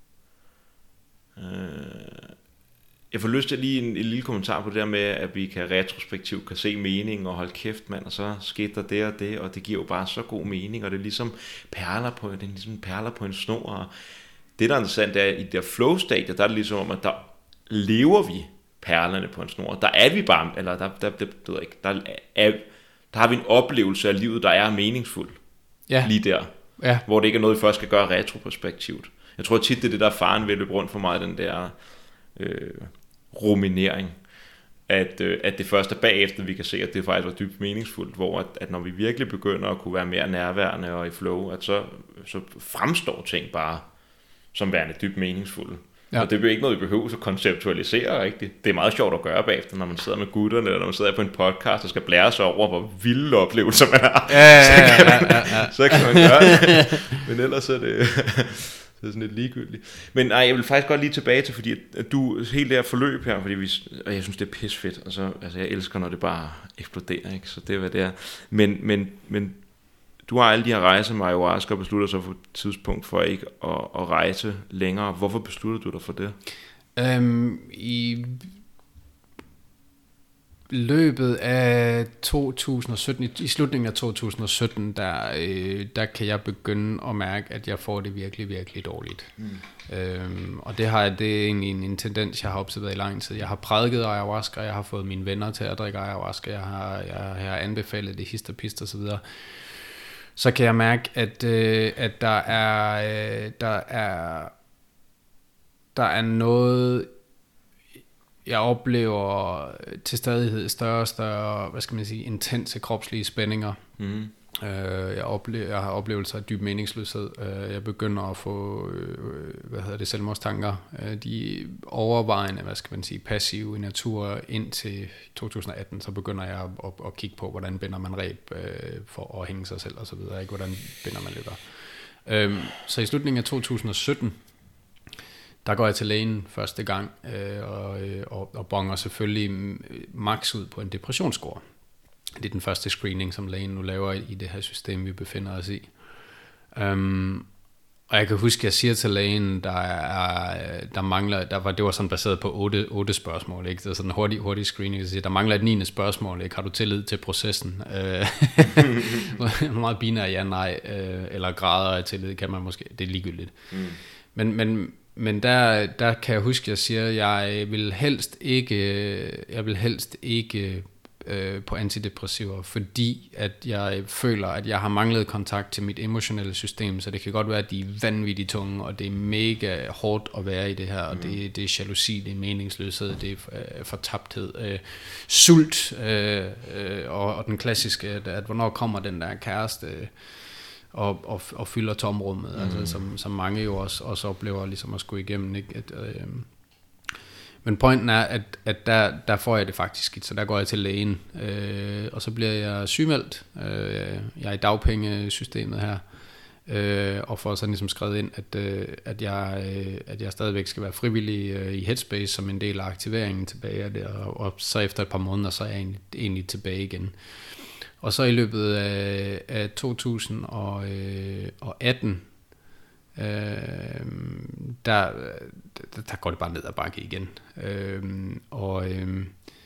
øh, jeg får lyst til lige en, en lille kommentar på det der med, at vi kan retrospektivt kan se meningen, og holde kæft, mand, og så skete der det og det, og det giver jo bare så god mening, og det er ligesom perler på, det er ligesom perler på en snor, og det der er interessant, er i det der flow-stadie, der er det ligesom om, at der lever vi perlerne på en snor. Der er vi bare, eller der, der, der, der, ikke, der, er, der har vi en oplevelse af livet, der er meningsfuld. Ja. Lige der. Ja. Hvor det ikke er noget, vi først skal gøre retroperspektivt. Jeg tror tit, det er det, der er faren ved at løbe rundt for mig, den der øh, ruminering. At, øh, at det først er bagefter, vi kan se, at det faktisk var dybt meningsfuldt. Hvor at, at når vi virkelig begynder at kunne være mere nærværende og i flow, at så, så fremstår ting bare som værende dybt meningsfulde. Ja. Og det er ikke noget, vi behøver at konceptualisere rigtigt. Det er meget sjovt at gøre bagefter, når man sidder med gutterne, eller når man sidder på en podcast og skal blære sig over, hvor vilde oplevelser man har. Ja, ja, så, kan ja, man, ja, ja. så kan man gøre det. Men ellers er det, det er sådan lidt ligegyldigt. Men nej, jeg vil faktisk godt lige tilbage til, fordi at du helt der forløb her, fordi vi, og jeg synes, det er pisfedt. Altså, altså, jeg elsker, når det bare eksploderer, ikke? Så det er, hvad det er. Men, men, men du har alle de her rejser med ayahuasca og beslutter sig for et tidspunkt for ikke at, at rejse længere. Hvorfor besluttede du dig for det? Øhm, I løbet af to tusind og sytten, i slutningen af to tusind og sytten, der, øh, der kan jeg begynde at mærke, at jeg får det virkelig, virkelig dårligt. Mm. Øhm, og det, har, det er egentlig en, en tendens, jeg har observeret i lang tid. Jeg har prædiket ayahuasca, jeg har fået mine venner til at drikke ayahuasca, jeg har, jeg, jeg har anbefalet det hist og pist og så videre. Så kan jeg mærke, at, øh, at der er, øh, der er, der er noget, jeg oplever til stadighed større og større, hvad skal man sige, intense kropslige spændinger. Mm. Øh, jeg, oplever, jeg har oplevelser af dyb meningsløshed. Øh, jeg begynder at få, øh, hvad hedder det, selvmordstanker. Øh, de overvejende, hvad skal man sige, passive i natur indtil to tusind og atten, så begynder jeg at, at, at kigge på, hvordan binder man reb øh, for at hænge sig selv og så videre, ikke? Hvordan binder man løber. Øh, så i slutningen af to tusind og sytten, der går jeg til lægen første gang, øh, og, og, og bonger selvfølgelig max ud på en depressionsscore. Det er den første screening, som lægen nu laver i det her system, vi befinder os i. Um, og jeg kan huske, at jeg siger til lægen, der er, der mangler, der var, det var sådan baseret på otte, otte spørgsmål, ikke? Det er sådan en hurtig, hurtig screening, så siger, der mangler et niende spørgsmål, ikke? Har du tillid til processen? Uh, meget binær, ja, nej, uh, eller grader af tillid, kan man måske, det er ligegyldigt. Mm. Men, men, men der, der kan jeg huske, at jeg siger, at jeg vil helst ikke, jeg vil helst ikke på antidepressiver, fordi at jeg føler, at jeg har manglet kontakt til mit emotionelle system, så det kan godt være, at de er vanvittigt tunge, og det er mega hårdt at være i det her, og mm. det, det er jalousi, det er meningsløshed, det er øh, fortabthed, øh, sult, øh, øh, og, og den klassiske, at, at hvornår kommer den der kæreste øh, og, og, og fylder tomrummet, mm. altså, som, som mange jo også, også oplever ligesom at skulle igennem, ikke? At, øh, Men pointen er, at, at der, der får jeg det faktisk skidt, så der går jeg til lægen, øh, og så bliver jeg sygemeldt. Øh, jeg er i dagpengesystemet her, øh, og får sådan ligesom skrevet ind, at, øh, at, jeg, øh, at jeg stadigvæk skal være frivillig øh, i Headspace som en del af aktiveringen tilbage, og, det, og, og så efter et par måneder, så er jeg egentlig, egentlig tilbage igen. Og så i løbet af, af to tusind og atten, Øh, der, der, der går det bare ned ad bakke igen, øh, og øh,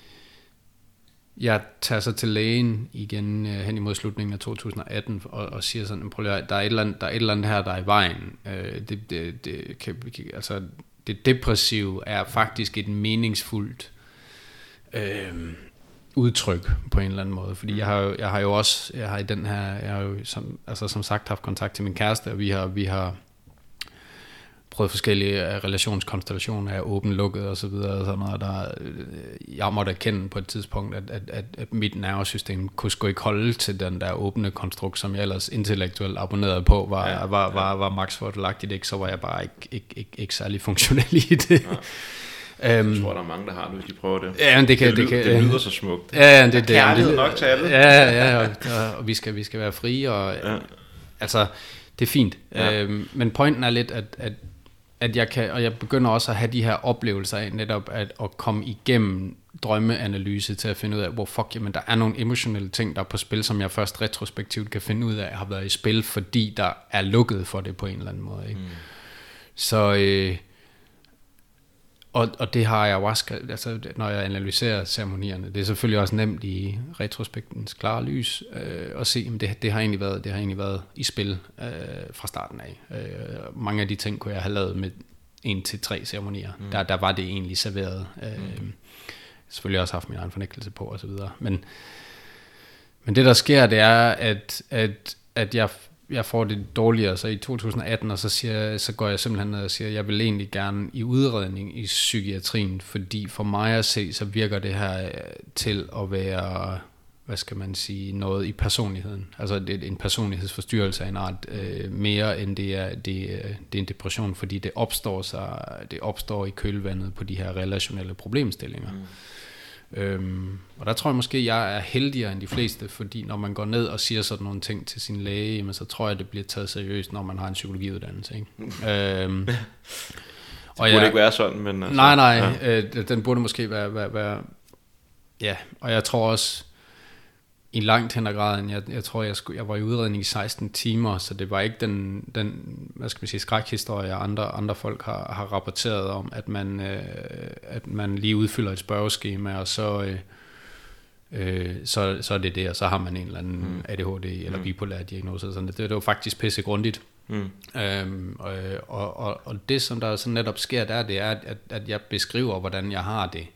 jeg tager så til lægen igen øh, hen imod slutningen af to tusind og atten og, og siger sådan, prøv at, der er et eller andet, der er et eller andet her, der er i vejen. øh, det, det, det, kan, altså, det depressive er faktisk et meningsfuldt øh, udtryk på en eller anden måde, fordi jeg har jo, jeg har jo også jeg har i den her jeg har jo som, altså som sagt haft kontakt til min kæreste, og vi har vi har prøvet forskellige relationskonstellationer af åben, lukket og så videre, og sådan noget, der jeg måtte erkende på et tidspunkt, at, at, at, at mit nervesystem kunne sgu ikke holde til den der åbne konstrukt, som jeg ellers intellektuelt abonnerede på, var, ja, var, var, var, var max fordelagtigt, ikke? Så var jeg bare ikke, ikke, ikke, ikke særlig funktionel i det. Ja. Um, jeg tror, der er mange, der har det, hvis de prøver det. Ja, det, kan, det, det, lyder, kan, det lyder så smukt. Ja, det, det, kærlighed det, nok til alle. Ja, ja, og, og vi, skal, vi skal være frie, og ja. Altså, det er fint. Ja. Øhm, men pointen er lidt, at, at, at jeg kan, og jeg begynder også at have de her oplevelser af netop at, at komme igennem drømmeanalyse til at finde ud af, hvor fuck, jamen der er nogle emotionelle ting, der er på spil, som jeg først retrospektivt kan finde ud af, har været i spil, fordi der er lukket for det på en eller anden måde. Ikke? Mm. Så... Øh, Og, og det har jeg også, altså når jeg analyserer ceremonierne, det er selvfølgelig også nemt i retrospektens klare lys øh, at se, at det, det, har egentlig været, det har egentlig været i spil øh, fra starten af. Øh, mange af de ting kunne jeg have lavet med en til tre ceremonier. Mm. Der, der var det egentlig serveret. Øh, mm. Selvfølgelig også haft min egen fornægtelse på og så videre. Men, men det der sker, det er, at, at, at jeg, jeg får det dårligere så i to tusind atten, og så, siger, så går jeg simpelthen ned og siger, at jeg vil egentlig gerne i udredning i psykiatrien, fordi for mig at se, så virker det her til at være, hvad skal man sige, noget i personligheden. Altså det er en personlighedsforstyrrelse af en art, øh, mere end det er, det, det er en depression, fordi det opstår, sig, det opstår i kølvandet på de her relationelle problemstillinger. Mm. Øhm, og der tror jeg måske, jeg er heldigere end de fleste, fordi når man går ned og siger sådan nogle ting til sin læge, men så tror jeg, det bliver taget seriøst, når man har en psykologiuddannelse. Ikke? øhm, det og burde jeg, ikke være sådan, men... Altså, nej, nej, ja. øh, den burde måske være, være, være... Ja, og jeg tror også, i langt hen ad graden, jeg, jeg tror, jeg, skulle, jeg var i udredning i seksten timer, så det var ikke den, den hvad skal man sige, skrækhistorie, andre, andre folk har, har rapporteret om, at man, øh, at man lige udfylder et spørgeskema, og så, øh, øh, så, så er det det, og så har man en eller anden mm. A D H D eller mm. bipolær diagnose. Sådan. Det, det var faktisk pisse grundigt. Mm. Øhm, og, og, og, og det, som der så netop sker der, det er, at, at jeg beskriver, hvordan jeg har det.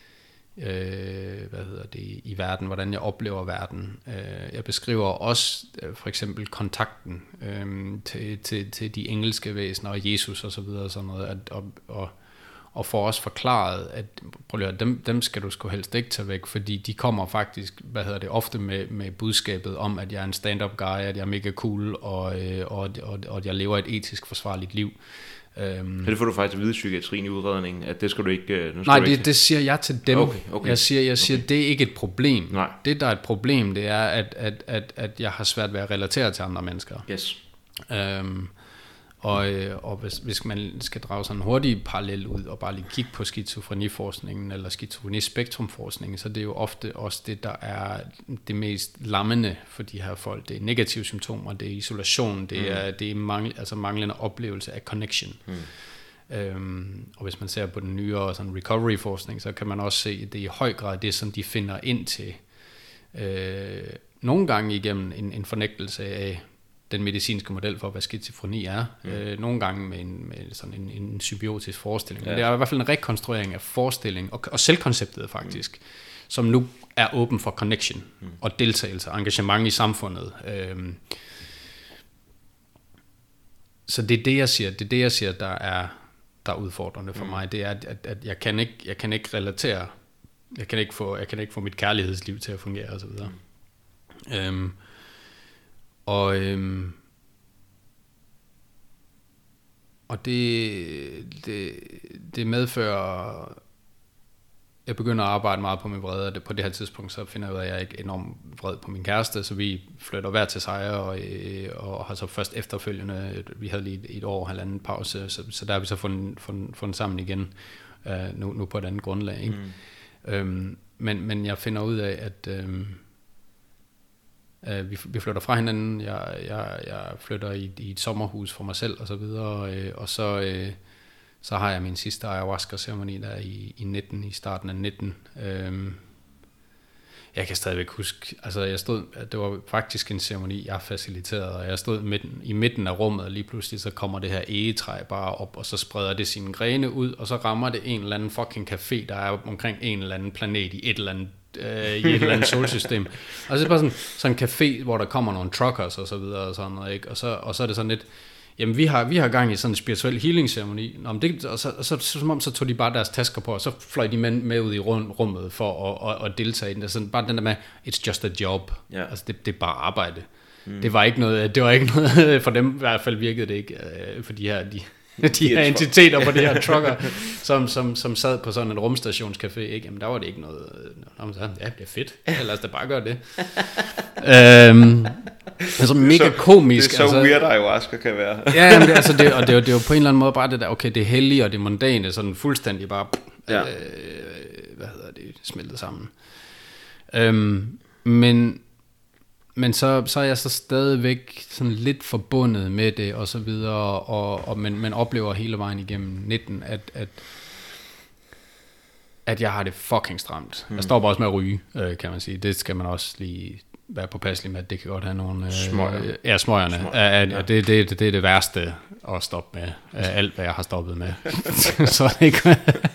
Øh, hvad hedder det, i verden, hvordan jeg oplever verden. Øh, jeg beskriver også øh, for eksempel kontakten øh, til, til, til de engelske væsener og Jesus og så videre og sådan noget, at, og, og, og får også forklaret, at prøv at høre, dem, dem skal du sgu helst ikke tage væk, fordi de kommer faktisk, hvad hedder det, ofte med, med budskabet om, at jeg er en stand-up guy, at jeg er mega cool, og, øh, og, og, og at jeg lever et etisk forsvarligt liv. Um, det får du faktisk at vide i psykiatrien i udredningen, at det skal du ikke... Nu skal nej, du det, ikke... det siger jeg til dem. Okay, okay, jeg siger, jeg siger okay. Det er ikke et problem. Nej. Det, der er et problem, det er, at, at, at, at jeg har svært ved at relatere til andre mennesker. Yes. Um, og og hvis, hvis man skal drage sådan en hurtig parallel ud, og bare lige kigge på skizofreniforskningen, eller skizofrenispektrumforskningen, så det er jo ofte også det, der er det mest lammende for de her folk. Det er negative symptomer, det er isolation, det mm. er, det er mangel, altså manglende oplevelse af connection. Mm. Um, og hvis man ser på den nyere sådan recovery-forskning, så kan man også se, at det er i høj grad det, som de finder ind til. Uh, nogle gange igennem en, en fornægtelse af den medicinske model for, hvad skizofreni er. Mm. Øh, nogle gange med, en, med sådan en, en symbiotisk forestilling. Ja. Men det er i hvert fald en rekonstruering af forestilling, og, og selvkonceptet faktisk, mm. som nu er åben for connection, mm. og deltagelse, engagement i samfundet. Øhm, så det er det, jeg siger, det er det, jeg siger, der er, der er udfordrende for mm. mig. Det er, at, at jeg, kan ikke, jeg kan ikke relatere, jeg kan ikke få, jeg kan ikke få mit kærlighedsliv til at fungere, og så videre. Mm. Øhm, Og, øhm, og det, det, det medfører, jeg begynder at arbejde meget på min vrede, og det, på det her tidspunkt, så finder jeg ud af, at jeg er ikke enormt vred på min kæreste, så vi flytter hver til sig, og, og har så først efterfølgende, vi havde lige et, et år, halvanden pause, så, så der har vi så fundet, fundet, fundet sammen igen, uh, nu, nu på et andet grundlag. Ikke? Mm. Øhm, men, men jeg finder ud af, at... Øhm, Uh, vi, vi flytter fra hinanden, jeg, jeg, jeg flytter i, i et sommerhus for mig selv og så videre, øh, og så, øh, så har jeg min sidste ayahuasca-ceremoni der i, i nitten, i starten af nitten. Øh, jeg kan stadigvæk huske, altså jeg stod, det var faktisk en ceremoni, jeg faciliterede, og jeg stod midten, i midten af rummet, og lige pludselig så kommer det her egetræ bare op, og så spreder det sine grene ud, og så rammer det en eller anden fucking café, der er omkring en eller anden planet i et eller andet øh, i et eller andet solsystem. Og så er det bare sådan, sådan en café, hvor der kommer nogle truckers og så videre og sådan noget, ikke? Og så, og så er det sådan lidt, jamen vi har, vi har gang i sådan en spirituel healing-ceremoni, og så, så, så, så, som om så tog de bare deres tasker på, og så fløj de med, med ud i rummet for at, at, at deltage i den. Sådan, bare den der med, it's just a job. Yeah. Altså det, det er bare arbejde. Mm. Det var ikke noget, det var ikke noget, for dem i hvert fald virkede det ikke, for de her, de, de her entiteter på det her trucker, som, som, som sad på sådan en rumstationscafé, ikke? Jamen der var det ikke noget, noget ja, det er fedt, lad os da bare gøre det. øhm, altså det mega så, komisk. Det er så altså, weird, ayahuasca kan være. Ja, jamen, det, altså det, og det er, jo, det er jo på en eller anden måde bare det der, okay, det hellige og det mondane, sådan fuldstændig bare, ja. øh, hvad hedder det, smeltet sammen. Øhm, men Men så, så er jeg så stadigvæk sådan lidt forbundet med det og så videre, og, og men, men oplever hele vejen igennem nitten, at, at, at jeg har det fucking stramt. Mm. Jeg står bare også med at ryge, øh, kan man sige. Det skal man også lige være påpasselig med, at det kan godt have nogle... Øh, Smøger. Ja, smøgerne. Smøger. Ja, Ja. det, det, det, det er det værste at stoppe med. Af alt, hvad jeg har stoppet med. Så er det ikke...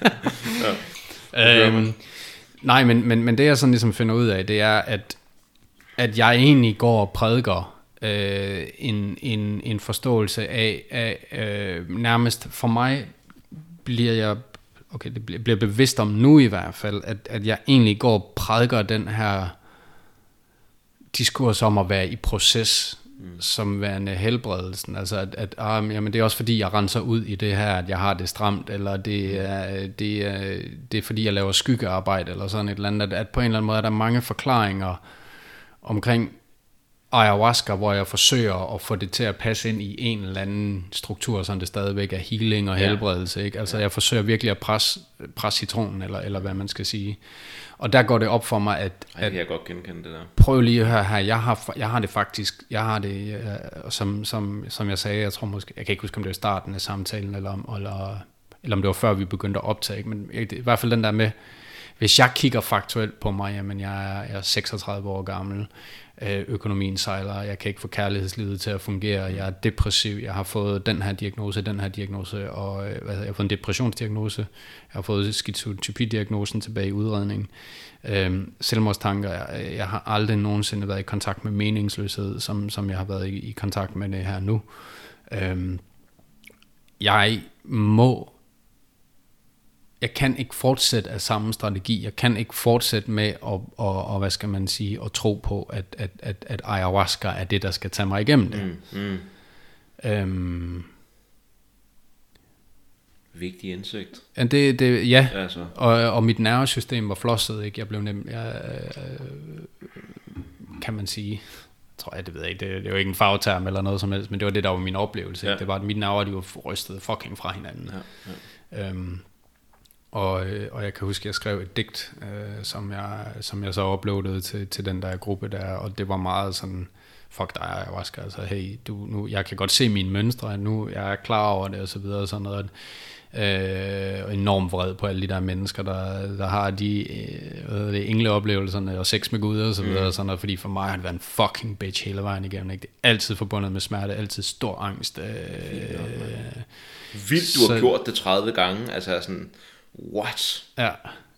ja. øhm, nej, men, men, men det jeg sådan ligesom finder ud af, det er, at, at jeg egentlig går og prædiker øh, en, en, en forståelse af, af øh, nærmest for mig bliver jeg... Okay, det bliver, bliver bevidst om nu i hvert fald, at, at jeg egentlig går og prædiker den her diskurs om at være i proces, mm. som værende helbredelsen. Altså, at, at ah, jamen, det er også fordi, jeg renser ud i det her, at jeg har det stramt, eller det er, det er, det er fordi, jeg laver skyggearbejde, eller sådan et eller andet. At, at på en eller anden måde er der mange forklaringer omkring ayahuasca, hvor jeg forsøger at få det til at passe ind i en eller anden struktur, så det stadigvæk er healing og helbredelse. Ikke? Altså, jeg forsøger virkelig at presse, presse citronen, eller, eller hvad man skal sige. Og der går det op for mig, at... Ej, det kan jeg godt genkende det der. Prøv lige at høre her, jeg har, jeg har det faktisk, jeg har det, øh, som, som, som jeg sagde, jeg tror måske, jeg kan ikke huske, om det var starten af samtalen, eller om, eller, eller om det var før, vi begyndte at optage, men i hvert fald den der med, hvis jeg kigger faktuelt på mig, jamen jeg er, jeg er seksogtredive år gammel, økonomien sejler, jeg kan ikke få kærlighedslivet til at fungere, jeg er depressiv, jeg har fået den her diagnose, den her diagnose, og hvad, jeg har fået en depressionsdiagnose, jeg har fået skizotypi-diagnosen tilbage i udredning, øhm, selvmordstanker, jeg, jeg har aldrig nogensinde været i kontakt med meningsløshed, som, som jeg har været i, i kontakt med det her nu. Øhm, jeg må Jeg kan ikke fortsætte af samme strategi. Jeg kan ikke fortsætte med at, og, og, hvad skal man sige, at tro på, at, at, at, at ayahuasca er det, der skal tage mig igennem det. Mm, mm. Øhm, Vigtig indsigt. Ja, det, det, ja. Altså. Og, og mit nervesystem var flosset, ikke? Jeg blev nem, jeg, øh, kan man sige, tror jeg, det ved jeg ikke, det, det er jo ikke en fagterm eller noget som helst, men det var det, der var min oplevelse. Ja. Det var, at mine nerver, de var rystet fucking fra hinanden. Ja, ja. Øhm, Og, og jeg kan huske, at jeg skrev et digt, øh, som, jeg, som jeg så uploadede til, til den der gruppe der, og det var meget sådan, fuck dig, ayahuasca, altså hey, du, nu, jeg kan godt se mine mønstre, nu jeg er klar over det, og så videre, og sådan noget. Øh, og enormt vred på alle de der mennesker, der, der har de øh, det, engleoplevelserne og sex med Gud og så videre, mm. og sådan noget, fordi for mig har det været en fucking bitch hele vejen igennem, ikke? Det er altid forbundet med smerte, altid stor angst. Øh, Vildt, du har så, gjort det tredive gange, altså sådan... What? Ja.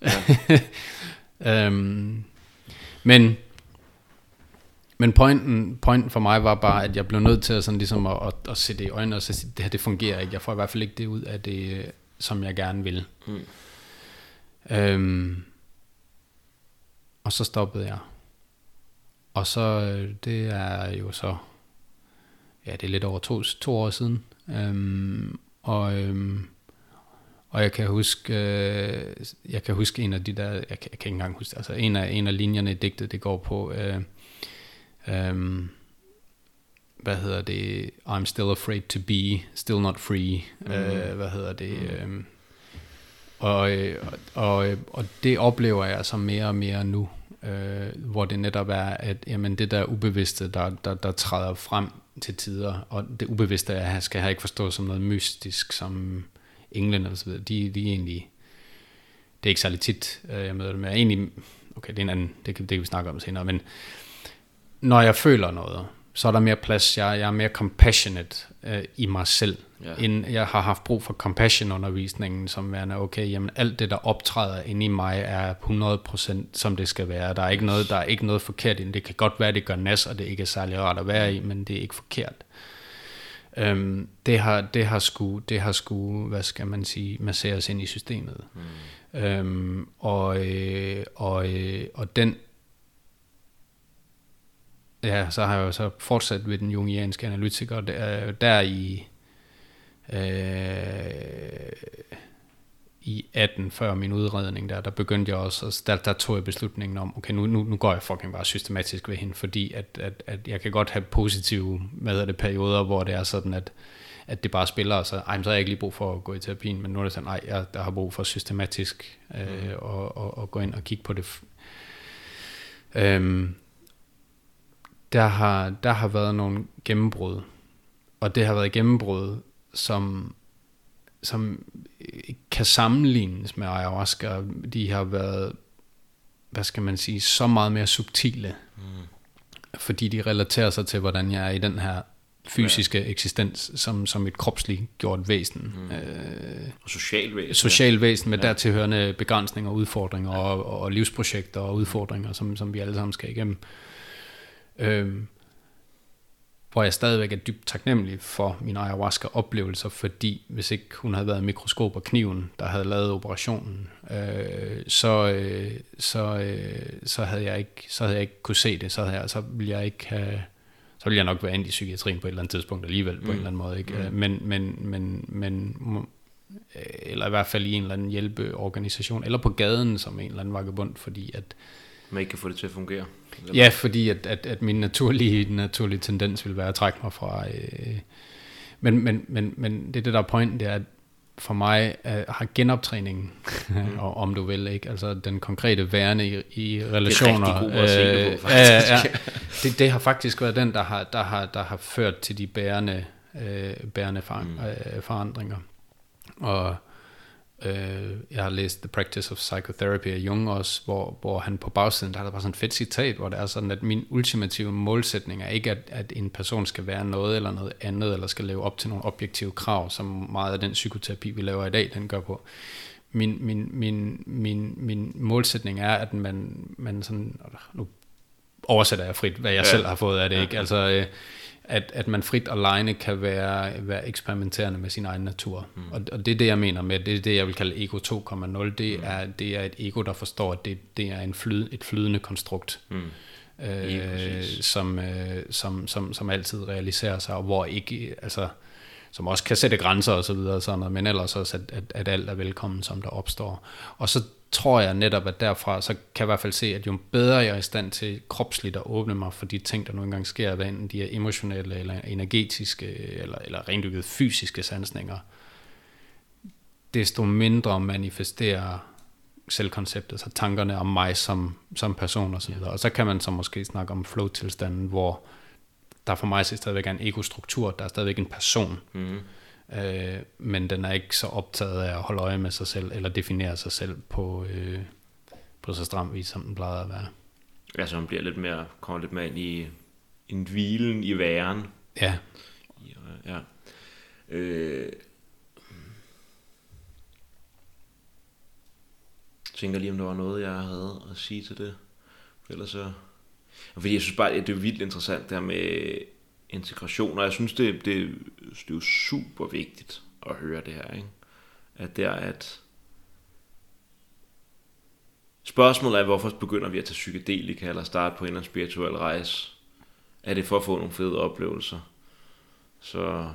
ja. øhm, men men pointen, pointen for mig var bare, at jeg blev nødt til at, sådan ligesom at, at, at se det i øjnene og sige, det her det fungerer ikke. Jeg får i hvert fald ikke det ud af det, som jeg gerne vil. Mm. Øhm, og så stoppede jeg. Og så, det er jo så, ja, det er lidt over to, to år siden. Øhm, og øhm, Og jeg kan huske, øh, jeg kan huske en af de der, jeg kan, jeg kan ikke engang huske, altså en af en af linjerne i digtet, det går på, øh, øh, hvad hedder det? I'm still afraid to be, still not free. Mm. Øh, hvad hedder det? Øh, og, og og det oplever jeg så mere og mere nu, øh, hvor det netop er, at jamen det der ubevidste, der der der træder frem til tider, og det ubevidste jeg skal jeg ikke forstå som noget mystisk, som England eller så videre, de, de er egentlig, det er ikke særlig tit, øh, jeg møder dem, men egentlig, okay, det er en anden, det kan, det kan vi snakke om senere, men når jeg føler noget, så er der mere plads, jeg, jeg er mere compassionate øh, i mig selv, ja. End jeg har haft brug for compassion-undervisningen, som værende, okay, jamen alt det, der optræder inde i mig, er hundrede procent som det skal være, der er ikke noget, der er ikke noget forkert i det, det kan godt være, det gør nas, og det ikke er særlig rart at være i, men det er ikke forkert. Øhm, det har det har sgu det har sgu hvad skal man sige masseres ind i systemet. Mm. Øhm, og øh, og øh, og den ja så har jeg jo så fortsat ved den jungianske analytiker der, der i øh, i atten før min udredning der der begyndte jeg også der, der tog jeg beslutningen om okay nu nu nu går jeg fucking bare systematisk ved hende, fordi at at at jeg kan godt have positive hvad er det perioder hvor det er sådan at at det bare spiller, og så ej, så har jeg ikke lige brug for at gå i terapien, men nu er det sådan nej jeg der har brug for systematisk øh, mm. og, og og gå ind og kigge på det. Øhm, der har der har været nogle gennembrud, og det har været gennembrud som som kan sammenlignes med ayahuasca. De har været, hvad skal man sige, så meget mere subtile. Mm. fordi de relaterer sig til, hvordan jeg er i den her fysiske ja. eksistens, som, som et kropsligt gjort væsen. Mm. Øh, og social væsen. Social væsen med ja. dertilhørende begrænsninger, udfordringer og, og livsprojekter og udfordringer, som, som vi alle sammen skal igennem. Øh, hvor jeg stadigvæk er dybt taknemmelig for mine ayahuasca-oplevelser, fordi hvis ikke hun havde været mikroskop og kniven, der havde lavet operationen, øh, så, øh, så, øh, så, havde jeg ikke, så havde jeg ikke kunne se det, så, havde jeg, så ville jeg ikke have, så ville jeg nok være ind i psykiatrien på et eller andet tidspunkt alligevel, på mm. en eller anden måde. Ikke? Mm. Men, men, men, men, eller i hvert fald i en eller anden hjælpeorganisation, eller på gaden som en eller anden vagabond, fordi at man ikke kan få det til at fungere. Eller? Ja, fordi at, at, at min naturlige, naturlige tendens vil være at trække mig fra. Øh, men, men, men, men det er det, der er pointen, det er, at for mig øh, har genoptræningen, mm. og, om du vil, ikke, altså den konkrete værne i, i relationer. Det er rigtig god at se det på, faktisk. Øh, ja, ja. Det, det har faktisk været den, der har, der har, der har ført til de bærende, øh, bærende for, mm. øh, forandringer. Og Uh, jeg har læst The Practice of Psychotherapy af Jung også, hvor, hvor han på bagsiden, der er der bare sådan et fedt citat, hvor det er sådan, at min ultimative målsætning er ikke, at, at en person skal være noget eller noget andet, eller skal leve op til nogle objektive krav, som meget af den psykoterapi, vi laver i dag, den gør på. Min, min, min, min, min målsætning er, at man, man sådan, nu oversætter jeg frit, hvad jeg ja. selv har fået af det, ikke? Altså, At, at man frit og lejende kan være, være eksperimenterende med sin egen natur. Mm. Og, og det er det, jeg mener med, det er det, jeg vil kalde ego to komma nul. Det, mm. er, det er et ego, der forstår, at det, det er en flyd, et flydende konstrukt, mm. øh, som, øh, som, som, som altid realiserer sig, og hvor ikke, altså, som også kan sætte grænser og så videre, og sådan noget, men ellers også, at, at, at alt er velkommen, som der opstår. Og så tror jeg netop, at derfra, så kan jeg i hvert fald se, at jo bedre jeg er i stand til kropsligt at åbne mig for de ting, der nu engang sker, hvad enten de er emotionelle, eller energetiske, eller, eller rendyrket fysiske sansninger, desto mindre manifesterer selvkonceptet, så tankerne om mig som, som person og så videre. Og så kan man så måske snakke om flow-tilstanden, hvor der for mig stadigvæk er en ego-struktur, der er stadigvæk en person, mm. Øh, men den er ikke så optaget af at holde øje med sig selv eller definere sig selv på, øh, på så stram vis, som den plejede at være. Ja, så man bliver lidt mere, kommer lidt mere ind i en hvilen i væren. Ja. Ja. Øh, jeg tænker lige, om der var noget, jeg havde at sige til det. Ellers så... Fordi jeg synes bare, at det er vildt interessant der med integration, og jeg synes, det, det, det er jo super vigtigt at høre det her, ikke? At det er, at spørgsmålet er, hvorfor begynder vi at tage psykedelika, eller starte på en eller anden spirituel rejse? Er det for at få nogle fede oplevelser? Så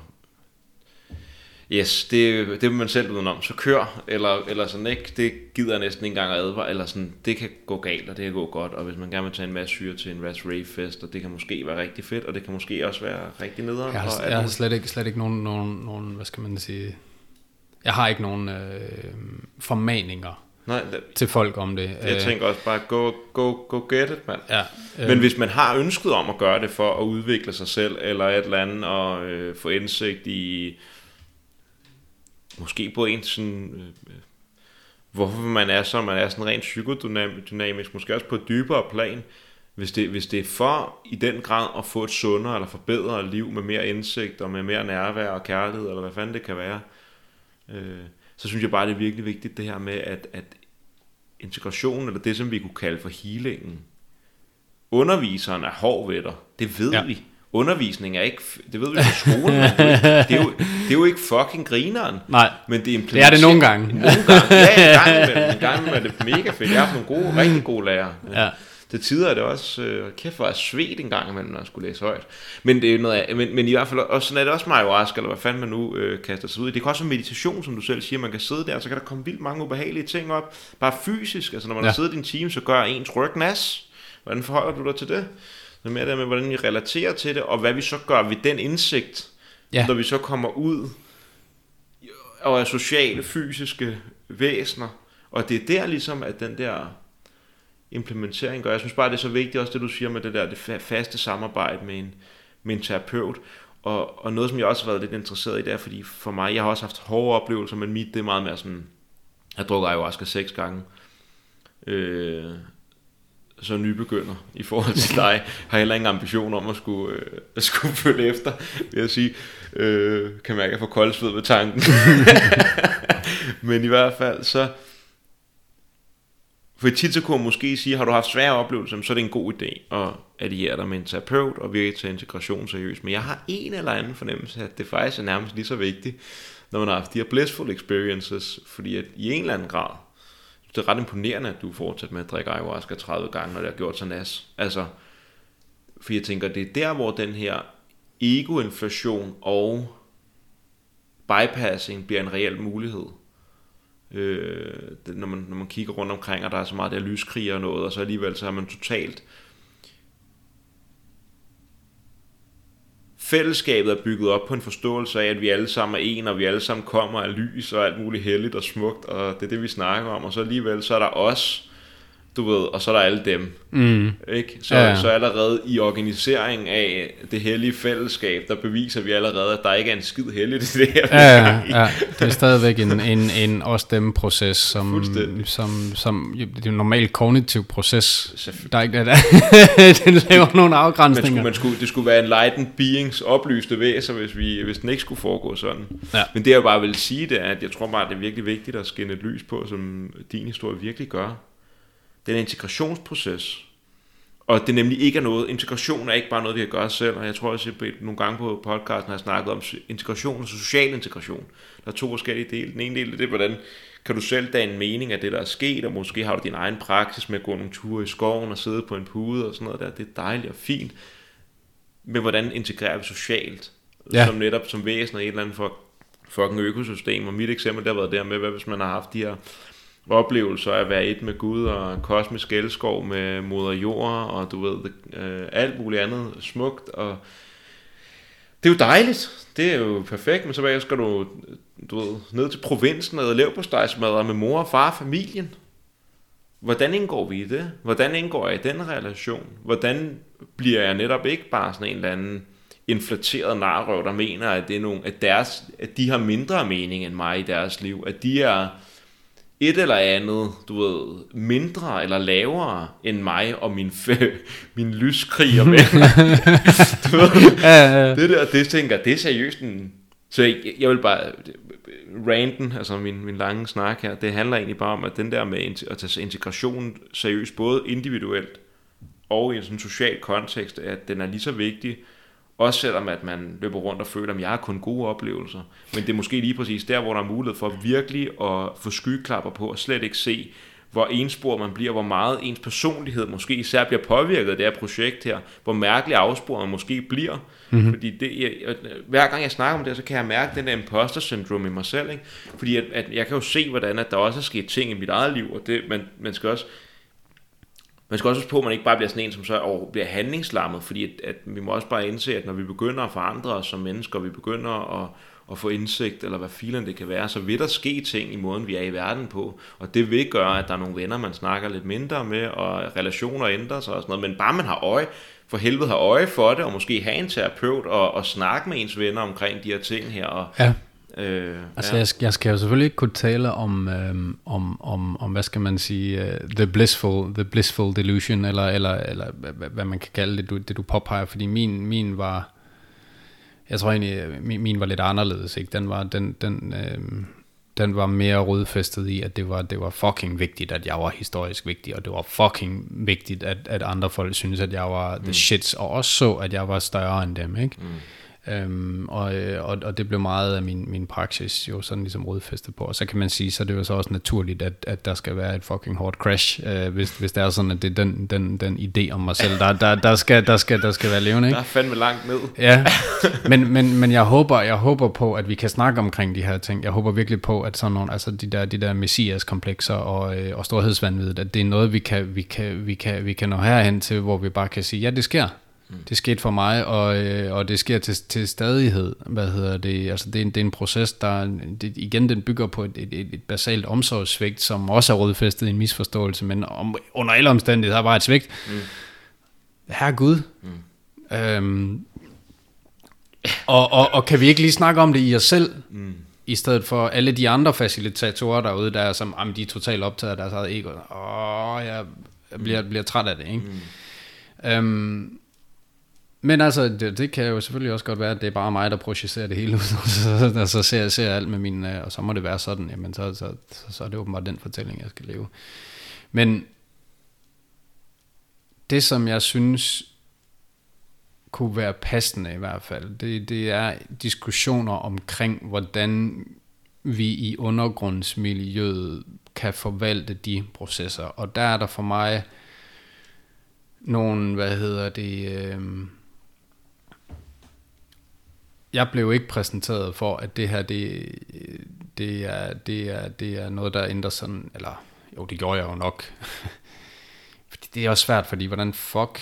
yes, det, det vil man selv udenom. Så kør, eller, eller sådan ikke. Det gider jeg næsten ikke engang at advare. Eller sådan, det kan gå galt, og det kan gå godt. Og hvis man gerne vil tage en masse syre til en Ras Rave Fest, og det kan måske være rigtig fedt, og det kan måske også være rigtig nederen. Jeg har, og jeg har slet ikke, slet ikke nogen, nogen, nogen, hvad skal man sige, jeg har ikke nogen øh, formaninger Nej, det, til folk om det. Jeg tænker også bare, go, go, go get it, mand. Ja, øh, Men hvis man har ønsket om at gøre det for at udvikle sig selv, eller et eller andet, og øh, få indsigt i måske på en sådan øh, hvorfor man er så man er sådan rent psykodynamisk, måske også på et dybere plan, hvis det, hvis det er for i den grad at få et sundere eller forbedret liv med mere indsigt og med mere nærvær og kærlighed, eller hvad fanden det kan være, øh, så synes jeg bare, det er virkelig vigtigt det her med, at, at integrationen, eller det som vi kunne kalde for healingen, underviseren er hård ved dig, det ved ja. vi. Undervisning er ikke, det ved vi på skolen, det er, det, er jo, det er jo ikke fucking grineren. Nej, men det er, det er det nogle gange. Nogle gange, ja, en gang imellem, en gang imellem er det mega fedt. Jeg har haft nogle gode, rigtig gode lærere. Ja. Til tider er det også, øh, kæft hvor jeg svedt en gang imellem, når jeg skulle læse højt. Men det er noget, men, men i hvert fald, og sådan er det også med ayahuasca, eller hvad fanden man nu øh, kaster sig ud i. Det kan også være meditation, som du selv siger, man kan sidde der, så kan der komme vildt mange ubehagelige ting op, bare fysisk. Altså når man ja. har siddet i en time, så gør ens ryg nas. Hvordan forholder du dig til det? Det er mere der med, hvordan vi relaterer til det, og hvad vi så gør ved den indsigt, ja. når vi så kommer ud og er sociale, fysiske væsener. Og det er der ligesom, at den der implementering gør. Jeg synes bare, det er så vigtigt også det, du siger med det der det faste samarbejde med en, med en terapeut. Og, og noget, som jeg også har været lidt interesseret i, det er, fordi for mig, jeg har også haft hårde oplevelser, men mit, det er meget mere sådan, jeg drukker ayahuasca seks gange. Øh, så nybegynder i forhold til dig, har heller ingen ambition om at skulle, øh, at skulle følge efter, vil jeg sige. Øh, kan mærke, at jeg får koldsved ved tanken. Men i hvert fald, så... For tit så kunne man måske sige, har du haft svære oplevelser, så er det en god idé at alliere dig med en terapeut og virke til integration seriøst. Men jeg har en eller anden fornemmelse, at det faktisk er nærmest lige så vigtigt, når man har haft de her blissful experiences, fordi at i en eller anden grad, det er ret imponerende, at du fortsat med at drikke ayahuasca tredive gange, når det har gjort så nas. Altså, for jeg tænker, det er der, hvor den her ego-inflation og bypassing bliver en reel mulighed. Øh, det, når, man, når man kigger rundt omkring, og der er så meget der lyskrig og noget, og så alligevel så er man totalt... Fællesskabet er bygget op på en forståelse af, at vi alle sammen er en, og vi alle sammen kommer af lys og alt muligt helligt og smukt, og det er det, vi snakker om. Og så alligevel, så er der os, du ved, og så er der alle dem. Mm. Ikke? Så, ja, ja. Så allerede i organiseringen af det hellige fællesskab, der beviser vi allerede, at der ikke er en skid helligt i det her. Ja, ja, ja. Det er stadigvæk en, en, en os-dem-proces, som, som, som det er en normal kognitiv proces. Der er ikke det der. Den laver nogle afgrænsninger. Man skulle, man skulle, det skulle være en enlightened beings oplyste væser, hvis, vi, hvis den ikke skulle foregå sådan. Ja. Men det jeg bare vil sige, det er, at jeg tror bare, det er virkelig vigtigt at skinne et lys på, som din historie virkelig gør. Den integrationsproces, og det nemlig ikke er noget, integration er ikke bare noget, vi kan gøre selv, og jeg tror også, at nogle gange på podcasten har jeg snakket om integration og social integration. Der er to forskellige dele. Den ene del er det, hvordan kan du selv danne en mening af det, der er sket, og måske har du din egen praksis med at gå nogle ture i skoven og sidde på en pude og sådan noget der. Det er dejligt og fint. Men hvordan integrerer vi socialt, ja. Som netop som væsen af et eller andet for fucking økosystem, og mit eksempel der har været der med, hvad hvis man har haft de her oplevelser af at være et med Gud og kosmisk elskov med moder jord og du ved øh, alt muligt andet smukt, og det er jo dejligt, det er jo perfekt. Men så hvad skal du, du ved, ned til provinsen og leverpostejsmadder med mor og far og familien. Hvordan indgår vi i det? Hvordan indgår jeg i den relation? Hvordan bliver jeg netop ikke bare sådan en eller anden inflateret narrøv, der mener at det er nogle, at, deres, at de har mindre mening end mig i deres liv, at de er et eller andet, du ved, mindre eller lavere end mig og min, f- min lyskriger med. Du ved, ja, ja. Det der, det tænker, det er seriøst en... Så jeg, jeg vil bare... Ranten, altså min, min lange snak her, det handler egentlig bare om, at den der med at tage integration seriøst, både individuelt og i en sådan social kontekst, at den er lige så vigtig, også selvom at man løber rundt og føler, at jeg har kun gode oplevelser. Men det er måske lige præcis der, hvor der er mulighed for virkelig at få skyklapper på og slet ikke se, hvor ensporet man bliver, hvor meget ens personlighed måske især bliver påvirket af det her projekt her, hvor mærkelig afsporet man måske bliver. Mm-hmm. Fordi det, jeg, hver gang jeg snakker om det, så kan jeg mærke den der imposter syndrome i mig selv. Ikke? Fordi at, at jeg kan jo se, hvordan at der også er sket ting i mit eget liv, og det, man, man skal også... Man skal også huske på, at man ikke bare bliver sådan en, som så over, bliver handlingslammet, fordi at, at vi må også bare indse, at når vi begynder at forandre os som mennesker, og vi begynder at, at få indsigt, eller hvad filen det kan være, så vil der ske ting i måden, vi er i verden på. Og det vil gøre, at der er nogle venner, man snakker lidt mindre med, og relationer ændrer sig og sådan noget. Men bare man har øje, for helvede har øje for det, og måske have en terapeut, og, og snakke med ens venner omkring de her ting her. Og, ja. Øh, altså ja. jeg, jeg skal jo selvfølgelig ikke kunne tale om øhm, om om om hvad skal man sige uh, the blissful the blissful delusion eller eller eller hvad, hvad man kan kalde det, du, det du påpeger, fordi min min var, jeg tror egentlig min, min var lidt anderledes, ikke? Den var den den øhm, den var mere rodfæstet i, at det var det var fucking vigtigt, at jeg var historisk vigtig, og det var fucking vigtigt, at at andre folk synes, at jeg var the mm. shits, og også så, at jeg var større end dem, ikke? Mm. Øhm, og, og, og det blev meget af min, min praksis jo sådan ligesom rodfæstet på, og så kan man sige, så det er jo så også naturligt, at, at der skal være et fucking hårdt crash, øh, hvis, hvis det er sådan, at det er den, den, den idé om mig selv, der, der, der, skal, der, skal, der skal være levende, ikke? Der er fandme langt ned. Ja, men, men, men jeg, håber, jeg håber på, at vi kan snakke omkring de her ting. Jeg håber virkelig på, at sådan nogle, altså de der, de der messias-komplekser og, øh, og storhedsvanvid, at det er noget, vi kan, vi, kan, vi, kan, vi kan nå herhen til, hvor vi bare kan sige, ja, det sker. Det skete for mig, og, øh, og det sker til, til stadighed. Hvad hedder det? Altså det er en, det er en proces, der det, igen den bygger på et, et, et basalt omsorgssvigt, som også er rodfæstet i en misforståelse, men om, under alle omstændigheder var et svigt. Mm. Herre Gud. Mm. Øhm, og, og, og kan vi ikke lige snakke om det i os selv, mm. i stedet for alle de andre facilitatorer derude, der er som, jamen, de er totalt optaget af deres eget ego. Åh, jeg bliver, bliver træt af det, ikke? Mm. Øhm, men altså, det, det kan jo selvfølgelig også godt være, at det er bare mig, der projicerer det hele ud, og så ser, ser alt med min, og så må det være sådan, jamen så, så, så, så er det åbenbart den fortælling, jeg skal leve. Men det, som jeg synes kunne være passende i hvert fald, det, det er diskussioner omkring, hvordan vi i undergrundsmiljøet kan forvalte de processer. Og der er der for mig nogle, hvad hedder det, øh, jeg blev ikke præsenteret for, at det her, det, det, er, det, er, det er noget, der ændrer sådan, eller jo, det gjorde jeg jo nok. Fordi det er også svært, fordi hvordan fuck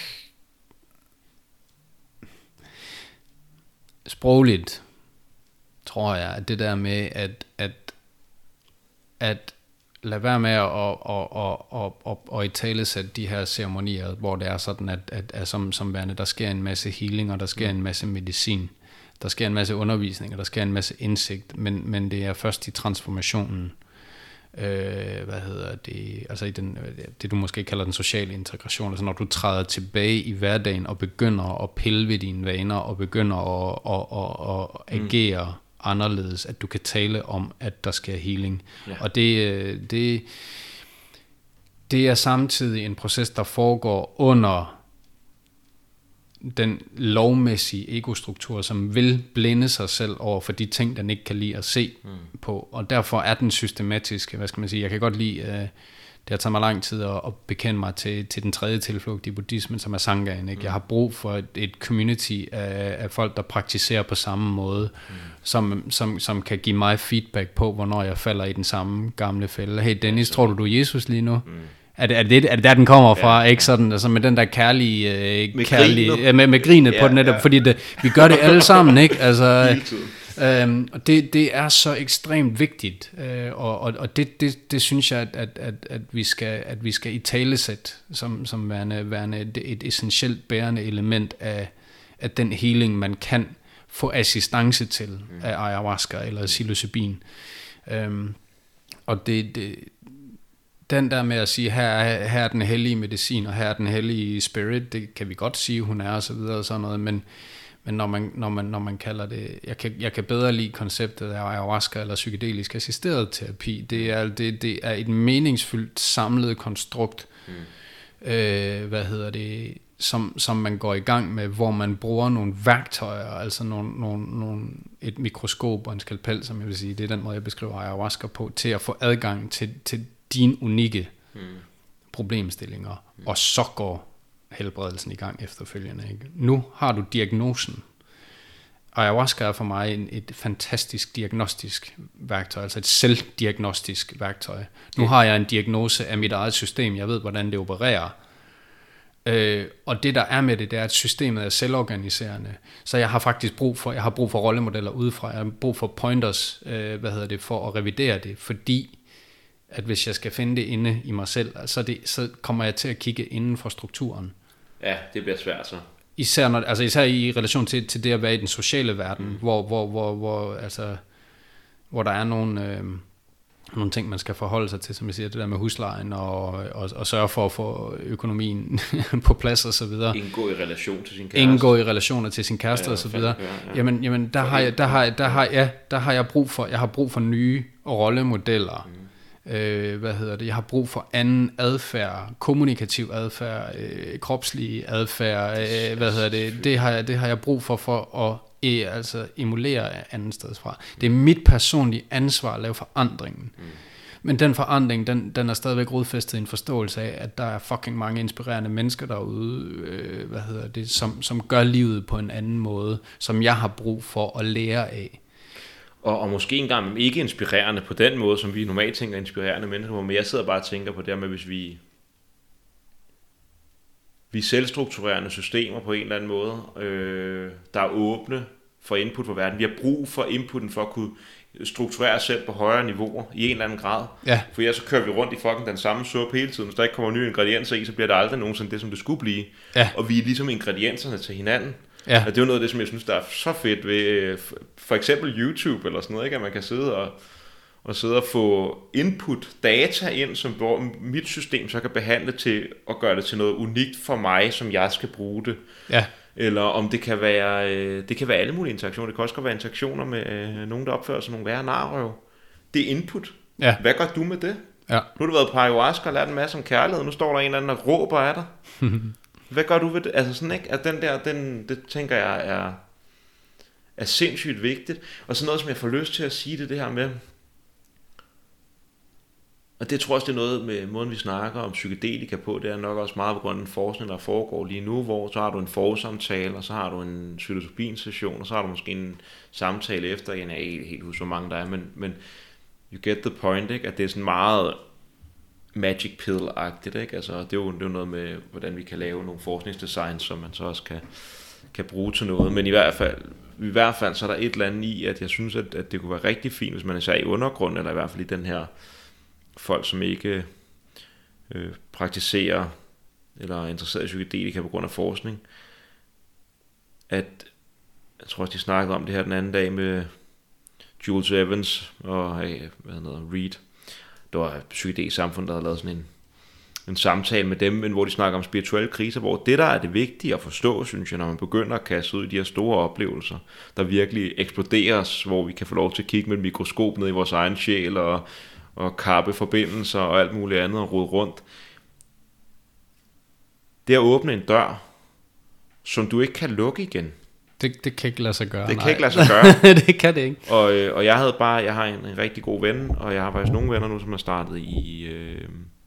sprogligt tror jeg, at det der med at at at lade være med at og og og og og i talesætte de her ceremonier, hvor det er sådan at at, at som som værende der sker en masse healing, og der sker en masse medicin, der sker en masse undervisning, og der sker en masse indsigt, men men det er først i transformationen, øh, hvad hedder det, altså i den, det du måske kalder den sociale integration, altså når du træder tilbage i hverdagen og begynder at pille ved dine vaner og begynder at, at, at, at agere mm. anderledes, at du kan tale om, at der sker healing. Ja. Og det, det, det er samtidig en proces, der foregår under den lovmæssige egostruktur, som vil blinde sig selv over for de ting, den ikke kan lide at se mm. på. Og derfor er den systematiske, hvad skal man sige, jeg kan godt lide, uh, det har taget mig lang tid at, at bekende mig til, til den tredje tilflugt i buddhismen, som er Sanghaen. Ikke? Mm. Jeg har brug for et, et community af, af folk, der praktiserer på samme måde, mm. som, som, som kan give mig feedback på, hvornår jeg falder i den samme gamle fælde. Hey Dennis, tror du, du er Jesus lige nu? Mm. Er det, er, det, er det der, den kommer fra? Ja, ja. Ikke sådan, altså med den der kærlige, øh, med, kærlige grinet. med, med grinet ja, på den netop, ja. Fordi det, vi gør det alle sammen, ikke? Altså, øhm, og det, det er så ekstremt vigtigt, øh, og, og, og det, det, det synes jeg, at, at, at, at vi skal, at vi skal i talesæt som, som værende, værende et, et essentielt bærende element af, af den healing, man kan få assistance til mm. af ayahuasca eller psilocybin. Øhm, og det, det den der med at sige, her er, her er den hellige medicin, og her er den hellige spirit, det kan vi godt sige, hun er, og så videre og sådan noget, men, men når, man, når, man, når man kalder det, jeg kan, jeg kan bedre lide konceptet af ayahuasca eller psykedelisk assisteret terapi, det er, det, det er et meningsfyldt samlet konstrukt, mm. øh, hvad hedder det, som, som man går i gang med, hvor man bruger nogle værktøjer, altså nogle, nogle, nogle, et mikroskop og en skalpel, som jeg vil sige, det er den måde, jeg beskriver ayahuasca på, til at få adgang til, til dine unikke mm. problemstillinger, mm. og så går helbredelsen i gang efterfølgende. Ikke? Nu har du diagnosen. Ayahuasca er for mig en, et fantastisk diagnostisk værktøj, altså et selvdiagnostisk værktøj. Nu har jeg en diagnose af mit eget system, jeg ved, hvordan det opererer. Øh, og det der er med det, det er, at systemet er selvorganiserende. Så jeg har faktisk brug for, jeg har brug for rollemodeller udefra, jeg har brug for pointers, øh, hvad hedder det, for at revidere det, fordi at hvis jeg skal finde det inde i mig selv, så, det, så kommer jeg til at kigge inden for strukturen. Ja, det bliver svært så. Især, når, altså især i relation til, til det at være i den sociale verden, mm. hvor, hvor, hvor, hvor, altså, hvor der er nogle, øh, nogle ting, man skal forholde sig til, som jeg siger, det der med huslejen, og, og, og sørge for at få økonomien på plads og så videre. Indgå i relation til sin kæreste. Indgå i relationer til sin kæreste ja, og så videre. Ja, ja. Jamen, jamen der, har jeg, der, har, der, har, ja, der har jeg brug for, jeg har brug for nye rollemodeller. Mm. Øh, hvad hedder det? Jeg har brug for anden adfærd, kommunikativ adfærd, øh, kropslig adfærd, øh, hvad hedder det? Det har jeg, det har jeg brug for for at øh, altså emulere anden steds fra. Det er mit personlige ansvar at lave forandringen. Mm. Men den forandring, den, den er stadigvæk rodfæstet i en forståelse af, at der er fucking mange inspirerende mennesker derude, øh, hvad hedder det, som, som gør livet på en anden måde, som jeg har brug for at lære af. Og, og måske engang ikke inspirerende på den måde, som vi normalt tænker inspirerende mennesker, men jeg sidder bare og tænker på det med, hvis vi vi er selvstrukturerende systemer på en eller anden måde, øh, der er åbne for input fra verden. Vi har brug for inputen for at kunne strukturere os selv på højere niveauer i en eller anden grad. Ja. For ellers så kører vi rundt i fucking den samme suppe hele tiden. Hvis der ikke kommer nye ingredienser i, så bliver det aldrig nogensinde det, som det skulle blive. Ja. Og vi er ligesom ingredienserne til hinanden. Ja. Og det er jo noget af det, som jeg synes, der er så fedt ved for eksempel YouTube eller sådan noget, ikke? At man kan sidde og, og sidde og få input, data ind, som mit system så kan behandle til at gøre det til noget unikt for mig, som jeg skal bruge det. Ja. Eller om det kan være, det kan være alle mulige interaktioner. Det kan også være interaktioner med øh, nogen, der opfører sig nogle værre narrøv. Det er input. Ja. Hvad gør du med det? Ja. Nu har du været på ayahuasca og lært en masse om kærlighed. Nu står der en eller anden, der råber af dig. Hvad gør du ved det? Altså sådan, ikke? At den der, den, det tænker jeg er, er sindssygt vigtigt. Og sådan noget, som jeg får lyst til at sige, det det her med, og det tror jeg også, det er noget med måden, vi snakker om psykedelika på. Det er nok også meget på grund af den forskning, der foregår lige nu, hvor så har du en forsamtale, og så har du en psilocybin-session, og så har du måske en samtale efter. Jeg kan ikke helt huske, hvor mange der er, men, men you get the point, ikke? At det er sådan meget magic pill-agtigt, ikke? Altså, det er, jo, det er jo noget med, hvordan vi kan lave nogle forskningsdesigns, som man så også kan, kan bruge til noget. Men i hvert fald, i hvert fald så er der et eller andet i, at jeg synes, at, at det kunne være rigtig fint, hvis man er i undergrund, eller i hvert fald i den her folk, som ikke øh, praktiserer eller er interesseret i psykedelika på grund af forskning, at jeg tror også, de snakkede om det her den anden dag med Jules Evans og hvad hedder Reed. Det var Psykedelisk Samfund, der havde lavet sådan en, en samtale med dem, men hvor de snakker om spirituelle kriser, hvor det, der er det vigtige at forstå, synes jeg, når man begynder at kaste ud i de her store oplevelser, der virkelig eksploderes, hvor vi kan få lov til at kigge med et mikroskop ned i vores egen sjæl og og kappe forbindelser og alt muligt andet og rode rundt. Det er at åbne en dør, som du ikke kan lukke igen. Det, det kan ikke lade sig gøre. Det nej. kan ikke lade sig gøre. Det kan det ikke. Og, og jeg havde bare, jeg har en, en rigtig god ven, og jeg har faktisk nogle venner nu, som har startet i, øh,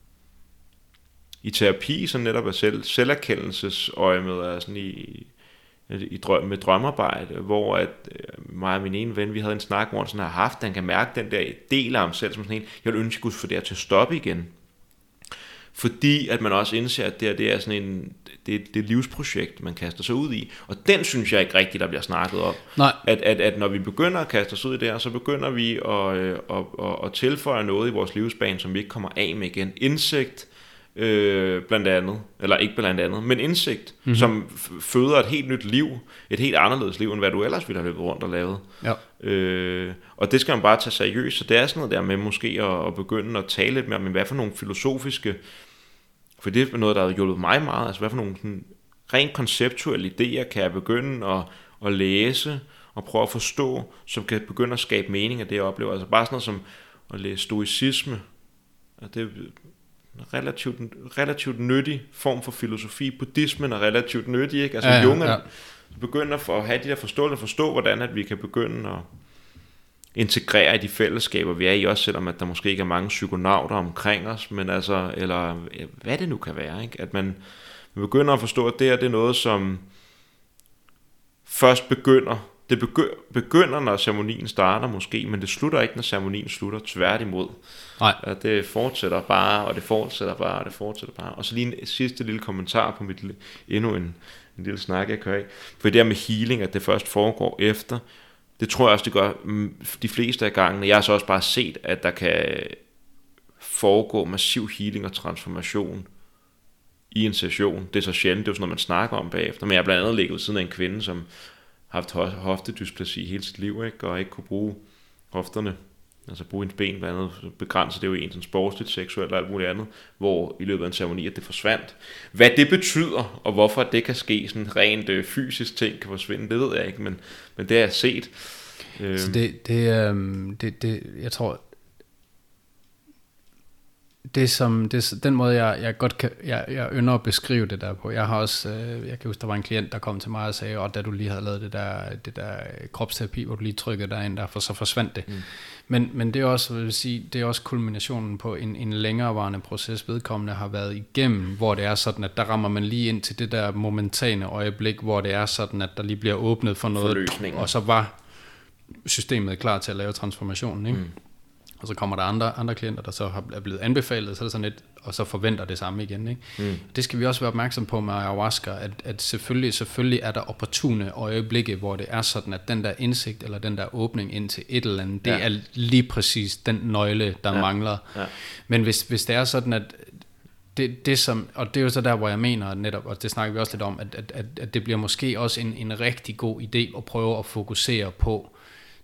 i terapi, som netop er selv, selverkendelsesøje med, er sådan i, i drøm, med drømmearbejde, hvor at øh, mig og min ene ven, vi havde en snak, hvor han sådan har haft, han kan mærke den der del af ham selv, som sådan en, jeg vil ønske, at få det her til at stoppe igen. Fordi at man også indser, at det, her, det er sådan en, det, det er et livsprojekt, man kaster sig ud i, og den synes jeg ikke rigtigt, der bliver snakket om. Nej. At, at, at når vi begynder at kaste os ud i det her, så begynder vi at, øh, at, at, at tilføje noget i vores livsbane, som vi ikke kommer af med igen. Indsigt, Øh, blandt andet, eller ikke blandt andet, men indsigt, mm-hmm. som f- føder et helt nyt liv, et helt anderledes liv, end hvad du ellers ville have løbet rundt og lavet. Ja. Øh, og det skal man bare tage seriøst, så det er sådan noget der med måske at, at begynde at tale lidt mere om, hvad for nogle filosofiske, for det er noget, der har hjulpet mig meget, altså hvad for nogle sådan, rent konceptuelle idéer kan jeg begynde at, at læse og prøve at forstå, som kan begynde at skabe mening af det, jeg oplever. Altså bare sådan noget som at læse stoicisme, og det relativt, relativt nyttig form for filosofi. Buddhismen er relativt nyttig, ikke? Altså ja, ja, Jung ja. begynder for at have de der forståelser, forstå hvordan at vi kan begynde at integrere i de fællesskaber, vi er i, også selvom at der måske ikke er mange psykonauter omkring os, men altså, eller hvad det nu kan være, ikke? At man, man begynder at forstå, at det her det er noget, som først begynder, det begynder, når ceremonien starter måske, men det slutter ikke, når ceremonien slutter, tværtimod. Nej. At det fortsætter bare, og det fortsætter bare, og det fortsætter bare. Og så lige en sidste lille kommentar på mit, endnu en, en lille snak, jeg kører i. For det der med healing, at det først foregår efter, det tror jeg også, det gør de fleste af gangene. Jeg har så også bare set, at der kan foregå massiv healing og transformation i en session. Det er så sjældent, det er jo sådan noget, man snakker om bagefter. Men jeg har blandt andet ligget ved siden af en kvinde, som haft hoftedysplasi hele sit liv, ikke? Og ikke kunne bruge hofterne, altså bruge ens ben blandt andet, begrænser det jo en sådan sportsligt, seksuelt og alt muligt andet, hvor i løbet af en ceremoni, at det forsvandt. Hvad det betyder, og hvorfor det kan ske, sådan rent øh, fysisk ting kan forsvinde, det ved jeg ikke, men, men det har jeg set. Så det, det, øh, det, det, jeg tror, det som, det, den måde, jeg, jeg godt kan, jeg, jeg ynder at beskrive det der på. Jeg har også, øh, jeg kan huske, der var en klient, der kom til mig og sagde, og da du lige havde lavet det der, det der kropsterapi, hvor du lige trykkede dig ind, derfor så forsvandt det. Mm. Men, men det er også, vil sige, det er også kulminationen på en, en længerevarende proces, vedkommende har været igennem, hvor det er sådan, at der rammer man lige ind til det der momentane øjeblik, hvor det er sådan, at der lige bliver åbnet for noget, og så var systemet klar til at lave transformationen, ikke? Mm. Og så kommer der andre, andre klienter, der så er blevet anbefalet, så er det sådan lidt, og så forventer det samme igen, ikke? Mm. Det skal vi også være opmærksom på med ayahuasca, at, at selvfølgelig, selvfølgelig er der opportune øjeblikke, hvor det er sådan, at den der indsigt, eller den der åbning ind til et eller andet, det ja. er lige præcis den nøgle, der ja. mangler. Ja. Men hvis, hvis det er sådan, at det, det som, og det er jo så der, hvor jeg mener netop, og det snakker vi også lidt om, at, at, at, at det bliver måske også en, en rigtig god idé at prøve at fokusere på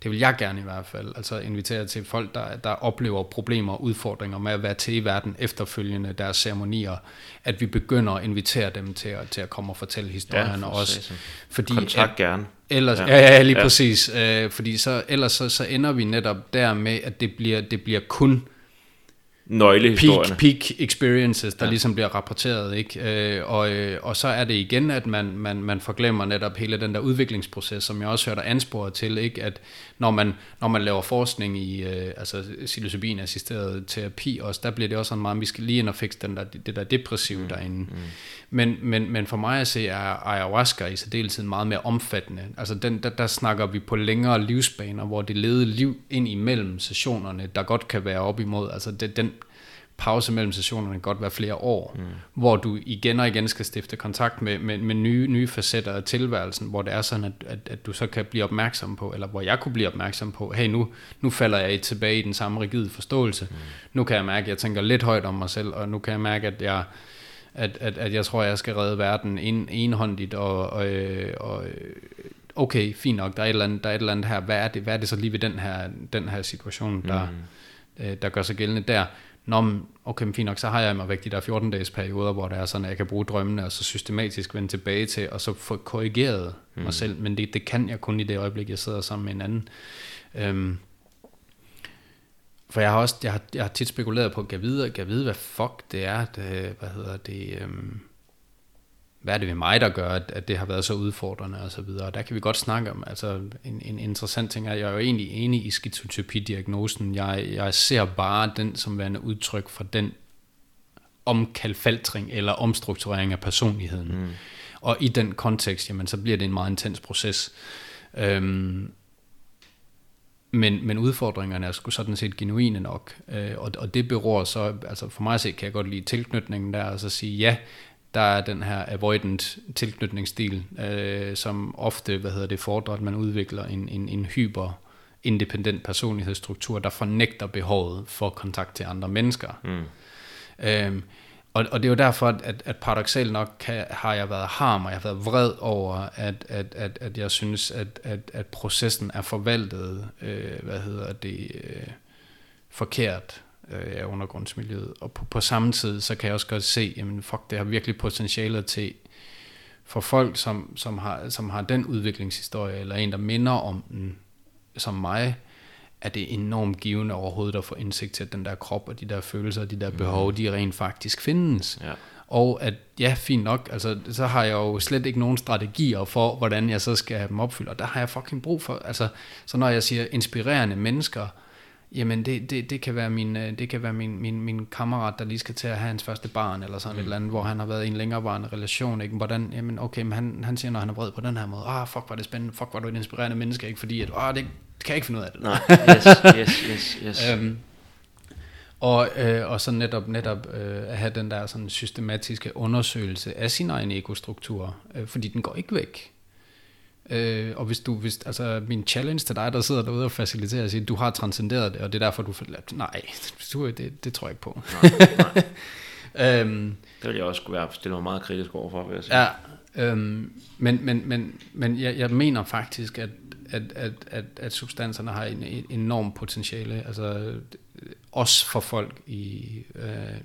det vil jeg gerne i hvert fald, altså invitere til folk, der, der oplever problemer og udfordringer med at være til i verden efterfølgende deres ceremonier, at vi begynder at invitere dem til at, til at komme og fortælle historierne ja, også. Fordi kontakt gerne. Ellers, ja. Ja, ja, lige ja. præcis. Øh, fordi så, ellers så, så ender vi netop der med, at det bliver, det bliver kun nøglehistorierne. Peak, peak experiences, der ja. ligesom bliver rapporteret, ikke? Øh, og, øh, og så er det igen, at man, man, man forglemmer netop hele den der udviklingsproces, som jeg også hørte ansporet til, ikke? At når man, når man laver forskning i øh, altså psilocybin-assisteret terapi også, der bliver det også sådan meget, vi skal lige ind og fikse den der, det der depressive mm. derinde. Mm. Men, men, men for mig at se, er ayahuasca i særdeleshed meget mere omfattende. Altså den, der, der snakker vi på længere livsbaner, hvor det levede liv ind imellem sessionerne, der godt kan være op imod, altså det, den pause mellem sessionerne kan godt være flere år, mm. hvor du igen og igen skal stifte kontakt med, med, med nye, nye facetter af tilværelsen, hvor det er sådan, at, at, at du så kan blive opmærksom på, eller hvor jeg kunne blive opmærksom på, hey, nu, nu falder jeg tilbage i den samme rigide forståelse. Mm. Nu kan jeg mærke, at jeg tænker lidt højt om mig selv, og nu kan jeg mærke, at jeg, at, at, at jeg tror, at jeg skal redde verden en, enhåndigt, og, og, og okay, fint nok, der er et eller andet, der er et eller andet her, hvad er det, hvad er det så lige ved den her, den her situation, der, mm. der gør sig gældende der? Nå, okay, men fint nok, så har jeg mig væk de der fjorten-dages perioder, hvor det er sådan, at jeg kan bruge drømmene, og så systematisk vende tilbage til, og så få korrigeret mm. mig selv, men det, det kan jeg kun i det øjeblik, jeg sidder sammen med en anden. Øhm, for jeg har også, jeg har, jeg har tit spekuleret på, kan jeg vide, kan jeg vide, hvad fuck det er, det, hvad hedder det, øhm, hvad er det ved mig, der gør, at, at det har været så udfordrende, og så videre, og der kan vi godt snakke om, altså en, en interessant ting er, jeg er jo egentlig enig i skizotypi-diagnosen, jeg, jeg ser bare den som værende udtryk for den omkalfatring eller omstrukturering af personligheden, mm. og i den kontekst, jamen så bliver det en meget intens proces, øhm, men, men udfordringerne er sgu sådan set genuine nok, øh, og, og det beror så, altså for mig at se, kan jeg godt lide tilknytningen der, og så sige, ja, der er den her avoidant tilknytningsstil, øh, som ofte, hvad hedder det, fordrer, at man udvikler en, en, en hyper independent personlighedsstruktur, der fornægter behovet for kontakt til andre mennesker. Mm. Øhm, og, og det er jo derfor, at, at paradoksalt nok kan, har jeg været harm, og jeg har været vred over, at, at, at, at jeg synes, at, at, at processen er forvaltet, øh, hvad hedder det, øh, forkert af undergrundsmiljøet, og på, på samme tid, så kan jeg også godt se, jamen fuck, det har virkelig potentialet til, for folk, som, som, har, som har den udviklingshistorie, eller en, der minder om den, som mig, er det enormt givende overhovedet at få indsigt til, at den der krop, og de der følelser, og de der behov, de rent faktisk findes. Ja. Og at, ja, fint nok, altså, så har jeg jo slet ikke nogen strategier for, hvordan jeg så skal have dem opfyldt, og der har jeg fucking brug for, altså, så når jeg siger inspirerende mennesker, jamen det, det, det kan være min det kan være min, min, min kammerat, der lige skal til at have hans første barn eller sådan mm. et eller andet, hvor han har været i en længerevarende relation, ikke? Hvordan, jamen okay, men han, han siger, når han er vred på den her måde, ah fuck, var det spændende, fuck, var du et inspirerende menneske, ikke? Fordi at, ah, det kan jeg ikke finde ud af det. Nej, yes, yes, yes, yes. øhm, og, øh, og så netop, netop øh, at have den der sådan systematiske undersøgelse af sin egen egostruktur, øh, fordi den går ikke væk. Øh, og hvis du, hvis, altså min challenge til dig, der sidder derude og faciliterer, og siger, du har transcenderet det, og det er derfor, du får lavet, nej, du, det, det tror jeg ikke på. Nej, nej. øhm, det vil jeg også skulle være stille mig meget kritisk overfor, vil jeg sige. Ja, øhm, men, men, men, men jeg, jeg mener faktisk, at, at, at, at, at substanserne har en, en enorm potentiale, altså også for folk i... Øh,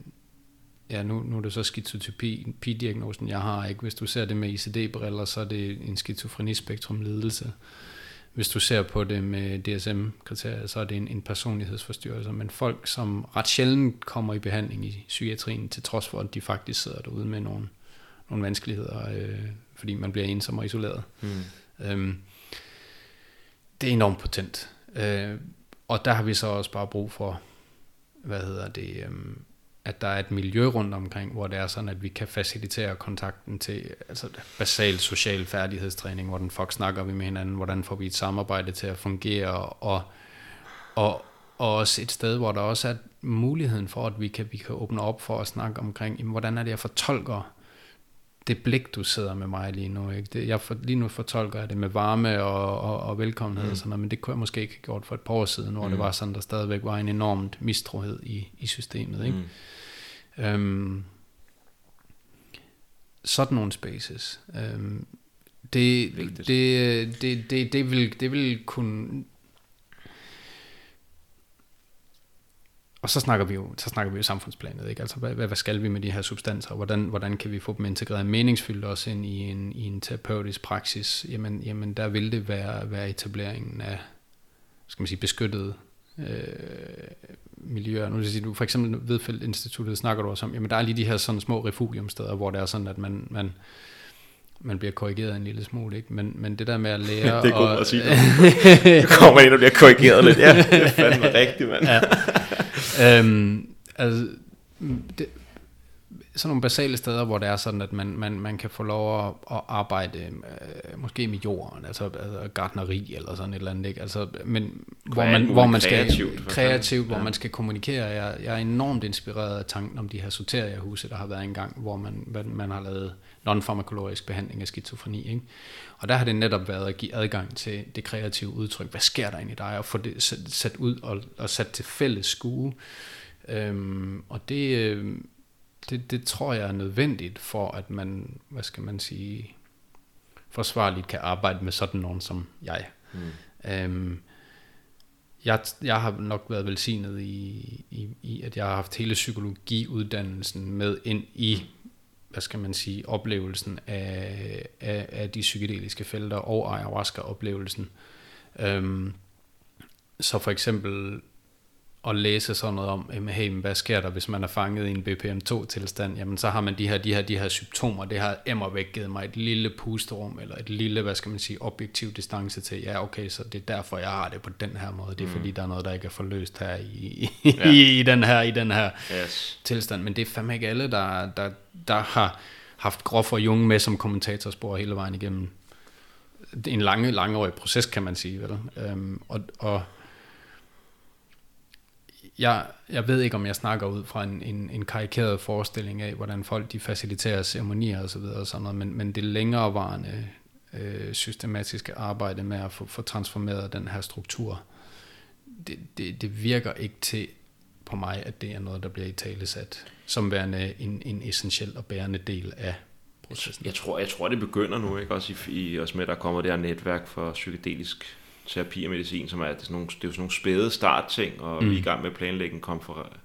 ja, nu, nu er det så skizotypi-diagnosen, jeg har, ikke? Hvis du ser det med I C D-briller, så er det en skizofrenispektrum-lidelse. Hvis du ser på det med D S M-kriterier, så er det en, en personlighedsforstyrrelse. Men folk, som ret sjældent kommer i behandling i psykiatrien, til trods for, at de faktisk sidder derude med nogle, nogle vanskeligheder, øh, fordi man bliver ensom og isoleret. Mm. Øhm, det er enormt potent. Øh, og der har vi så også bare brug for, hvad hedder det... Øh, at der er et miljø rundt omkring, hvor det er sådan, at vi kan facilitere kontakten til altså basal social færdighedstræning, hvordan fuck snakker vi med hinanden, hvordan får vi et samarbejde til at fungere, og, og, og også et sted, hvor der også er muligheden for, at vi kan, vi kan åbne op for at snakke omkring, jamen, hvordan er det, jeg fortolker det blik, du sidder med mig lige nu. Ikke? Det, jeg for, lige nu fortolker jeg det med varme og, og, og velkommenhed, mm. og sådan noget, men det kunne jeg måske ikke have gjort for et par år siden, hvor mm. det var sådan, der stadigvæk var en enormt mistrohed i, i systemet. Ikke? Mm. Øhm, sådan nogle spaces. Øhm, det, det, det, det, det, vil, det vil kunne og så snakker vi jo, så snakker vi jo samfundsplanet, ikke? Altså, hvad, hvad skal vi med de her substanser? Hvordan, hvordan kan vi få dem integreret meningsfyldt også ind i en, i en terapeutisk praksis? Jamen, jamen der vil det være, være etableringen af, skal man sige, beskyttede øh, miljøer. Nu vil jeg sige, du for eksempel Vedfeldt Instituttet snakker du også om, jamen der er lige de her sådan små refugiumsteder, hvor det er sådan, at man, man man bliver korrigeret en lille smule, ikke? Men, men det der med at lære... det er godt at sige. Du kommer ind og bliver korrigeret lidt. Ja, det er fandme rigtigt, mand. Ja. Øhm, altså, det, sådan nogle basale steder, hvor det er sådan, at man, man, man kan få lov at, at arbejde øh, måske med jorden, altså, altså gartneri eller sådan et eller andet, ikke? Altså, men hvor man, hvor man skal kreativt, kreativt hvor ja. man skal kommunikere. Jeg, jeg er enormt inspireret af tanken om de her Soteria-huse, der har været engang, hvor man, man har lavet non-farmakologisk behandling af skizofreni, ikke? Og der har det netop været at give adgang til det kreative udtryk. Hvad sker der inde i dig? Og få det sat, sat ud og, og sat til fælles skue. Øhm, og det... Øh, Det, det tror jeg er nødvendigt for, at man, hvad skal man sige, forsvarligt kan arbejde med sådan nogen som jeg. Mm. Øhm, jeg. Jeg har nok været velsignet i, i, i, at jeg har haft hele psykologiuddannelsen med ind i, hvad skal man sige, oplevelsen af, af, af de psykedeliske felter og ayahuasca-oplevelsen. Øhm, så for eksempel... og læse sådan noget om, hey, hvad sker der, hvis man er fanget i en B P M to tilstand, jamen så har man de her, de her, de her symptomer, det har emmervæk givet mig et lille pusterum, eller et lille, hvad skal man sige, objektiv distance til, ja okay, så det er derfor, jeg har det på den her måde, det er mm. fordi, der er noget, der ikke er forløst her i, ja. i, i den her, i den her yes. tilstand, men det er fandme ikke alle, der, der, der har haft Grof og Jung med som kommentatorspor hele vejen igennem. Det er en lange, langeårig proces, kan man sige, vel? Øhm, og, og Jeg, jeg ved ikke, om jeg snakker ud fra en, en, en karikeret forestilling af, hvordan folk de faciliterer ceremonier og så videre og sådan noget, men, men det længerevarende øh, systematiske arbejde med at få, få transformeret den her struktur, det, det, det virker ikke til på mig, at det er noget, der bliver italesat som værende en, en essentiel og bærende del af processen. Jeg tror, jeg tror det begynder nu, ikke? Også, i, i, også med, at der kommer det her netværk for psykedelisk terapi og medicin, som er, det er sådan nogle, det er jo sådan nogle spæde startting, og mm. vi er i gang med at planlægge en konference.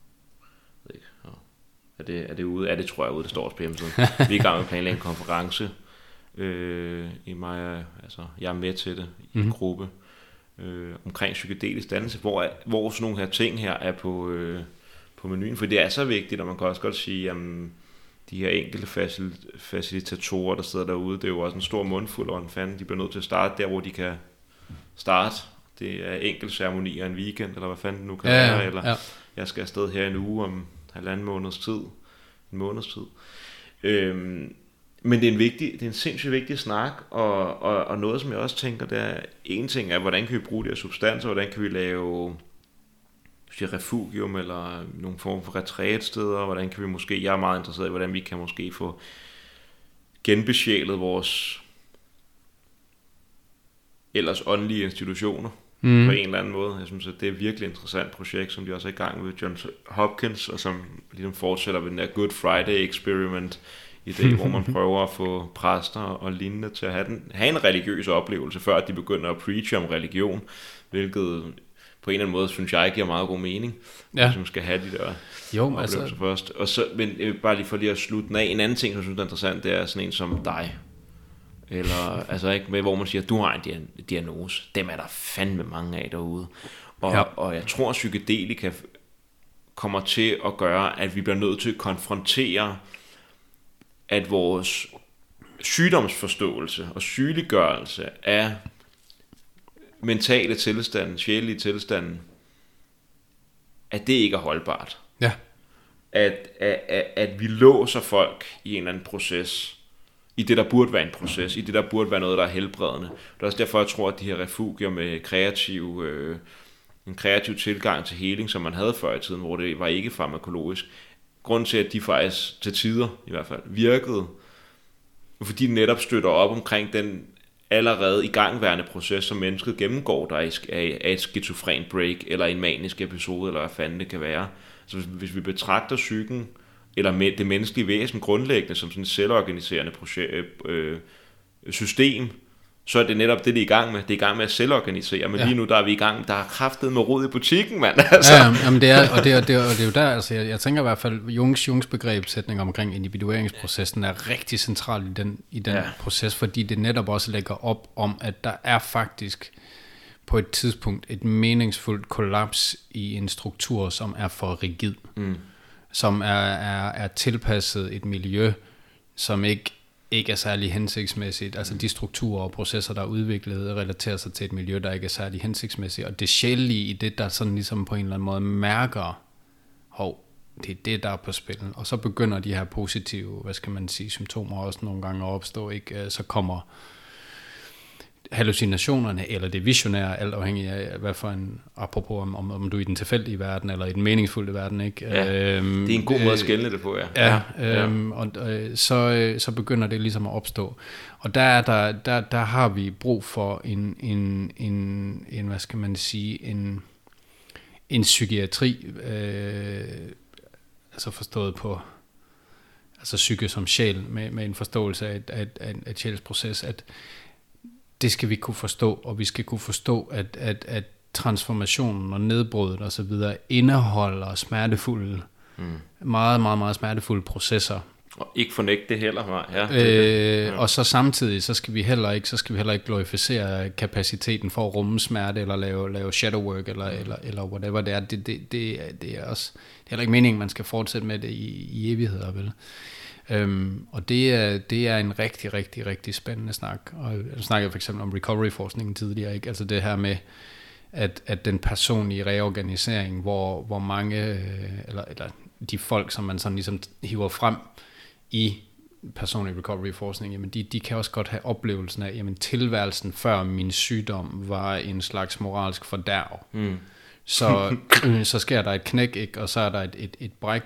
Er det, er det ude? Ja, det tror jeg er ude, det står også på hjemmesiden. Vi er i gang med at planlægge en konference øh, i mig, altså jeg er med til det i en mm. gruppe øh, omkring psykedelisk dannelse, hvor, hvor sådan nogle her ting her er på, øh, på menuen, for det er så vigtigt, og man kan også godt sige, jamen de her enkelte facil- facilitatorer, der sidder derude, det er jo også en stor mundfuld, og en fanden, de bliver nødt til at starte der, hvor de kan starte. Det er enkelt ceremonier en weekend, eller hvad fanden det nu kan ja, være, eller ja. Jeg skal afsted her en uge om halvanden måneds tid, en måneds tid. Øhm, men det er en vigtig, det er en sindssygt vigtig snak, og, og, og noget, som jeg også tænker, der er en ting er, hvordan kan vi bruge de her substanser, hvordan kan vi lave siger, refugium, eller nogle form for retrætsteder, hvordan kan vi måske, jeg er meget interesseret i, hvordan vi kan måske få genbesjælet vores ellers åndelige institutioner mm. på en eller anden måde. Jeg synes, at det er et virkelig interessant projekt, som de også er i gang med Johns Hopkins, og som ligesom fortsætter ved den der Good Friday experiment idé, hvor man prøver at få præster og lignende til at have, den, have en religiøs oplevelse, før de begynder at preache om religion, hvilket på en eller anden måde, synes jeg, giver meget god mening, ja. Som skal have de der jo, oplevelser altså først. Og så, men bare lige for lige at slutte den af, en anden ting, som jeg synes er interessant, det er sådan en som dig, eller altså ikke, hvor man siger, du har en diagnose, dem er der fandme mange af derude, og, ja. og jeg tror, at psykedelika kommer til at gøre, at vi bliver nødt til at konfrontere, at vores sygdomsforståelse og sygeliggørelse af mentale tilstande, sjælelige tilstande, at det ikke er holdbart. Ja. At, at, at, at vi låser folk i en eller anden proces, i det, der burde være en proces, i det, der burde være noget, der er helbredende. Det er også derfor, jeg tror, at de her refugier med kreativ, øh, en kreativ tilgang til healing, som man havde før i tiden, hvor det var ikke farmakologisk, grund til, at de faktisk til tider i hvert fald virkede, fordi de netop støtter op omkring den allerede igangværende proces, som mennesket gennemgår, der er et skizofren break, eller en manisk episode, eller hvad fanden det kan være. Så hvis vi betragter psyken, eller det menneskelige væsen grundlæggende, som sådan et selvorganiserende proces, øh, system, så er det netop det, de er i gang med. Det er i gang med at selvorganisere, men ja. lige nu der er vi i gang, der er kraftet med rod i butikken, mand. Altså. Ja, jamen det er, og det er, det er, og det er jo der, altså jeg, jeg tænker i hvert fald, Jungs, Jungs begrebssætning omkring individueringsprocessen er rigtig central i den, i den ja. proces, fordi det netop også lægger op om, at der er faktisk på et tidspunkt et meningsfuldt kollaps i en struktur, som er for rigid, mm. som er, er, er tilpasset et miljø, som ikke ikke er særlig hensigtsmæssigt. Altså de strukturer og processer, der er udviklet, relaterer sig til et miljø, der ikke er særlig hensigtsmæssigt. Og det sjældne i det, der sådan ligesom på en eller anden måde mærker, hov, det er det, der er på spil. Og så begynder de her positive, hvad skal man sige, symptomer også nogle gange at opstå. Ikke? Så kommer hallucinationerne, eller det visionære, alt afhængig af, hvad for en, apropos om, om, om du er i den tilfældige verden, eller i den meningsfulde verden, ikke? Ja, øhm, det er en god måde at skelne det på, ja. Ja, ja, øhm, og øh, så, øh, så begynder det ligesom at opstå. Og der, er der, der, der har vi brug for en, en, en, en hvad skal man sige, en, en psykiatri, øh, altså forstået på, altså psyke som sjæl, med, med en forståelse af, af, af, af et sjælsproces, at det skal vi kunne forstå, og vi skal kunne forstå, at, at, at transformationen og nedbruddet og så videre indeholder smertefulde, mm. meget, meget, meget smertefulde processer. Og ikke fornægte det heller, ja. Øh, ja. Og så samtidig, så skal vi heller ikke, så skal vi heller ikke glorificere kapaciteten for at rumme smerte, eller lave, lave shadow work, eller, mm. eller, eller whatever det er. Det, det, det, det er også, det er heller ikke meningen, man skal fortsætte med det i, i evigheder, vel? Øhm, og det er, det er en rigtig, rigtig, rigtig spændende snak. Og jeg snakkede for eksempel om recovery-forskningen tidligere, ikke? Altså det her med, at, at den personlige reorganisering, hvor, hvor mange, eller, eller de folk, som man sådan ligesom hiver frem i personlig recovery-forskning, jamen de, de kan også godt have oplevelsen af, jamen tilværelsen før min sygdom var en slags moralsk fordærv. Mm. Så, så sker der et knæk, ikke? Og så er der et, et, et bræk.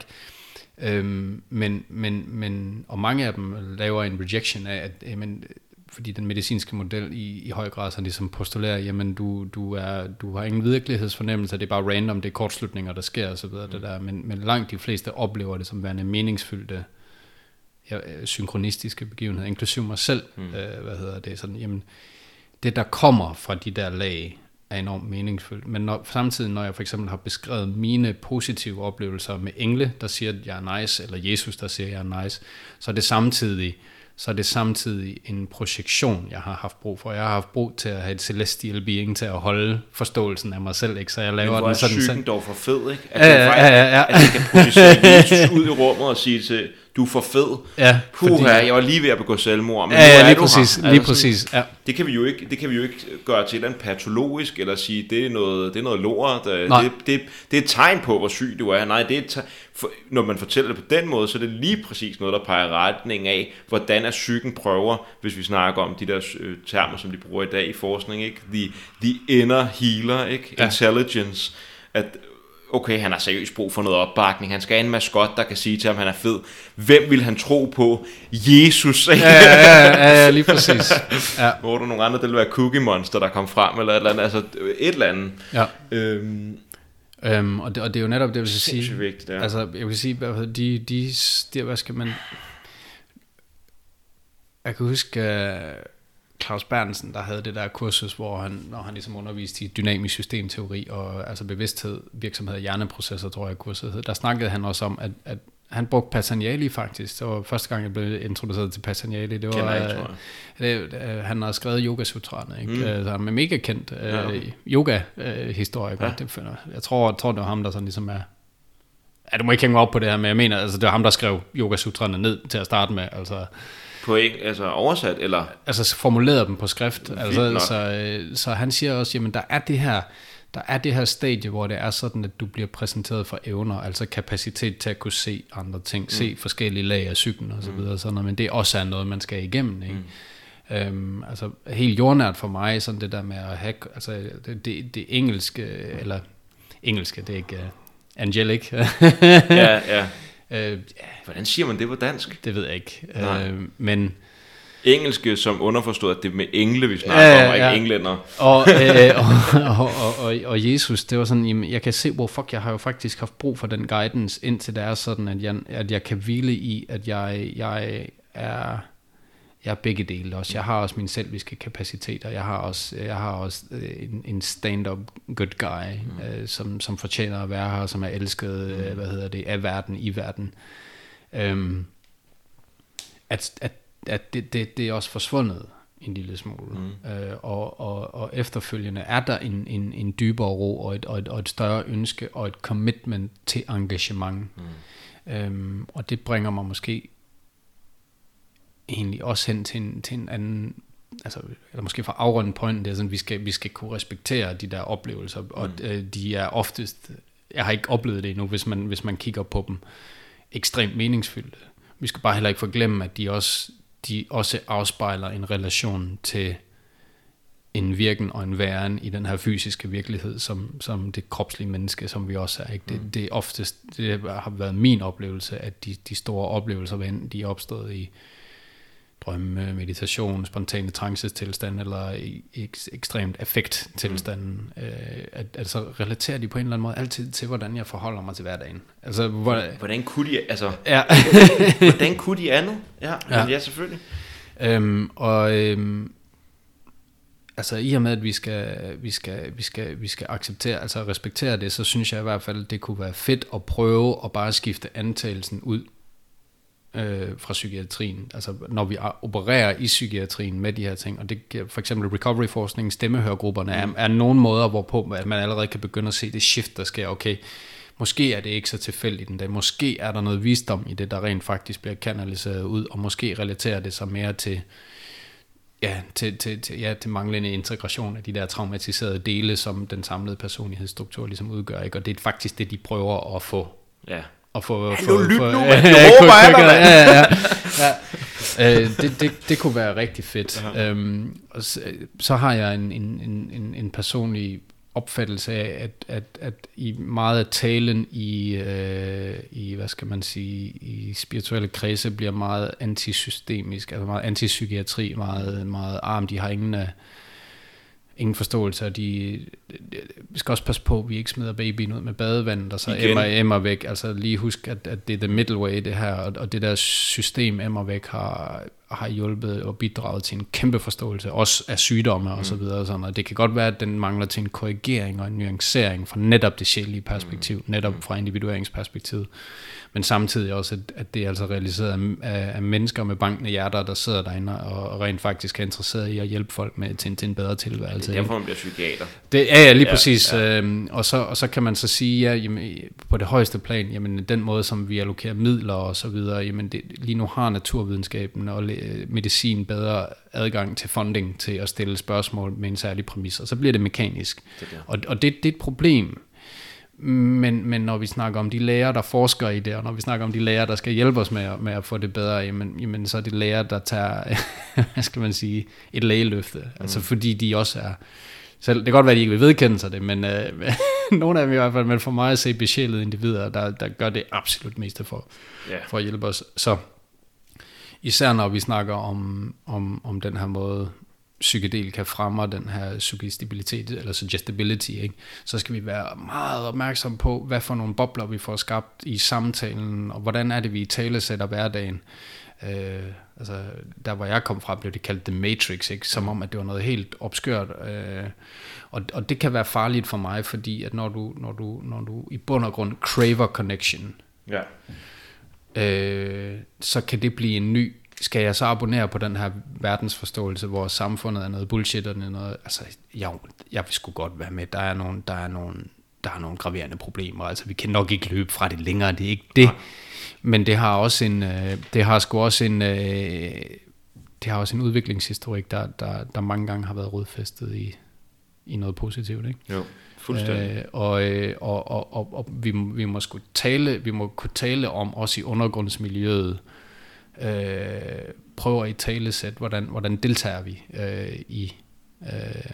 Øhm, men, men, men, og mange af dem laver en rejection af, at jamen, fordi den medicinske model i, i høj grad så ligesom postulerer, jamen du, du, er, du har ingen virkelighedsfornemmelse, det er bare random, det er kortslutninger, der sker og så videre, mm. det der. Men, men langt de fleste oplever det som værende meningsfyldte, ja, synkronistiske begivenheder, inklusive mig selv, mm. øh, hvad hedder det, sådan, jamen, det der kommer fra de der lag, er enormt meningsfuldt. Men når, samtidig, når jeg for eksempel har beskrevet mine positive oplevelser med engle, der siger, at jeg er nice, eller Jesus, der siger, at jeg er nice, så er det samtidig, så er det samtidig en projektion, jeg har haft brug for. Jeg har haft brug til at have et celestial being til at holde forståelsen af mig selv, ikke? Så jeg laver den sådan. Men hvor er psyken dog for fed, ikke? At, ja, faktisk, ja, ja, ja. At jeg kan projicere Jesus ud i rummet og sige til, du er for fed. Ja, Puh, fordi, jeg var lige ved at begå selvmord, men ja, ja, nu er lige du præcis, her. Lige altså, præcis, ja. Det kan vi jo ikke, det kan vi jo ikke gøre til et eller andet patologisk, eller sige, det er noget, det er noget lort. Det, det, det er et tegn på, hvor syg du er. Nej, det er et, for, når man fortæller det på den måde, så er det lige præcis noget, der peger retning af, hvordan er psyken prøver, hvis vi snakker om de der øh, termer, som de bruger i dag i forskning, ikke? The, the inner healer, ikke? Ja. Intelligence. At okay, han har seriøst brug for noget opbakning. Han skal have en maskot, der kan sige til ham, han er fed. Hvem vil han tro på? Jesus. Ja, ja, ja, ja, lige præcis. Ja. Hvor er der nogle andre, der vil være Cookie Monster, der kom frem, eller et eller andet. Altså et eller andet. Ja. Øhm, øhm, og, det, og det er jo netop det, jeg vil sige. Vigtigt, ja. Altså, jeg vil sige, de, de, de, hvad skal man... Jeg kan huske... Claus Berntsen, der havde det der kursus, hvor han, når han ligesom underviste i dynamisk systemteori og altså bevidsthed, virksomhed og hjerneprocesser, tror jeg kurset hed, der snakkede han også om, at, at han brugte Patanjali faktisk. Det var første gang, jeg blev introduceret til Patanjali. Det var, jeg, tror jeg. Det, han har skrevet Yoga-sutraerne, ikke? Mm. Så han er mega kendt ja, okay. yoga-historiker. Ja. Jeg tror, tror, det var ham, der sådan ligesom er... Ja, du må ikke hænge mig op på det her, men jeg mener, altså, det var ham, der skrev Yoga-sutraerne ned til at starte med, altså... På eng, altså oversat, eller? Altså formulerede dem på skrift. Altså, så, så han siger også, jamen der er det her, der er det her stadie, hvor det er sådan, at du bliver præsenteret for evner, altså kapacitet til at kunne se andre ting, mm. se forskellige lag af psyken og så videre, sådan noget, men det også er noget, man skal igennem, ikke? Mm. Øhm, altså helt jordnært for mig, sådan det der med at have, altså det, det, det engelske, eller engelske, det er ikke uh, angelic. ja, ja. Øh, Hvordan siger man det på dansk? Det ved jeg ikke. Øh, men engelske som underforstået, at det er med engle, vi snakker ja, om, og ja. Ikke englænder. Og, øh, og, og, og, og, og Jesus, det var sådan, jamen, jeg kan se, hvor fuck, jeg har jo faktisk haft brug for den guidance, indtil det er sådan, at jeg, at jeg kan hvile i, at jeg, jeg er jeg er begge dele også. Jeg har også mine selviske kapaciteter. Jeg har også, jeg har også en, en stand-up good guy, mm. øh, som, som fortjener at være her, som er elsket, mm. øh, hvad hedder det, af verden, i verden. Øhm, at at, at det, det, det er også forsvundet en lille smule. Mm. Øh, og, og, og efterfølgende er der en, en, en dybere ro og et, og, et, og et større ønske og et commitment til engagement. Mm. Øhm, og det bringer mig måske egentlig også hen til en, til en anden, altså, eller måske fra afrundet pointen, det er sådan, vi skal, vi skal kunne respektere de der oplevelser, og mm. øh, de er oftest, jeg har ikke oplevet det endnu, hvis man, hvis man kigger på dem, ekstremt meningsfyldte. Vi skal bare heller ikke forglemme, at de også, de også afspejler en relation til en virken og en væren i den her fysiske virkelighed, som, som det kropslige menneske, som vi også er. Ikke? Det, mm. det er oftest, det har været min oplevelse, at de, de store oplevelser, hvad enten de er opstået i drømme, meditation, spontane trancetilstand eller ek- ekstremt affekttilstand, mm. øh, at, at så relaterer de på en eller anden måde altid til, hvordan jeg forholder mig til hverdagen. Altså, hvor, hvordan kunne de, altså, ja. hvordan kunne de andet? Ja, ja. ja selvfølgelig. Øhm, og øhm, altså i og med, at vi skal, vi skal, vi skal, vi skal acceptere, altså respektere det, så synes jeg i hvert fald, det kunne være fedt at prøve at bare skifte antagelsen ud øh, fra psykiatrien. Altså når vi opererer i psykiatrien med de her ting, og det for eksempel recovery-forskning, stemmehørgrupperne, mm. er, er nogle måder, hvorpå at man allerede kan begynde at se det shift, der sker. Okay, måske er det ikke så tilfældigt den dag. Måske er der noget visdom i det, der rent faktisk bliver kanaliseret ud, og måske relaterer det sig mere til Ja, til, til, til, ja, til manglende integration af de der traumatiserede dele, som den samlede personlighedsstruktur ligesom udgør, ikke? Og det er faktisk det, de prøver at få. Ja. At få, Hallo, få, lyt få, nu, ja, man. Du råber af dig, mand. Ja, ja, ja. øh, det, det, det kunne være rigtig fedt. Uh-huh. Øhm, og så, så har jeg en, en, en, en personlig opfattelse af, at, at, at i meget af talen i, øh, i, hvad skal man sige, i spirituelle kredse bliver meget antisystemisk, altså meget antipsykiatri, meget, meget arm, de har ingen, uh, ingen forståelse, og de, vi skal også passe på, at vi ikke smider babyen ud med badevandet, og så emmer, emmer væk, altså lige husk, at, at det er the middle way, det her, og, og det der system emmer væk har, har hjulpet og bidraget til en kæmpe forståelse, også af sygdomme og så videre, og sådan, og det kan godt være, at den mangler til en korrigering og en nuancering fra netop det sjældne perspektiv, netop fra individueringsperspektivet, men samtidig også, at, at det er altså realiseret af, af mennesker med bankende hjerter, der sidder derinde og, og rent faktisk er interesseret i at hjælpe folk med til, til en bedre tilværelse. Det er derfor, man bliver psykiater. Det, ja, ja, lige ja, præcis. Ja. Øhm, og, så, og så kan man så sige, ja, jamen, på det højeste plan, jamen den måde, som vi allokerer midler og så videre, jamen det, lige nu har naturvidenskaben og medicin bedre adgang til funding til at stille spørgsmål med en særlig præmis, og så bliver det mekanisk. Det og, og det, det er et problem. Men, men når vi snakker om de læger, der forsker i det, og når vi snakker om de læger, der skal hjælpe os med, med at få det bedre, jamen, jamen så er det læger, der tager, hvad skal man sige, et lægeløfte. Mm. Altså fordi de også er, selv, det kan godt være, at de ikke vil vedkende sig det, men øh, nogle af dem i hvert fald, men for mig at se besjælede individer, der, der gør det absolut meste for, yeah. for at hjælpe os. Så især når vi snakker om, om, om den her måde, psykedelika fremmer den her suggestibilitet eller suggestibility, ikke? Så skal vi være meget opmærksom på, hvad for nogle bobler vi får skabt i samtalen, og hvordan er det, vi talesætter hverdagen. Øh, altså, der hvor jeg kom fra, blev det kaldt The Matrix, ikke? Som om, at det var noget helt obskørt. Øh, og, og det kan være farligt for mig, fordi at når du, når du, når du i bund og grund craver connection, ja. øh, så kan det blive en ny. Skal jeg så abonnere på den her verdensforståelse, hvor samfundet er noget bullshit og noget, altså, jeg, jeg vil sgu godt være med. Der er nogle, der er nogle, der er nogle graverende problemer. Altså, vi kan nok ikke løbe fra det længere. Det er ikke det. Men det har også en, det har sgu også en, det har også en udviklingshistorik, der, der, der mange gange har været rodfæstet i, i noget positivt, ikke? Jo. Fuldstændig. Øh, og, og, og, og, og vi, vi må sgu tale, vi må kunne tale om også i undergrundsmiljøet. Øh, prøver i talesæt, hvordan, hvordan deltager vi øh, i, øh,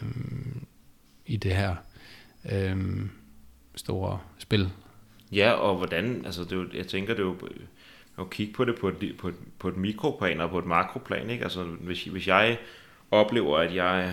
i det her øh, store spil. Ja, og hvordan, altså det er jo, jeg tænker det er jo at kigge på det på et, på et, på et mikroplan og på et makroplan, ikke? Altså hvis, hvis jeg oplever, at jeg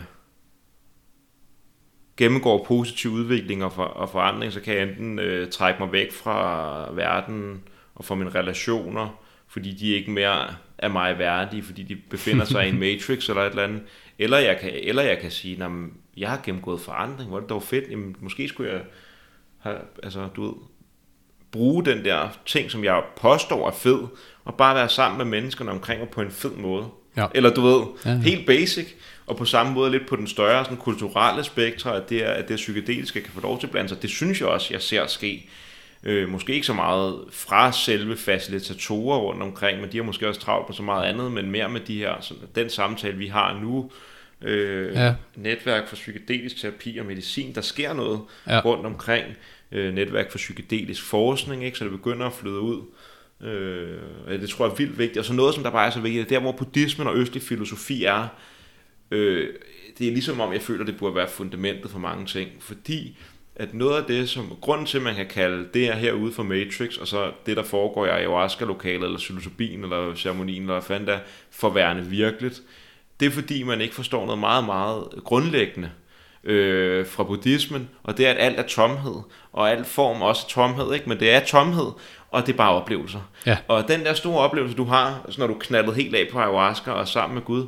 gennemgår positiv udvikling og, for, og forandring, så kan jeg enten øh, trække mig væk fra verden og fra mine relationer, fordi de ikke mere er mig værdige, fordi de befinder sig i en matrix eller et eller andet. Eller jeg kan, eller jeg kan sige, at jeg har gennemgået forandring, hvor det dog fedt, jamen, måske skulle jeg have, altså, du ved, bruge den der ting, som jeg påstår er fed, og bare være sammen med menneskerne omkring og på en fed måde. Ja. Eller du ved, ja, ja. Helt basic, og på samme måde lidt på den større sådan, kulturelle spektre, at det, er, at det psykedeliske kan få lov til at blande sig. Det synes jeg også, jeg ser ske. Øh, måske ikke så meget fra selve facilitatorer rundt omkring, men de har måske også travlt på så meget andet, men mere med de her, sådan, den samtale, vi har nu, øh, ja. Netværk for psykedelisk terapi og medicin, der sker noget ja. rundt omkring, øh, netværk for psykedelisk forskning, ikke? Så det begynder at flyde ud. Øh, det tror jeg er vildt vigtigt, og så noget, som der bare er så vigtigt, der hvor buddhismen og østlig filosofi er, øh, det er ligesom om, jeg føler, det burde være fundamentet for mange ting, fordi at noget af det, som grunden til, at man kan kalde det her herude for Matrix, og så det, der foregår i ayahuasca-lokalet, eller psilocybin, eller ceremonien, eller hvad fanden der, for værende virkeligt, det er fordi, man ikke forstår noget meget, meget grundlæggende øh, fra buddhismen, og det er, at alt er tomhed, og al form også er tomhed, ikke? Men det er tomhed, og det er bare oplevelser. Ja. Og den der store oplevelse, du har, når du knaldet helt af på ayahuasca og sammen med Gud,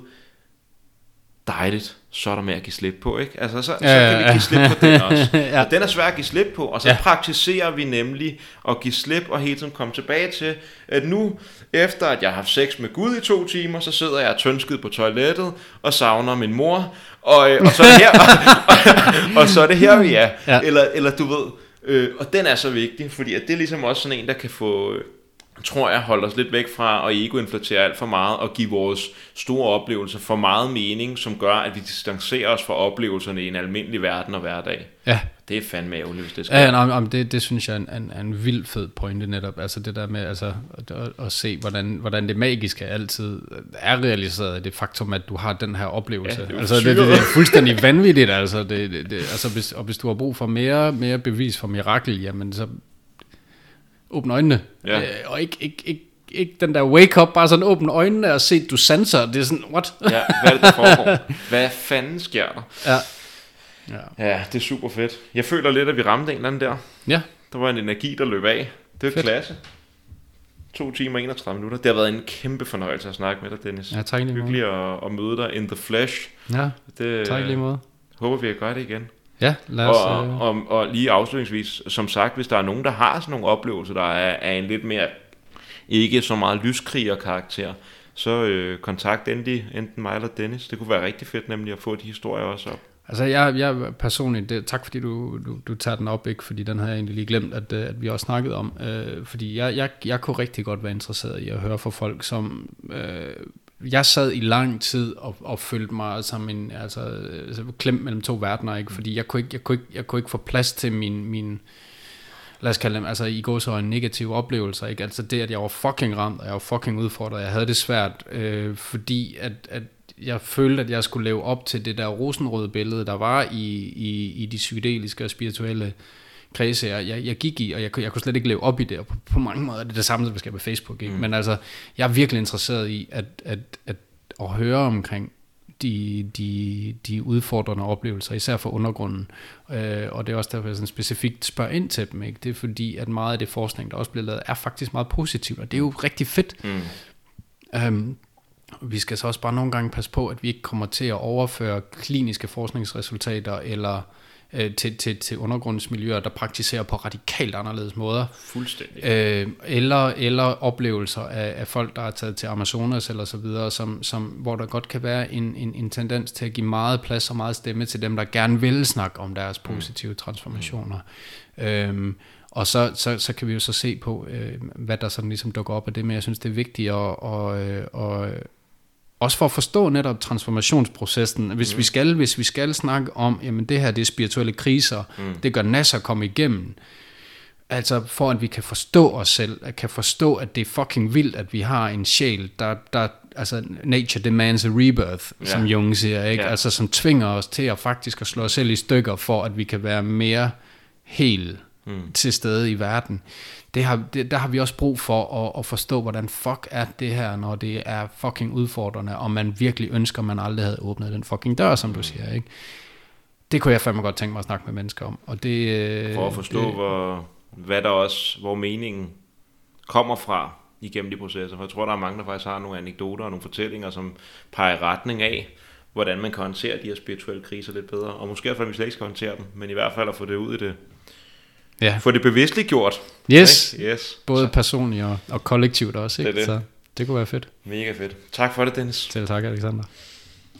dejligt, så er der med at give slip på, ikke? Altså, så, ja, så kan vi give slip på den også. Ja. Og den er svær at give slip på, og så ja. praktiserer vi nemlig at give slip og hele tiden komme tilbage til, at nu, efter at jeg har haft sex med Gud i to timer, så sidder jeg tønsket på toilettet og savner min mor, og, og, så, er det her, og, og så er det her, vi er. Ja. Eller, eller du ved, øh, og den er så vigtig, fordi at det er ligesom også sådan en, der kan få... tror jeg, holder os lidt væk fra at ego-inflatere alt for meget og give vores store oplevelser for meget mening, som gør, at vi distancerer os fra oplevelserne i en almindelig verden og hverdag. Ja. Det er fandme ærgerligt, hvis det skal. Ja, nej, det, det synes jeg er en, en, en vild fed pointe netop. Altså det der med altså, at, at, at se, hvordan, hvordan det magiske altid er realiseret, det faktum, at du har den her oplevelse. Ja, det altså det, det, det er fuldstændig vanvittigt. Altså, det, det, det, altså hvis, og hvis du har brug for mere, mere bevis for mirakel, jamen så... åbne øjnene, ja. øh, og ikke, ikke, ikke, ikke den der wake up, bare sådan åbne øjnene og se, du sanser, det er sådan, what? Ja, hvad er det, der foregår? Hvad fanden sker der? Ja. Ja. Ja, det er super fedt. Jeg føler lidt, at vi ramte en eller anden der. Ja. Der var en energi, der løb af. Det var klasse. To timer og enogtredive minutter. Det har været en kæmpe fornøjelse at snakke med dig, Dennis. Ja, tak lige måde. Hyggeligt at, at møde dig in the flesh. Ja, det, tak lige måde. Håber vi kan gøre det igen. Ja, lad os... Og, og, og, og lige afslutningsvis, som sagt, hvis der er nogen, der har sådan nogle oplevelser, der er, er en lidt mere, ikke så meget lyskriger-karakter, så øh, kontakt endelig enten mig eller Dennis. Det kunne være rigtig fedt nemlig at få de historier også op. Altså jeg, jeg personligt, det, tak fordi du, du, du tager den op, ikke? Fordi den havde jeg egentlig lige glemt, at, at vi også snakket om. Øh, fordi jeg, jeg, jeg kunne rigtig godt være interesseret i at høre fra folk, som... Øh, jeg sad i lang tid og, og følte mig som en altså, altså klemt mellem to verdener, ikke? Fordi jeg kunne ikke, jeg kunne ikke, jeg kunne ikke få plads til min, min lad os kalde dem, altså i går så en negativ oplevelse, ikke? Altså det, at jeg var fucking ramt, og jeg var fucking udfordret, jeg havde det svært, øh, fordi at, at jeg følte, at jeg skulle leve op til det der rosenrøde billede, der var i, i, i de psykedeliske og spirituelle kredse, jeg, jeg, jeg gik i, og jeg, jeg kunne slet ikke leve op i det, og på, på mange måder er det det samme, som vi skal på Facebook, ikke? Mm. Men altså, jeg er virkelig interesseret i at, at, at, at høre omkring de, de, de udfordrende oplevelser, især for undergrunden, øh, og det er også derfor, jeg sådan specifikt spørger ind til dem, ikke? Det er fordi, at meget af det forskning, der også bliver lavet, er faktisk meget positivt, og det er jo rigtig fedt. Mm. Um, vi skal så også bare nogle gange passe på, at vi ikke kommer til at overføre kliniske forskningsresultater, eller Til, til, til undergrundsmiljøer, der praktiserer på radikalt anderledes måder. Fuldstændig. Øh, eller, eller oplevelser af, af folk, der er taget til Amazonas eller så videre, som, som, hvor der godt kan være en, en, en tendens til at give meget plads og meget stemme til dem, der gerne vil snakke om deres positive transformationer. Mm. Øhm, og så, så, så kan vi jo så se på, øh, hvad der sådan ligesom dukker op af det, men jeg synes, det er vigtigt at, og, og, også for at forstå netop transformationsprocessen. Hvis mm. vi skal, hvis vi skal snakke om, jamen det her, det er spirituelle kriser, mm. det gør nasser komme igennem. Altså for at vi kan forstå os selv, at kan forstå, at det er fucking vildt, at vi har en sjæl, der, der altså nature demands a rebirth, yeah. som Jung siger, ikke? Yeah. Altså som tvinger os til at faktisk at slå os selv i stykker, for at vi kan være mere hel mm. til stede i verden. Det har, det, der har vi også brug for at, at forstå, hvordan fuck er det her, når det er fucking udfordrende, og man virkelig ønsker, man aldrig havde åbnet den fucking dør, som du siger, ikke? Det kunne jeg fandme godt tænke mig at snakke med mennesker om. Og det, for at forstå, det, hvor, hvad der også, hvor meningen kommer fra, igennem de processer. For jeg tror, der er mange, der faktisk har nogle anekdoter og nogle fortællinger, som peger i retning af, hvordan man kan håndtere de her spirituelle kriser lidt bedre. Og måske at vi slet ikke skal håndtere dem, men i hvert fald at få det ud i det. Ja. Få det bevidstligt gjort. Yes. yes. Både personligt og, og kollektivt også. Ikke? Det er det. Så det kunne være fedt. Mega fedt. Tak for det, Dennis. Selv tak, Alexander.